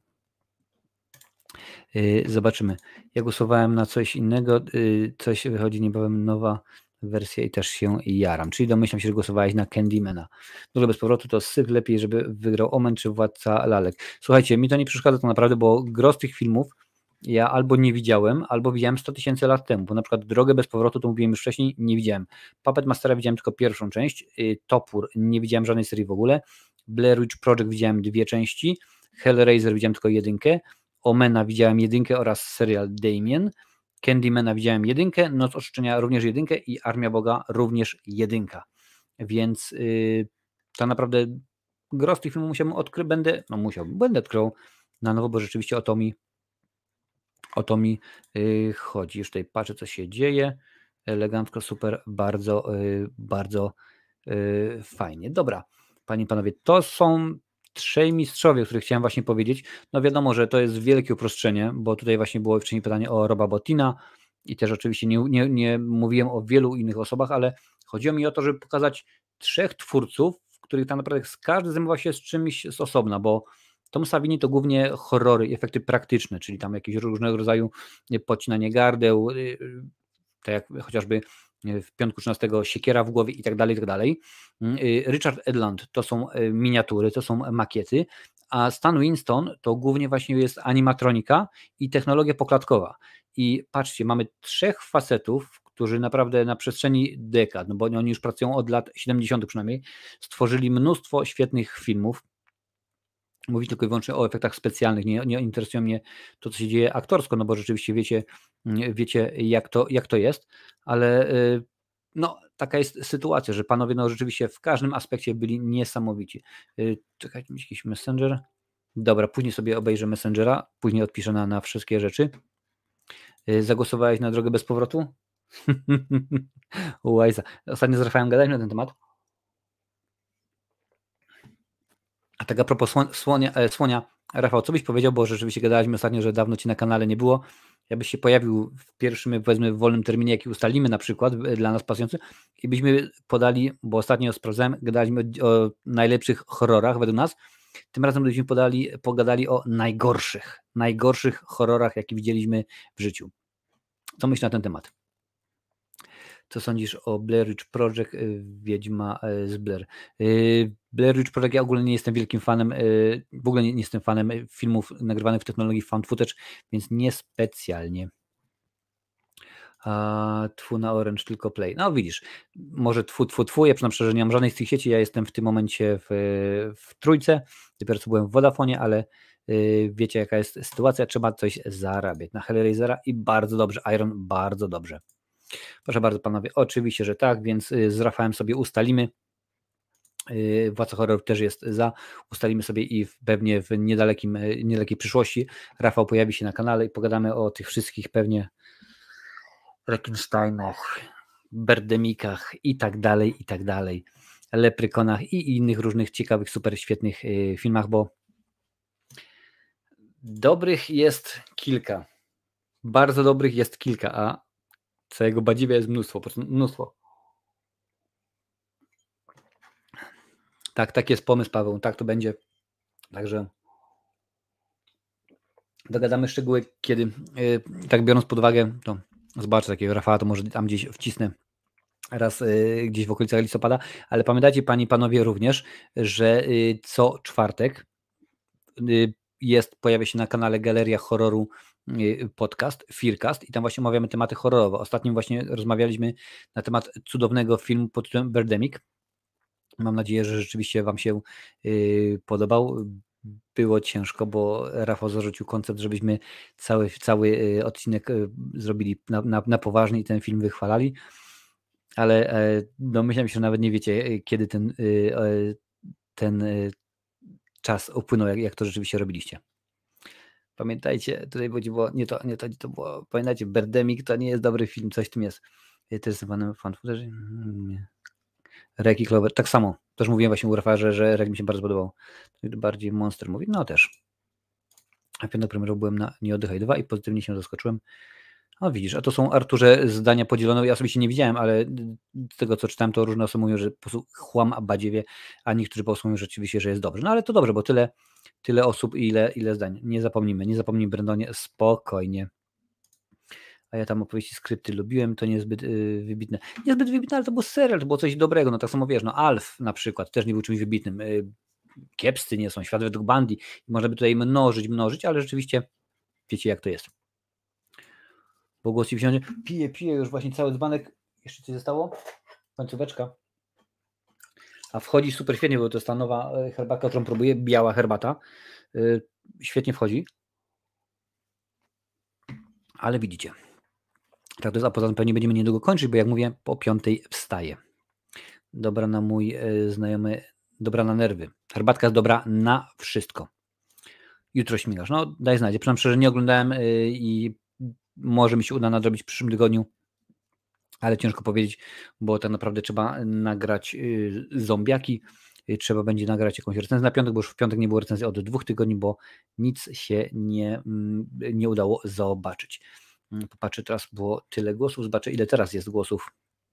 Zobaczymy. Ja głosowałem na coś innego, coś wychodzi niebawem nowa wersja i też się jaram. Czyli domyślam się, że głosowałeś na Candymana. Dużo bez powrotu to syf, lepiej, żeby wygrał Omen czy Władca Lalek. Słuchajcie, mi to nie przeszkadza to naprawdę, bo gros tych filmów ja albo nie widziałem, albo widziałem 100 000 lat temu, bo na przykład Drogę bez powrotu, to mówiłem już wcześniej, nie widziałem. Puppet Mastera widziałem tylko pierwszą część, Topór nie widziałem żadnej serii w ogóle, Blair Witch Project widziałem 2 części, Hellraiser widziałem tylko 1, Omena widziałem 1 oraz serial Damien, Candymana widziałem 1, Noc Oczyszczenia również 1 i Armia Boga również 1. Więc tak naprawdę gros tych filmów będę odkrył na nowo, bo rzeczywiście o to mi chodzi. Już tutaj patrzę, co się dzieje. Elegancko, super, bardzo, bardzo fajnie. Dobra, panie i panowie, to są 3 mistrzowie, o których chciałem właśnie powiedzieć. No wiadomo, że to jest wielkie uproszczenie, bo tutaj właśnie było wcześniej pytanie o Roba Bottina i też oczywiście nie mówiłem o wielu innych osobach, ale chodziło mi o to, żeby pokazać 3 twórców, których tak naprawdę każdy zajmował się z czymś z osobna, bo Tom Savini to głównie horrory i efekty praktyczne, czyli tam jakieś różnego rodzaju pocinanie gardeł, tak jak chociażby w Piątku 13 Siekiera w głowie i tak dalej, i tak dalej. Richard Edlund to są miniatury, to są makiety, a Stan Winston to głównie właśnie jest animatronika i technologia poklatkowa. I patrzcie, mamy 3 facetów, którzy naprawdę na przestrzeni dekad, no bo oni już pracują od lat 70 przynajmniej, stworzyli mnóstwo świetnych filmów. Mówię tylko i wyłącznie o efektach specjalnych, nie interesuje mnie to, co się dzieje aktorsko, no bo rzeczywiście wiecie jak to jest, ale no taka jest sytuacja, że panowie no rzeczywiście w każdym aspekcie byli niesamowici. Czekajcie, jakiś Messenger. Dobra, później sobie obejrzę Messengera, później odpiszę na wszystkie rzeczy. Zagłosowałeś na Drogę bez powrotu? Łajza. Ostatnio z Rafałem gadaliśmy na ten temat. A tak a propos słonia, Rafał, co byś powiedział, bo rzeczywiście gadaliśmy ostatnio, że dawno Ci na kanale nie było, jakbyś się pojawił w pierwszym, powiedzmy, w wolnym terminie, jaki ustalimy na przykład dla nas pasujący i byśmy podali, bo ostatnio sprawdzałem, gadaliśmy o najlepszych horrorach według nas, tym razem byśmy pogadali o najgorszych horrorach, jakie widzieliśmy w życiu. Co myślisz na ten temat? Co sądzisz o Blair Witch Project, Wiedźma z Blair? Blair Witch Project, ja ogólnie nie jestem wielkim fanem, w ogóle nie jestem fanem filmów nagrywanych w technologii found footage, więc niespecjalnie. A tfu na Orange tylko Play. No widzisz, może tfu. Ja przyznam szczerze, że nie mam żadnej z tych sieci. Ja jestem w tym momencie w Trójce. Dopiero co byłem w Vodafonie, ale wiecie jaka jest sytuacja. Trzeba coś zarabiać na Hellraisera i bardzo dobrze. Iron bardzo dobrze. Proszę bardzo panowie, oczywiście, że tak, więc z Rafałem sobie ustalimy. Władca Horrorów też jest za. Ustalimy sobie i pewnie w niedalekiej przyszłości Rafał pojawi się na kanale i pogadamy o tych wszystkich pewnie Rekinsteinach, Berdemikach i tak dalej, Leprykonach i innych różnych ciekawych, super świetnych filmach, bo dobrych jest kilka. Bardzo dobrych jest kilka, a całego badziwia jest mnóstwo, po prostu mnóstwo. Tak jest pomysł, Paweł, tak to będzie. Także dogadamy szczegóły, kiedy, tak biorąc pod uwagę, to zobaczę takiego Rafała, to może tam gdzieś wcisnę raz gdzieś w okolicach listopada, ale pamiętajcie panie i panowie również, że co czwartek pojawia się na kanale Galeria Horroru podcast, Fearcast i tam właśnie omawiamy tematy horrorowe. Ostatnio właśnie rozmawialiśmy na temat cudownego filmu pod tytułem Birdemic. Mam nadzieję, że rzeczywiście wam się podobał. Było ciężko, bo Rafał zarzucił koncept, żebyśmy cały odcinek zrobili na poważnie i ten film wychwalali, ale domyślam się, że nawet nie wiecie, kiedy ten czas upłynął, jak to rzeczywiście robiliście. Pamiętajcie, tutaj było nie to było, pamiętajcie, Birdemic to nie jest dobry film, coś w tym jest. To jest fan footage. Reki Clover, tak samo. Też mówiłem właśnie u Rafała, że Rek mi się bardzo podobał. Bardziej Monster mówi, no też. A piątek premierą byłem na Nie oddychaj 2 i pozytywnie się zaskoczyłem. O widzisz, a to są Arturze zdania podzielone. Ja osobiście nie widziałem, ale z tego co czytałem, to różne osoby mówią, że po prostu chłam a badziewie, a niektórzy po prostu mówią rzeczywiście, że jest dobrze. No ale to dobrze, bo tyle osób i ile zdań. Nie zapomnij Brendonie, spokojnie. A ja tam opowieści, skrypty lubiłem, to niezbyt wybitne. Niezbyt wybitne, ale to był serial, to było coś dobrego. No tak samo wiesz, no Alf na przykład też nie był czymś wybitnym. Kiepscy nie są, Świat według Bundy. Można by tutaj mnożyć, ale rzeczywiście wiecie jak to jest. Bo głos ci wsiądzie, piję już właśnie cały dzbanek. Jeszcze coś zostało? Końcóweczka. A wchodzi super świetnie, bo to jest ta nowa herbatka, którą próbuję, biała herbata. Świetnie wchodzi. Ale widzicie. Tak to jest, a poza tym pewnie będziemy niedługo kończyć, bo jak mówię, po 5 wstaję. Dobra na mój znajomy, dobra na nerwy. Herbatka jest dobra na wszystko. Jutro śmigasz. No daj znać. Ja przynajmniej szczerze nie oglądałem i może mi się uda nadrobić w przyszłym tygodniu, ale ciężko powiedzieć, bo tak naprawdę trzeba nagrać zombiaki, trzeba będzie nagrać jakąś recenzję na piątek, bo już w piątek nie było recenzji od 2 tygodni, bo nic się nie udało zobaczyć. Popatrzę, teraz było tyle głosów, zobaczę ile teraz jest głosów.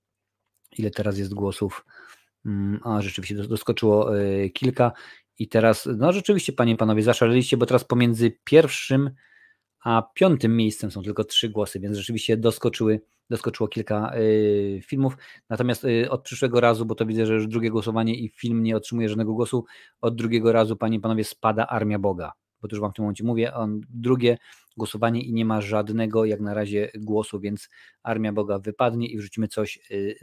A rzeczywiście doskoczyło kilka i teraz, no rzeczywiście panie i panowie, zaszaleliście, bo teraz pomiędzy pierwszym a 5 miejscem są tylko 3 głosy, więc rzeczywiście doskoczyło kilka filmów, natomiast od przyszłego razu, bo to widzę, że już drugie głosowanie i film nie otrzymuje żadnego głosu, od drugiego razu panie i panowie spada Armia Boga, bo to już wam w tym momencie mówię, drugie głosowanie i nie ma żadnego jak na razie głosu, więc Armia Boga wypadnie i wrzucimy coś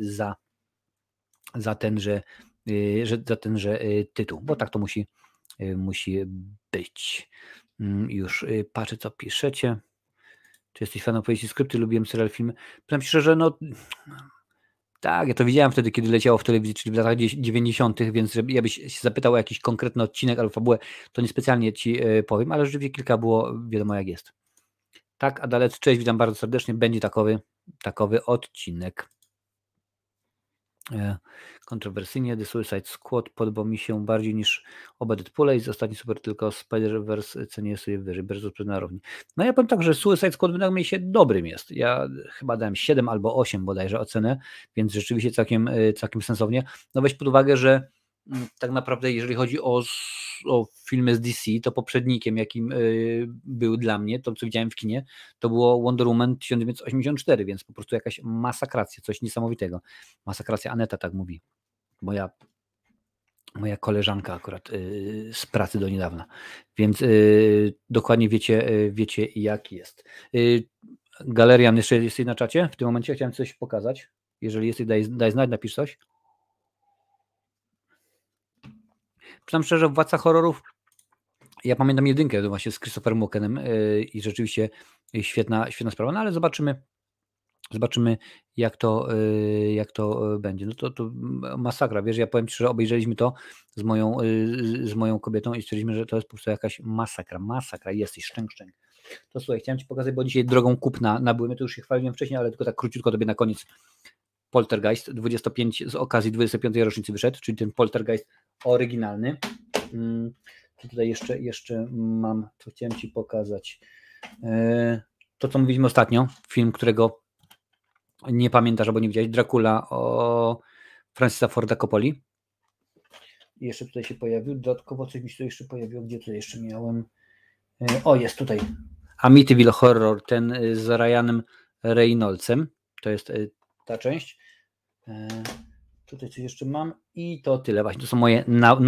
za tenże tytuł, bo tak to musi być. Już patrzę, co piszecie. Czy jesteś fanem opowieści skrypty? Lubiłem serial, filmy. Powiem szczerze, no tak, ja to widziałem wtedy, kiedy leciało w telewizji, czyli w latach 90., więc ja byś się zapytał o jakiś konkretny odcinek albo fabułę, to niespecjalnie ci powiem, ale rzeczywiście kilka było, wiadomo jak jest. Tak, Adalet, cześć, witam bardzo serdecznie, będzie takowy odcinek. Kontrowersyjnie, The Suicide Squad podobał mi się bardziej niż oba Deadpoole i z ostatni super tylko Spider-Verse cenię sobie wyżej, bardzo na równi. No ja powiem tak, że Suicide Squad wydaje mi się dobrym jest. Ja chyba dałem 7 albo 8 bodajże ocenę, więc rzeczywiście całkiem sensownie. No weź pod uwagę, że tak naprawdę jeżeli chodzi o filmy z DC, to poprzednikiem jakim był dla mnie, to co widziałem w kinie, to było Wonder Woman 1984, więc po prostu jakaś masakracja, coś niesamowitego. Masakracja, Aneta tak mówi, moja koleżanka akurat z pracy do niedawna, więc dokładnie wiecie jak jest. Galerian, jeszcze jesteś na czacie? W tym momencie chciałem coś pokazać. Jeżeli jesteś, daj znać, napisz coś. Przyznam szczerze, Władca Horrorów, ja pamiętam jedynkę właśnie z Christopherem Walkenem i rzeczywiście świetna sprawa, no ale zobaczymy jak to będzie. No to masakra, wiesz, ja powiem Ci, że obejrzeliśmy to z moją kobietą i stwierdziliśmy, że to jest po prostu jakaś masakra, jesteś szczęk. To słuchaj, chciałem Ci pokazać, bo dzisiaj drogą kupna nabyłem, to już się chwaliłem wcześniej, ale tylko tak króciutko tobie na koniec. Poltergeist 25 z okazji 25. rocznicy wyszedł, czyli ten Poltergeist oryginalny. To tutaj jeszcze mam, co chciałem Ci pokazać. To, co mówiliśmy ostatnio, film, którego nie pamiętasz albo nie widziałeś, Dracula o Francisa Forda Coppoli. I jeszcze tutaj się pojawił, dodatkowo coś mi się tu jeszcze pojawiło, gdzie tutaj jeszcze miałem. O, jest tutaj. Amityville Horror, ten z Ryanem Reynoldsem. To jest ta część. Tutaj coś jeszcze mam i to tyle. Właśnie to są moje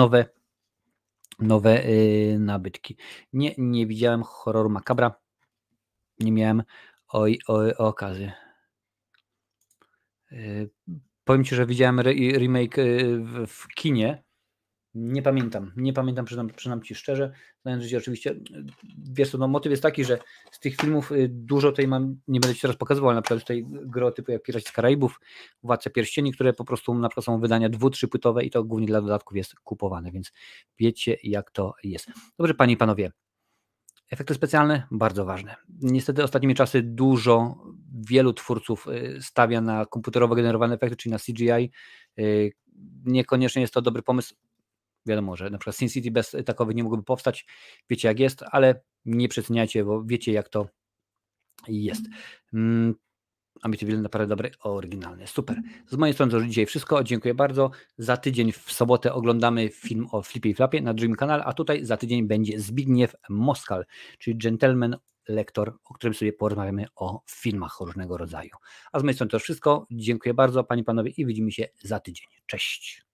nowe nabytki. Nie widziałem horroru Macabra. Nie miałem okazji. Powiem Ci, że widziałem remake w kinie. Nie pamiętam, przyznam Ci szczerze, znając życie oczywiście, wiesz co, no motyw jest taki, że z tych filmów dużo tutaj mam, nie będę Ci teraz pokazywał, ale na przykład tutaj gry typu jak Piraci z Karaibów, Władca Pierścieni, które po prostu na przykład są wydania 2-3 płytowe i to głównie dla dodatków jest kupowane, więc wiecie jak to jest. Dobrze Panie i Panowie, efekty specjalne bardzo ważne. Niestety ostatnimi czasy wielu twórców stawia na komputerowo generowane efekty, czyli na CGI. Niekoniecznie jest to dobry pomysł. Wiadomo, że na przykład Sin City bez takowych nie mogłoby powstać, wiecie jak jest, ale nie przeceniajcie, bo wiecie jak to jest. Amityville naprawdę dobry, oryginalny, super. Z mojej strony to już dzisiaj wszystko, dziękuję bardzo. Za tydzień w sobotę oglądamy film o Flipie i Flapie na Dream Kanal, a tutaj za tydzień będzie Zbigniew Moskal, czyli gentleman lektor, o którym sobie porozmawiamy o filmach różnego rodzaju. A z mojej strony to już wszystko, dziękuję bardzo Panie i Panowie i widzimy się za tydzień. Cześć.